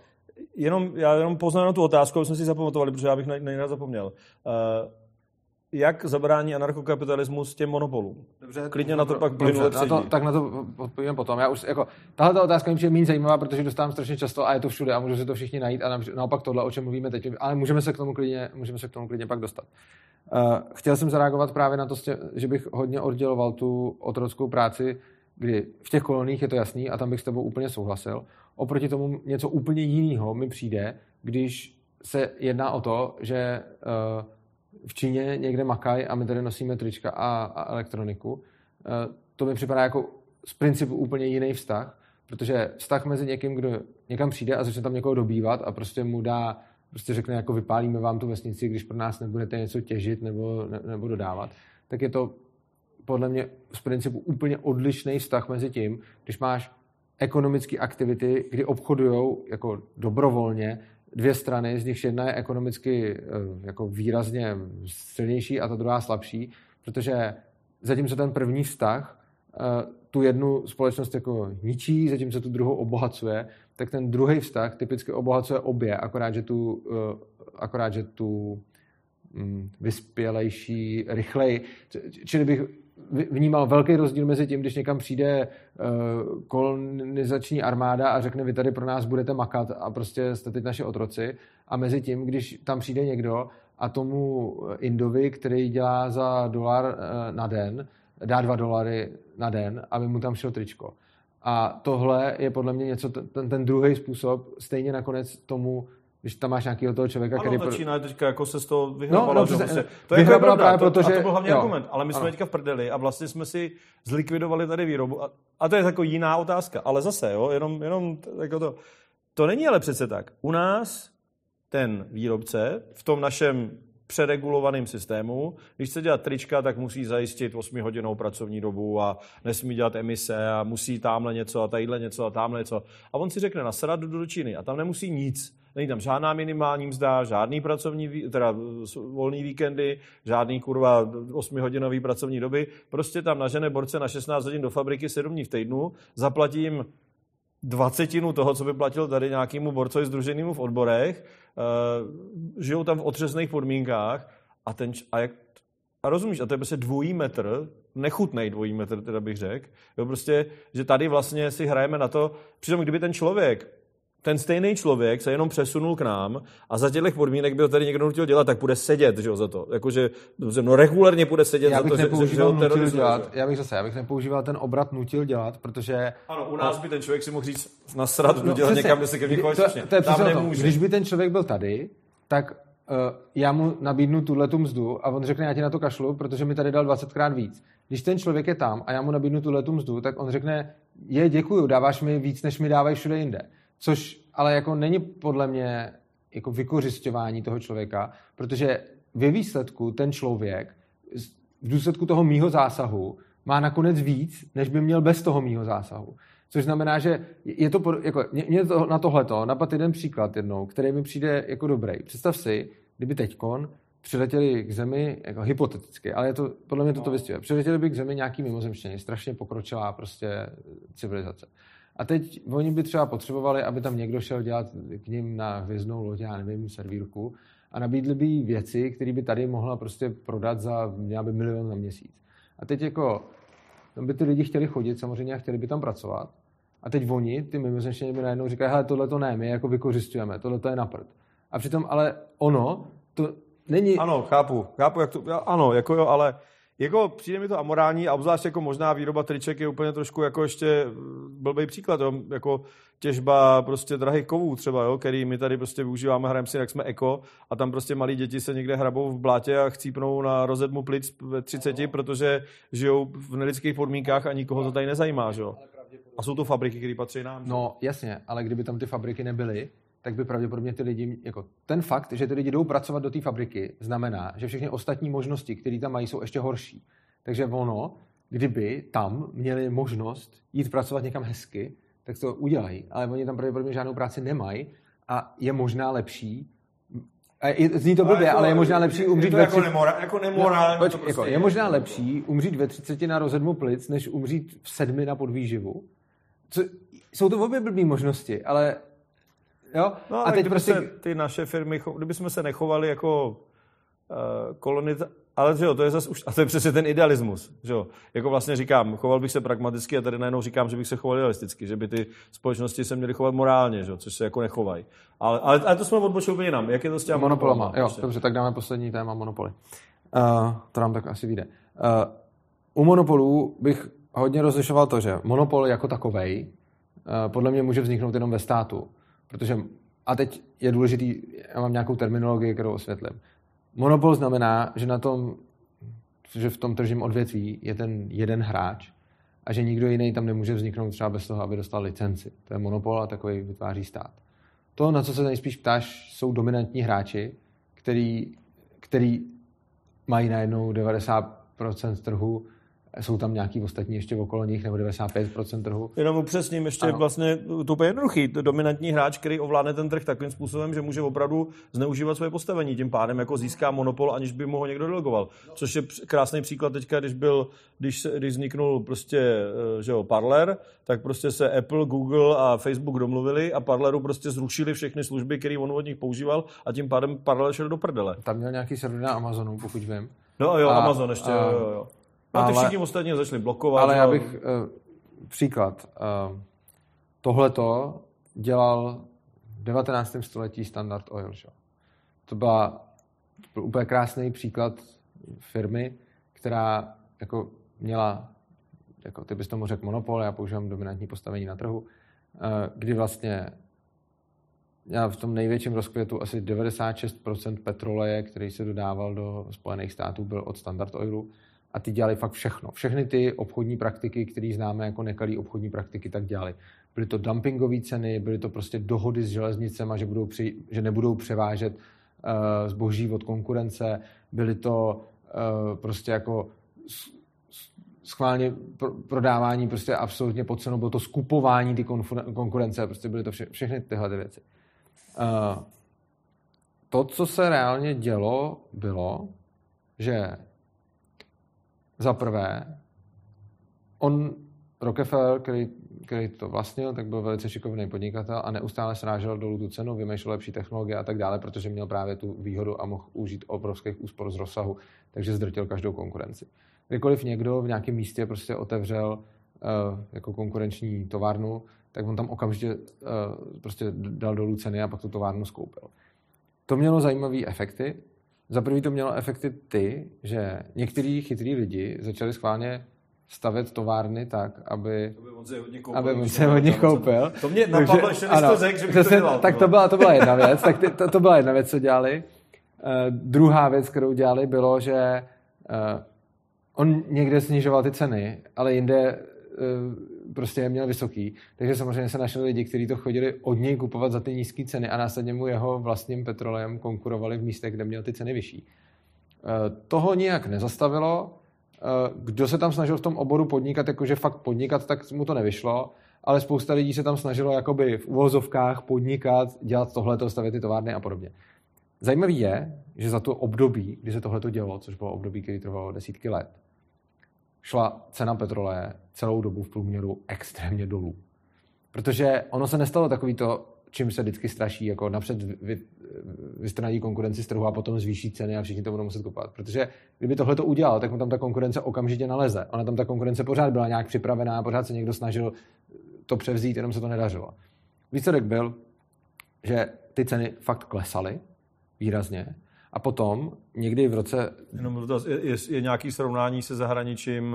Já jenom poznám na tu otázku, aby jsme si zapamatovali, protože já bych na ní zapomněl. jak zabrání anarchokapitalismus těm monopolům. Dobře, klidně na to pak plynule předí. Tak na to odpovím potom. Já už jako tahle otázka mi přijde méně zajímavá, protože dostávám strašně často a je to všude a můžou si to všichni najít a naopak tohle, o čem mluvíme teď, ale můžeme se k tomu klidně pak dostat. Chtěl jsem zareagovat právě na to, že bych hodně odděloval tu otrockou práci, kdy v těch koloniích je to jasný a tam bych s tebou úplně souhlasil. Oproti tomu něco úplně jiného mi přijde, když se jedná o to, že v Číně někde makají a my tady nosíme trička a elektroniku. To mi připadá jako z principu úplně jiný vztah, protože vztah mezi někým, kdo někam přijde a začne tam někoho dobývat a prostě mu dá, prostě řekne, jako vypálíme vám tu vesnici, když pro nás nebudete něco těžit nebo dodávat, tak je to podle mě z principu úplně odlišný vztah mezi tím, když máš ekonomické aktivity, kdy obchodujou jako dobrovolně dvě strany, z nichž jedna je ekonomicky jako výrazně silnější a ta druhá slabší, protože zatímco ten první vztah tu jednu společnost jako ničí, zatímco tu druhou obohacuje, tak ten druhý vztah typicky obohacuje obě, akorát, že tu vyspělejší, rychleji. Čili bych vnímal velký rozdíl mezi tím, když někam přijde kolonizační armáda a řekne, vy tady pro nás budete makat a prostě jste teď naši otroci, a mezi tím, když tam přijde někdo a tomu Indovi, který dělá za $1 na den, dá $2 na den, aby mu tam šlo tričko. A tohle je podle mě něco, ten druhý způsob, stejně nakonec tomu, když tam máš nějakého toho člověka, ano, který... Ano, Čína teďka jako se z toho vyhrabala. To je pravda, protože... A to byl hlavní argument, ale my jsme teďka v prdeli a vlastně jsme si zlikvidovali tady výrobu. A to je jako jiná otázka, ale zase, jo, jenom jako to není ale přece tak. U nás ten výrobce v tom našem přeregulovaném systému, když chce dělat trička, tak musí zajistit 8hodinovou pracovní dobu a nesmí dělat emise a musí tamhle něco a tadyhle něco a tamhle něco. A on si řekne nasrat do Číny a tam nemusí nic. Není tam žádná minimální mzda, žádný volný víkendy, žádný 8hodinový pracovní doby. Prostě tam nažene borce na 16 hodin do fabriky 7 dní v týdnu, zaplatím 20% toho, co by platil tady nějakému borcovi sdruženému v odborech, žijou tam v otřesných podmínkách a rozumíš, a to je prostě dvojí metr, nechutnej dvojí metr, teda bych řekl, jo, prostě, že tady vlastně si hrajeme na to, přitom kdyby ten stejný člověk se jenom přesunul k nám a za těchto podmínek by ho tady někdo nutil dělat, tak bude sedět, že jo, za to. Jakože regulérně bude sedět za to, že ho terorizuje. Já bych nepoužíval ten obrat nutil dělat, protože... Ano, u nás by ten člověk si mohl říct nasrat, dělat někam, kde se ke mně chová slušně. Tam nemůže. Když by ten člověk byl tady, tak já mu nabídnu tuhletu mzdu a on řekne, já ti na to kašlu, protože mi tady dal 20krát víc. Když ten člověk je tam a já mu nabídnu tuhletu mzdu, tak on řekne, děkuju, dáváš mi víc, než mi dávají všude jinde. Což ale jako není podle mě jako vykořisťování toho člověka, protože ve výsledku ten člověk v důsledku toho mýho zásahu má nakonec víc, než by měl bez toho mýho zásahu. Což znamená, že je to jako, mě to, na tohleto napadl jeden příklad jednou, který mi přijde jako dobrý. Představ si, kdyby teďkon přiletěli k Zemi, jako hypoteticky, ale je to, podle mě toto vystihuje, přiletěli by k Zemi nějaký mimozemštění, strašně pokročilá prostě civilizace. A teď oni by třeba potřebovali, aby tam někdo šel dělat k nim na hvězdnou loď, já nevím, servírku, a nabídli by jí věci, které by tady mohla prostě prodat za nějaký $1 milion na měsíc. A teď jako, tam by ty lidi chtěli chodit samozřejmě a chtěli by tam pracovat. A teď oni, ty mimozemštění, by najednou říkají, hele, tohle to ne, my jako vykořistujeme, tohle to je na prd. A přitom, ale ono, to není... Ano, chápu, jak to, ano, jako jo, ale jako přijde mi to amorální a obzvlášť jako možná výroba triček je úplně trošku jako ještě blbej příklad, jo? Jako těžba prostě drahých kovů třeba, jo? Který my tady prostě využíváme, hrajeme si, jak jsme eko a tam prostě malí děti se někde hrabou v blátě a chcípnou na rozedmu plic ve 30, protože žijou v nelidských podmínkách a nikoho to tady nezajímá, že jo? A jsou to fabriky, které patří nám. No jasně, ale kdyby tam ty fabriky nebyly, tak by pravděpodobně ty lidi, jako ten fakt, že ty lidi jdou pracovat do té fabriky, znamená, že všechny ostatní možnosti, které tam mají, jsou ještě horší. Takže ono, kdyby tam měli možnost jít pracovat někam hezky, tak to udělají, ale oni tam pravděpodobně žádnou práci nemají a je možná lepší, zní to blbě, ale je možná lepší umřít ve 30... Jako nemorální. No, prostě je možná lepší umřít ve 30 na rozedmu plic, než umřít v 7 na podvýživu. Jsou to obě blbý možnosti, ale jo? No, a teď prostě ty naše firmy, kdybychom se nechovali jako Ale že jo, to je zase už, a to je přesně ten idealismus, že jo. Jako vlastně říkám, choval bych se pragmaticky a tady najednou říkám, že bych se choval idealisticky, že by ty společnosti se měly chovat morálně, že jo, což se jako nechovají. Ale to jsme odbočili úplně jinam. Jak je to s těmi monopolama? Jo, dobře, tak dáme poslední téma monopoly. To nám tak asi vyjde. U monopolů bych hodně rozlišoval to, že monopol jako takovej podle mě může vzniknout jenom ve státu, protože a teď je důležitý, já mám nějakou terminologii, kterou osvětlím. Monopol znamená, že v tom tržním odvětví je ten jeden hráč a že nikdo jiný tam nemůže vzniknout třeba bez toho, aby dostal licenci. To je monopol a takový vytváří stát. To, na co se nejspíš ptáš, jsou dominantní hráči, který mají najednou 90% trhu, jsou tam nějaký ostatní ještě okolo nich, nebo 95% trhu. Jenom upřesním ještě vlastně to úplně jednoduchý. Dominantní hráč, který ovládne ten trh takovým způsobem, že může opravdu zneužívat své postavení. Tím pádem jako získá monopol, aniž by mu ho někdo delegoval. Což je krásný příklad teďka, když vzniknul prostě, že jo, Parler, tak prostě se Apple, Google a Facebook domluvili a Parleru prostě zrušili všechny služby, které on od nich používal a tím pádem Parler šel do prdele. Tam měl nějaký server na Amazonu, pokud vím. No jo, Amazon ještě, jo. A ty všichni ostatní začali blokovat. Ale já bych příklad. Tohleto dělal v 19. století Standard Oil. Že? To byl úplně krásný příklad firmy, která jako měla, jako ty bys tomu řekl monopol, já používám dominantní postavení na trhu, kdy vlastně já v tom největším rozkvětu asi 96% petroleje, který se dodával do Spojených států, byl od Standard Oilu. A ty dělali fakt všechno. Všechny ty obchodní praktiky, které známe jako nekalý obchodní praktiky, tak dělali. Byly to dumpingové ceny, byly to prostě dohody s železnicema, že nebudou převážet zboží od konkurence. Byly to prostě jako schválně prodávání prostě absolutně pod cenou. Bylo to skupování ty konkurence. Prostě byly to všechny tyhle věci. To, co se reálně dělo, bylo, že za prvé, Rockefeller, který to vlastnil, tak byl velice šikovný podnikatel a neustále srážel dolů tu cenu, vymýšlel lepší technologie a tak dále, protože měl právě tu výhodu a mohl užít obrovských úspor z rozsahu, takže zdrtil každou konkurenci. Kdykoliv někdo v nějakém místě prostě otevřel jako konkurenční továrnu, tak on tam okamžitě prostě dal dolů ceny a pak tu továrnu skoupil. To mělo zajímavé efekty. Za prvý to mělo efekty že některý chytrý lidi začali schválně stavět továrny tak, aby on se hodně koupil. To mě napadlo, ještě než to řekl, že bych to dělal. Tak to byla jedna věc. To byla jedna věc, co dělali. Druhá věc, kterou dělali, bylo, že on někde snižoval ty ceny, ale jinde prostě je měl vysoký. Takže samozřejmě se našli lidi, kteří to chodili od něj kupovat za ty nízké ceny a následně mu jeho vlastním petrolejem konkurovali v místech, kde měl ty ceny vyšší. Toho nijak nezastavilo. Kdo se tam snažil v tom oboru podnikat, jakože fakt podnikat, tak mu to nevyšlo, ale spousta lidí se tam snažilo jakoby v uvozovkách podnikat, dělat tohleto, stavět ty továrny a podobně. Zajímavý je, že za to období, kdy se tohleto dělo, což bylo období, které trvalo desítky let, šla cena petroleje celou dobu v průměru extrémně dolů. Protože ono se nestalo takový to, čím se vždycky straší, jako napřed vystraní konkurenci z trhu a potom zvýší ceny a všichni to budou muset kupovat. Protože kdyby tohle to udělal, tak mu tam ta konkurence okamžitě naleze. Ona tam ta konkurence pořád byla nějak připravená, pořád se někdo snažil to převzít, jenom se to nedařilo. Výsledek byl, že ty ceny fakt klesaly výrazně a potom někdy v roce... Je nějaký srovnání se zahraničím,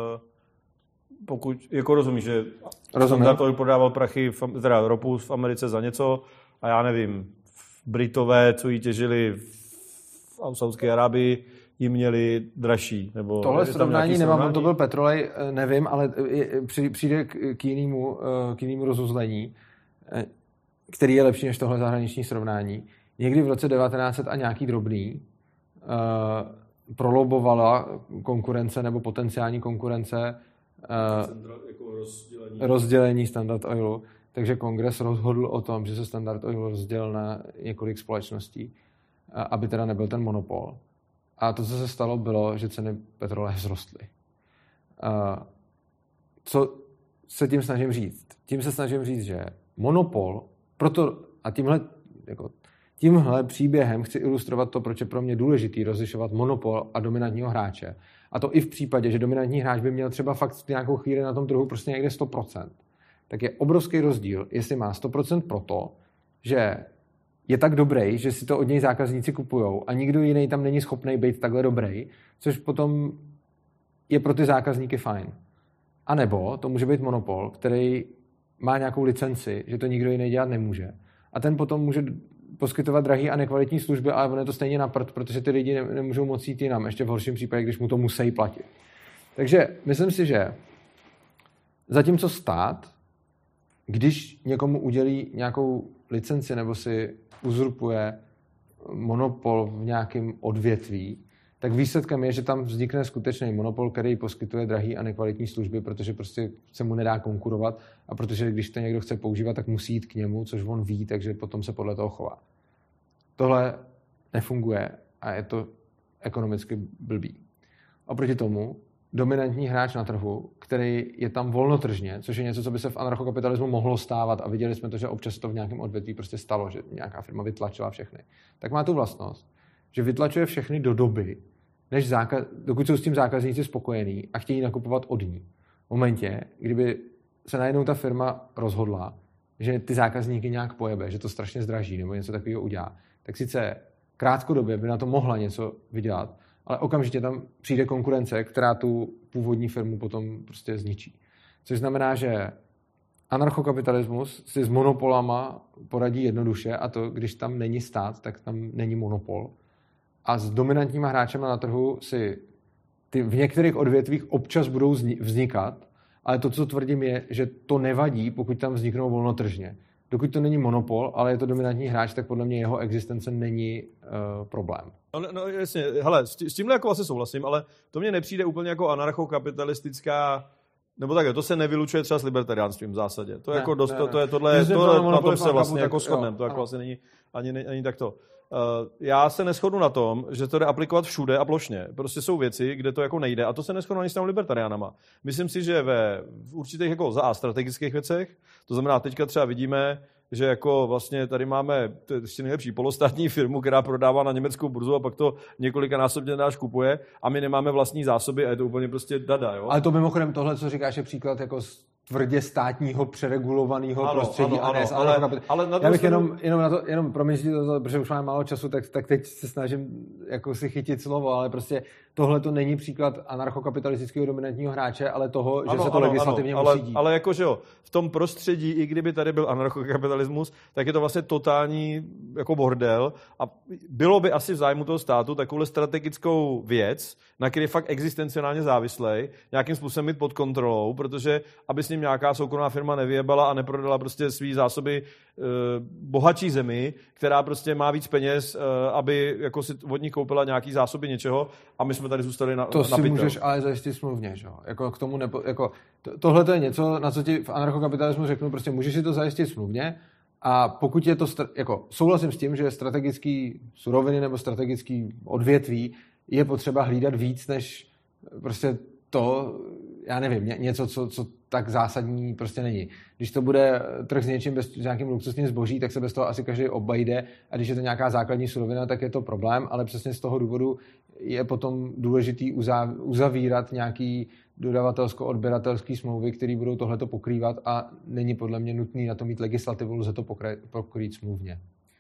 pokud, jako rozumíš, že Standard Oil prodával prachy, teda ropu v Americe za něco a já nevím, Britové, co ji těžili v Saudské Arábii, jim měli dražší. Nebo tohle srovnání nemám, to byl petrolej, nevím, ale přijde k jinému rozuzlení, který je lepší než tohle zahraniční srovnání. Někdy v roce 1900 a nějaký drobný prolobovala konkurence nebo potenciální konkurence rozdělení Standard Oilu. Takže kongres rozhodl o tom, že se Standard Oil rozdělil na několik společností, aby teda nebyl ten monopol. A to, co se stalo, bylo, že ceny petroleje vzrostly. Co se tím snažím říct? Tím se snažím říct, že monopol, proto a tímhle příběhem chci ilustrovat to, proč je pro mě důležitý rozlišovat monopol a dominantního hráče. A to i v případě, že dominantní hráč by měl třeba fakt v nějakou chvíli na tom trhu prostě někde 100%. Tak je obrovský rozdíl, jestli má 100% proto, že je tak dobrý, že si to od něj zákazníci kupujou a nikdo jiný tam není schopný být takhle dobrý, což potom je pro ty zákazníky fajn. A nebo to může být monopol, který má nějakou licenci, že to nikdo jiný dělat nemůže. A ten potom může poskytovat drahý a nekvalitní služby, ale on je to stejně na prd, protože ty lidi nemůžou moc jít jinam, ještě v horším případě, když mu to musí platit. Takže myslím si, že zatímco stát, když někomu udělí nějakou licenci nebo si uzurpuje monopol v nějakém odvětví, tak výsledkem je, že tam vznikne skutečný monopol, který poskytuje drahý a nekvalitní služby, protože prostě se mu nedá konkurovat a protože když to někdo chce používat, tak musí jít k němu, což on ví, takže potom se podle toho chová. Tohle nefunguje a je to ekonomicky blbý. Oproti tomu dominantní hráč na trhu, který je tam volnotržně, což je něco, co by se v anarchokapitalismu mohlo stávat a viděli jsme to, že občas to v nějakém odvětví prostě stalo, že nějaká firma vytlačila všechny, tak má tu vlastnost, že vytlačuje všechny do doby, dokud jsou s tím zákazníci spokojení a chtějí nakupovat od ní. V momentě, kdyby se najednou ta firma rozhodla, že ty zákazníky nějak pojebe, že to strašně zdraží nebo něco takového udělá, tak sice krátkodobě by na to mohla něco vydělat, ale okamžitě tam přijde konkurence, která tu původní firmu potom prostě zničí. Což znamená, že anarchokapitalismus si s monopolama poradí jednoduše a to, když tam není stát, tak tam není monopol. A s dominantníma hráčema na trhu si ty v některých odvětvích občas budou vznikat, ale to, co tvrdím, je, že to nevadí, pokud tam vzniknou volnotržně. Dokud to není monopol, ale je to dominantní hráč, tak podle mě jeho existence není problém. No jasně, hele, s tímhle jako asi souhlasím, ale to mně nepřijde úplně jako anarchokapitalistická, nebo tak, to se nevylučuje třeba s libertariánstvím v zásadě. To je jako dost, to je tohle, na tom se vlastně jako shodneme, to jako asi není ani takto. Já se neshodnu na tom, že to jde aplikovat všude a plošně. Prostě jsou věci, kde to jako nejde a to se neshodnu ani s těmi libertariánama. Myslím si, že v určitých jako strategických věcech, to znamená teďka třeba vidíme, že jako vlastně tady máme to je ještě nejlepší polostátní firmu, která prodává na německou burzu a pak to několikanásobně náš kupuje a my nemáme vlastní zásoby a je to úplně prostě dada, jo. Ale to mimochodem tohle, co říkáš, je příklad jako tvrdě státního přeregulovaného prostředí a ne ale já bych jenom promiňte to, protože už máme málo času, tak teď se snažím jako si chytit slovo, ale prostě tohle to není příklad anarchokapitalistického dominantního hráče, ale toho, že se to legislativně musí dít. Ale jakože jo, v tom prostředí, i kdyby tady byl anarchokapitalismus, tak je to vlastně totální jako bordel a bylo by asi v zájmu toho státu takovou strategickou věc, na který je fakt existenciálně závislej, nějakým způsobem mít pod kontrolou, protože aby s ním nějaká soukromá firma nevyjebala a neprodala prostě svý zásoby bohatší zemi, která prostě má víc peněz, aby jako si od nich koupila nějaký zásoby něčeho a my jsme tady zůstali na to si můžeš ale zajistit smluvně, že jo? Jako k tomu tohle to je něco, na co ti v anarchokapitalismu řeknu, prostě můžeš si to zajistit smluvně a pokud je to jako souhlasím s tím, že strategický suroviny nebo strategický odvětví je potřeba hlídat víc než prostě to, já nevím, něco, co tak zásadní prostě není. Když to bude trh s něčím, s nějakým luxusním zboží, tak se bez toho asi každý obejde a když je to nějaká základní surovina, tak je to problém, ale přesně z toho důvodu je potom důležitý uzavírat nějaký dodavatelsko-odběratelský smlouvy, které budou tohleto pokrývat a není podle mě nutný na to mít legislativu, lze to pokrýt smluvně.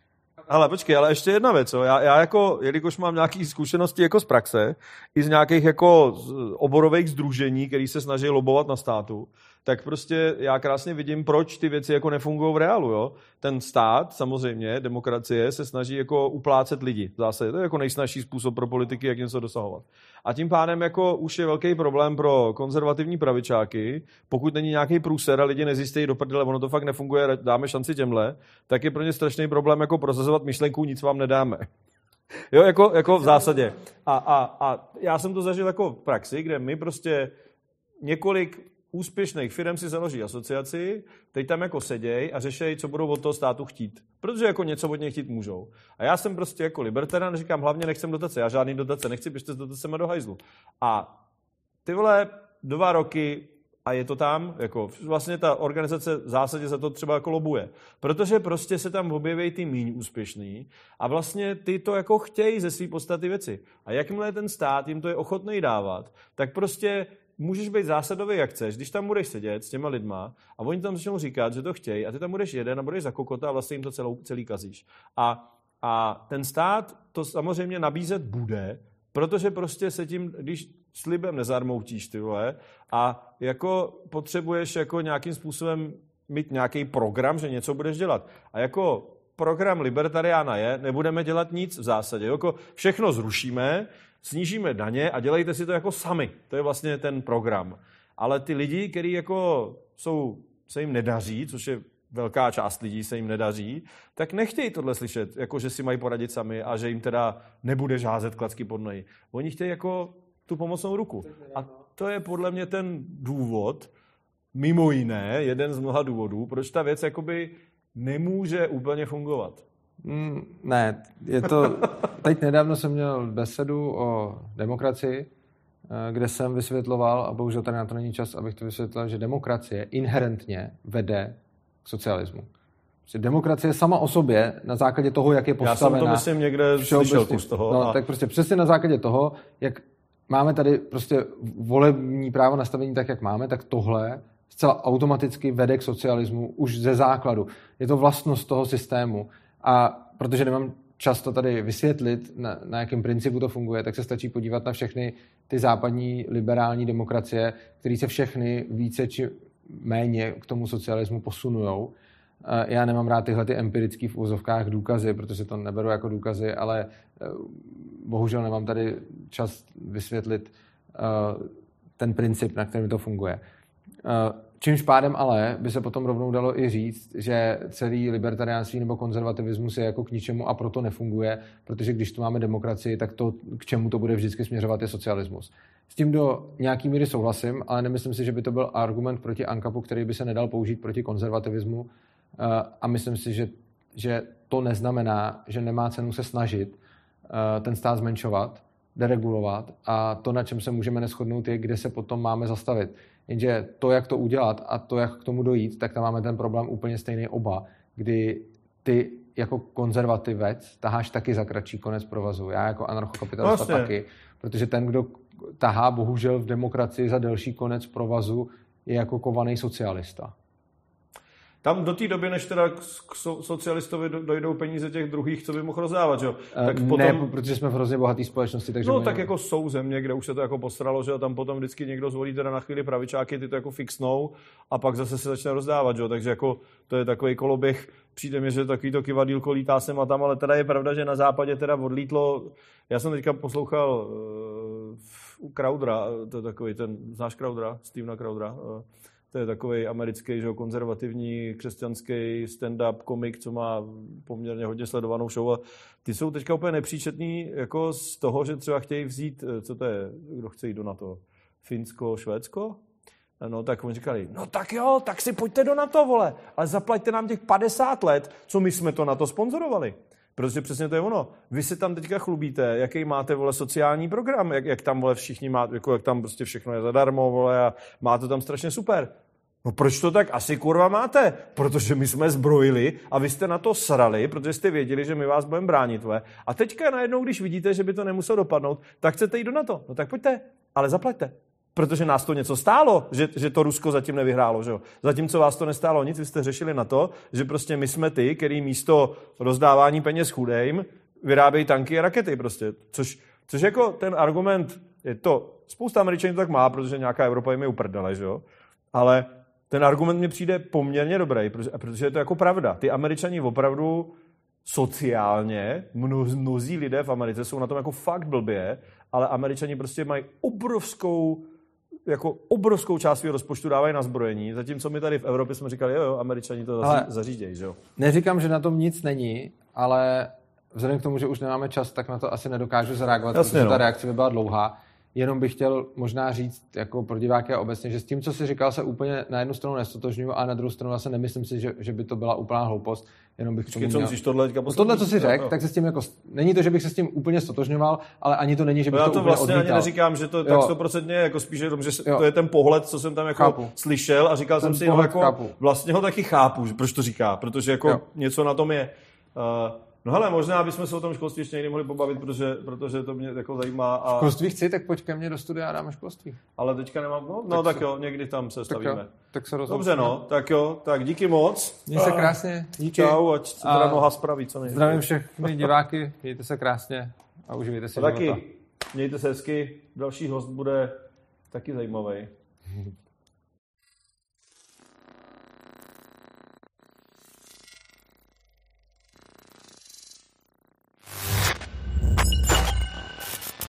Ale počkej, ale ještě jedna věc, jo. Já jako, jelikož mám nějaké zkušenosti jako z praxe, i z nějakých jako oborových sdružení, který se snaží lobovat na státu, tak prostě já krásně vidím, proč ty věci jako nefungují v reálu, jo. Ten stát, samozřejmě, demokracie, se snaží jako uplácet lidi. Zase to je jako nejsnažší způsob pro politiky, jak něco dosahovat. A tím pádem jako už je velký problém pro konzervativní pravičáky, pokud není nějaký průser a lidi nezjistějí do prdele, ono to fakt nefunguje, dáme šanci těmhle, tak je pro ně strašný problém jako prosazovat myšlenku, nic vám nedáme. Jo, jako v zásadě. A já jsem to zažil jako v praxi, kde my prostě několik úspěšných firm si založí asociaci, teď tam jako seděj a řešejí, co budou od toho státu chtít. Protože jako něco od něj chtít můžou. A já jsem prostě jako libertarián, říkám, hlavně nechcem dotace, já žádný dotace nechci, běžte s dotacema do hajzlu. A ty vole, 2 roky a je to tam, jako vlastně ta organizace v zásadě za to třeba jako lobuje. Protože prostě se tam objeví ty míň úspěšný a vlastně ty to jako chtějí ze své podstaty věci. A jakmile ten stát jim to je ochotný dávat, tak prostě můžeš být zásadový, jak chceš, když tam budeš sedět s těma lidma a oni tam začnou říkat, že to chtějí a ty tam budeš jeden a budeš za kokota a vlastně jim to celý kazíš. A ten stát to samozřejmě nabízet bude, protože prostě se tím, když slibem nezarmoutíš, ty vole, a jako potřebuješ jako nějakým způsobem mít nějaký program, že něco budeš dělat. A jako program libertariána je, nebudeme dělat nic v zásadě. Jako všechno zrušíme, snížíme daně a dělejte si to jako sami. To je vlastně ten program. Ale ty lidi, kteří jako se jim nedaří, což je velká část lidí se jim nedaří, tak nechtějí tohle slyšet, jako že si mají poradit sami a že jim teda nebude házet klacky pod nohy. Oni chtějí jako tu pomocnou ruku. A to je podle mě ten důvod, mimo jiné, jeden z mnoha důvodů, proč ta věc jakoby nemůže úplně fungovat. Ne, je to... Teď nedávno jsem měl besedu o demokracii, kde jsem vysvětloval, a bohužel tady na to není čas, abych to vysvětlil, že demokracie inherentně vede k socialismu. Demokracie sama o sobě, na základě toho, jak je postavená... Já jsem to myslím někde slyšel kus toho. No, tak prostě přesně na základě toho, jak máme tady prostě volební právo nastavení tak, jak máme, tak tohle zcela automaticky vede k socialismu už ze základu. Je to vlastnost toho systému. A protože nemám čas to tady vysvětlit, na jakém principu to funguje, tak se stačí podívat na všechny ty západní liberální demokracie, které se všechny více či méně k tomu socialismu posunujou. Já nemám rád tyhle ty empirické v úvozovkách důkazy, protože to neberu jako důkazy, ale bohužel nemám tady čas vysvětlit ten princip, na kterém to funguje. Čímž pádem ale by se potom rovnou dalo i říct, že celý libertariánství nebo konzervativismus je jako k ničemu a proto nefunguje, protože když tu máme demokracii, tak to, k čemu to bude vždycky směřovat, je socialismus. S tím do nějaký míry souhlasím, ale nemyslím si, že by to byl argument proti ANCAPu, který by se nedal použít proti konzervativismu, a myslím si, že to neznamená, že nemá cenu se snažit ten stát zmenšovat, deregulovat a to, na čem se můžeme neshodnout, je, kde se potom máme zastavit. Jenže to, jak to udělat a to, jak k tomu dojít, tak tam máme ten problém úplně stejný oba, kdy ty jako konzervativec taháš taky za kratší konec provazu. Já jako anarchokapitalista taky, protože ten, kdo tahá bohužel v demokracii za delší konec provazu, je jako kovaný socialista. Tam do té doby, než teda k socialistovi dojdou peníze těch druhých, co by mohl rozdávat, že jo? Tak potom... Ne, protože jsme v hrozně bohatý společnosti, takže... No tak jako jsou země, kde už se to jako posralo, že jo? Tam potom vždycky někdo zvolí teda na chvíli pravičáky, ty to jako fixnou a pak zase se začne rozdávat, že jo? Takže jako to je takový koloběh, přijde mi, že takový to kivadýlko lítá sem a tam, ale teda je pravda, že na západě teda odlítlo... Já jsem teďka poslouchal u Crowdera, to je takový ten, znáš Crowdera, Stevena Crowdera? To je takový americký, že, konzervativní, křesťanský stand-up komik, co má poměrně hodně sledovanou show. A ty jsou teďka úplně nepříčetný jako z toho, že třeba chtějí vzít, co to je, kdo chce jít do NATO? Finsko, Švédsko? No tak oni říkali, no tak jo, tak si pojďte do NATO, vole, ale zaplaťte nám těch 50 let, co my jsme to NATO sponzorovali. Protože přesně to je ono. Vy se tam teďka chlubíte, jaký máte, vole, sociální program, jak tam, vole, všichni máte, jako jak tam prostě všechno je zadarmo, vole, a máte tam strašně super. No proč to tak asi kurva máte? Protože my jsme zbrojili a vy jste na to srali, protože jste věděli, že my vás budeme bránit, vole. A teďka najednou, když vidíte, že by to nemuselo dopadnout, tak chcete jít do NATO. No tak pojďte, ale zaplaťte. Protože nás to něco stálo, že to Rusko zatím nevyhrálo, že jo. Zatímco vás to nestálo nic, vy jste řešili na to, že prostě my jsme ty, který místo rozdávání peněz chudým vyrábějí tanky a rakety prostě. Což jako ten argument, je to, spousta Američanů to tak má, protože nějaká Evropa jim je uprdele, že jo. Ale ten argument mi přijde poměrně dobrý, protože je to jako pravda. Ty Američani opravdu sociálně, mnozí lidé v Americe jsou na tom jako fakt blbě, ale Američani prostě mají obrovskou část svého rozpočtu dávají na zbrojení, zatímco my tady v Evropě jsme říkali, jo, Američani to zařídějí, že jo. Neříkám, že na tom nic není, ale vzhledem k tomu, že už nemáme čas, tak na to asi nedokážu zareagovat, protože ta reakce by byla dlouhá. Jenom bych chtěl možná říct jako pro diváky a obecně, že s tím, co jsi říkal, se úplně na jednu stranu nestotožňuju a na druhou stranu zase nemyslím si, že by to byla úplná hloupost. Jenom bych Počkej, co myslíš, tohle co jsi řekl, tak se s tím jako není to, že bych se s tím úplně stotožňoval, ale ani to není, že bych já to úplně vlastně odmítal. ani neříkám, že to tak 100% jako spíš jenom, že to je ten pohled, co jsem tam jako slyšel a říkal jsem si, no jako vlastně ho taky chápu, proč to říká, protože jako něco na tom je. No hele, možná bychom se o tom školství ještě někdy mohli pobavit, protože to mě jako zajímá. A... Školství chci, tak pojď ke mně do studia a dáme školství. Ale teďka nemám, tak jo, někdy tam se stavíme. Tak se rozhodně. Dobře, no, tak díky moc. Měj se krásně. Díky. Čau, ať se teda noha spraví, co nejde. Zdravím všechny diváky, mějte se krásně a užijte si života. Taky, mějte se hezky, další host bude taky zajímavý.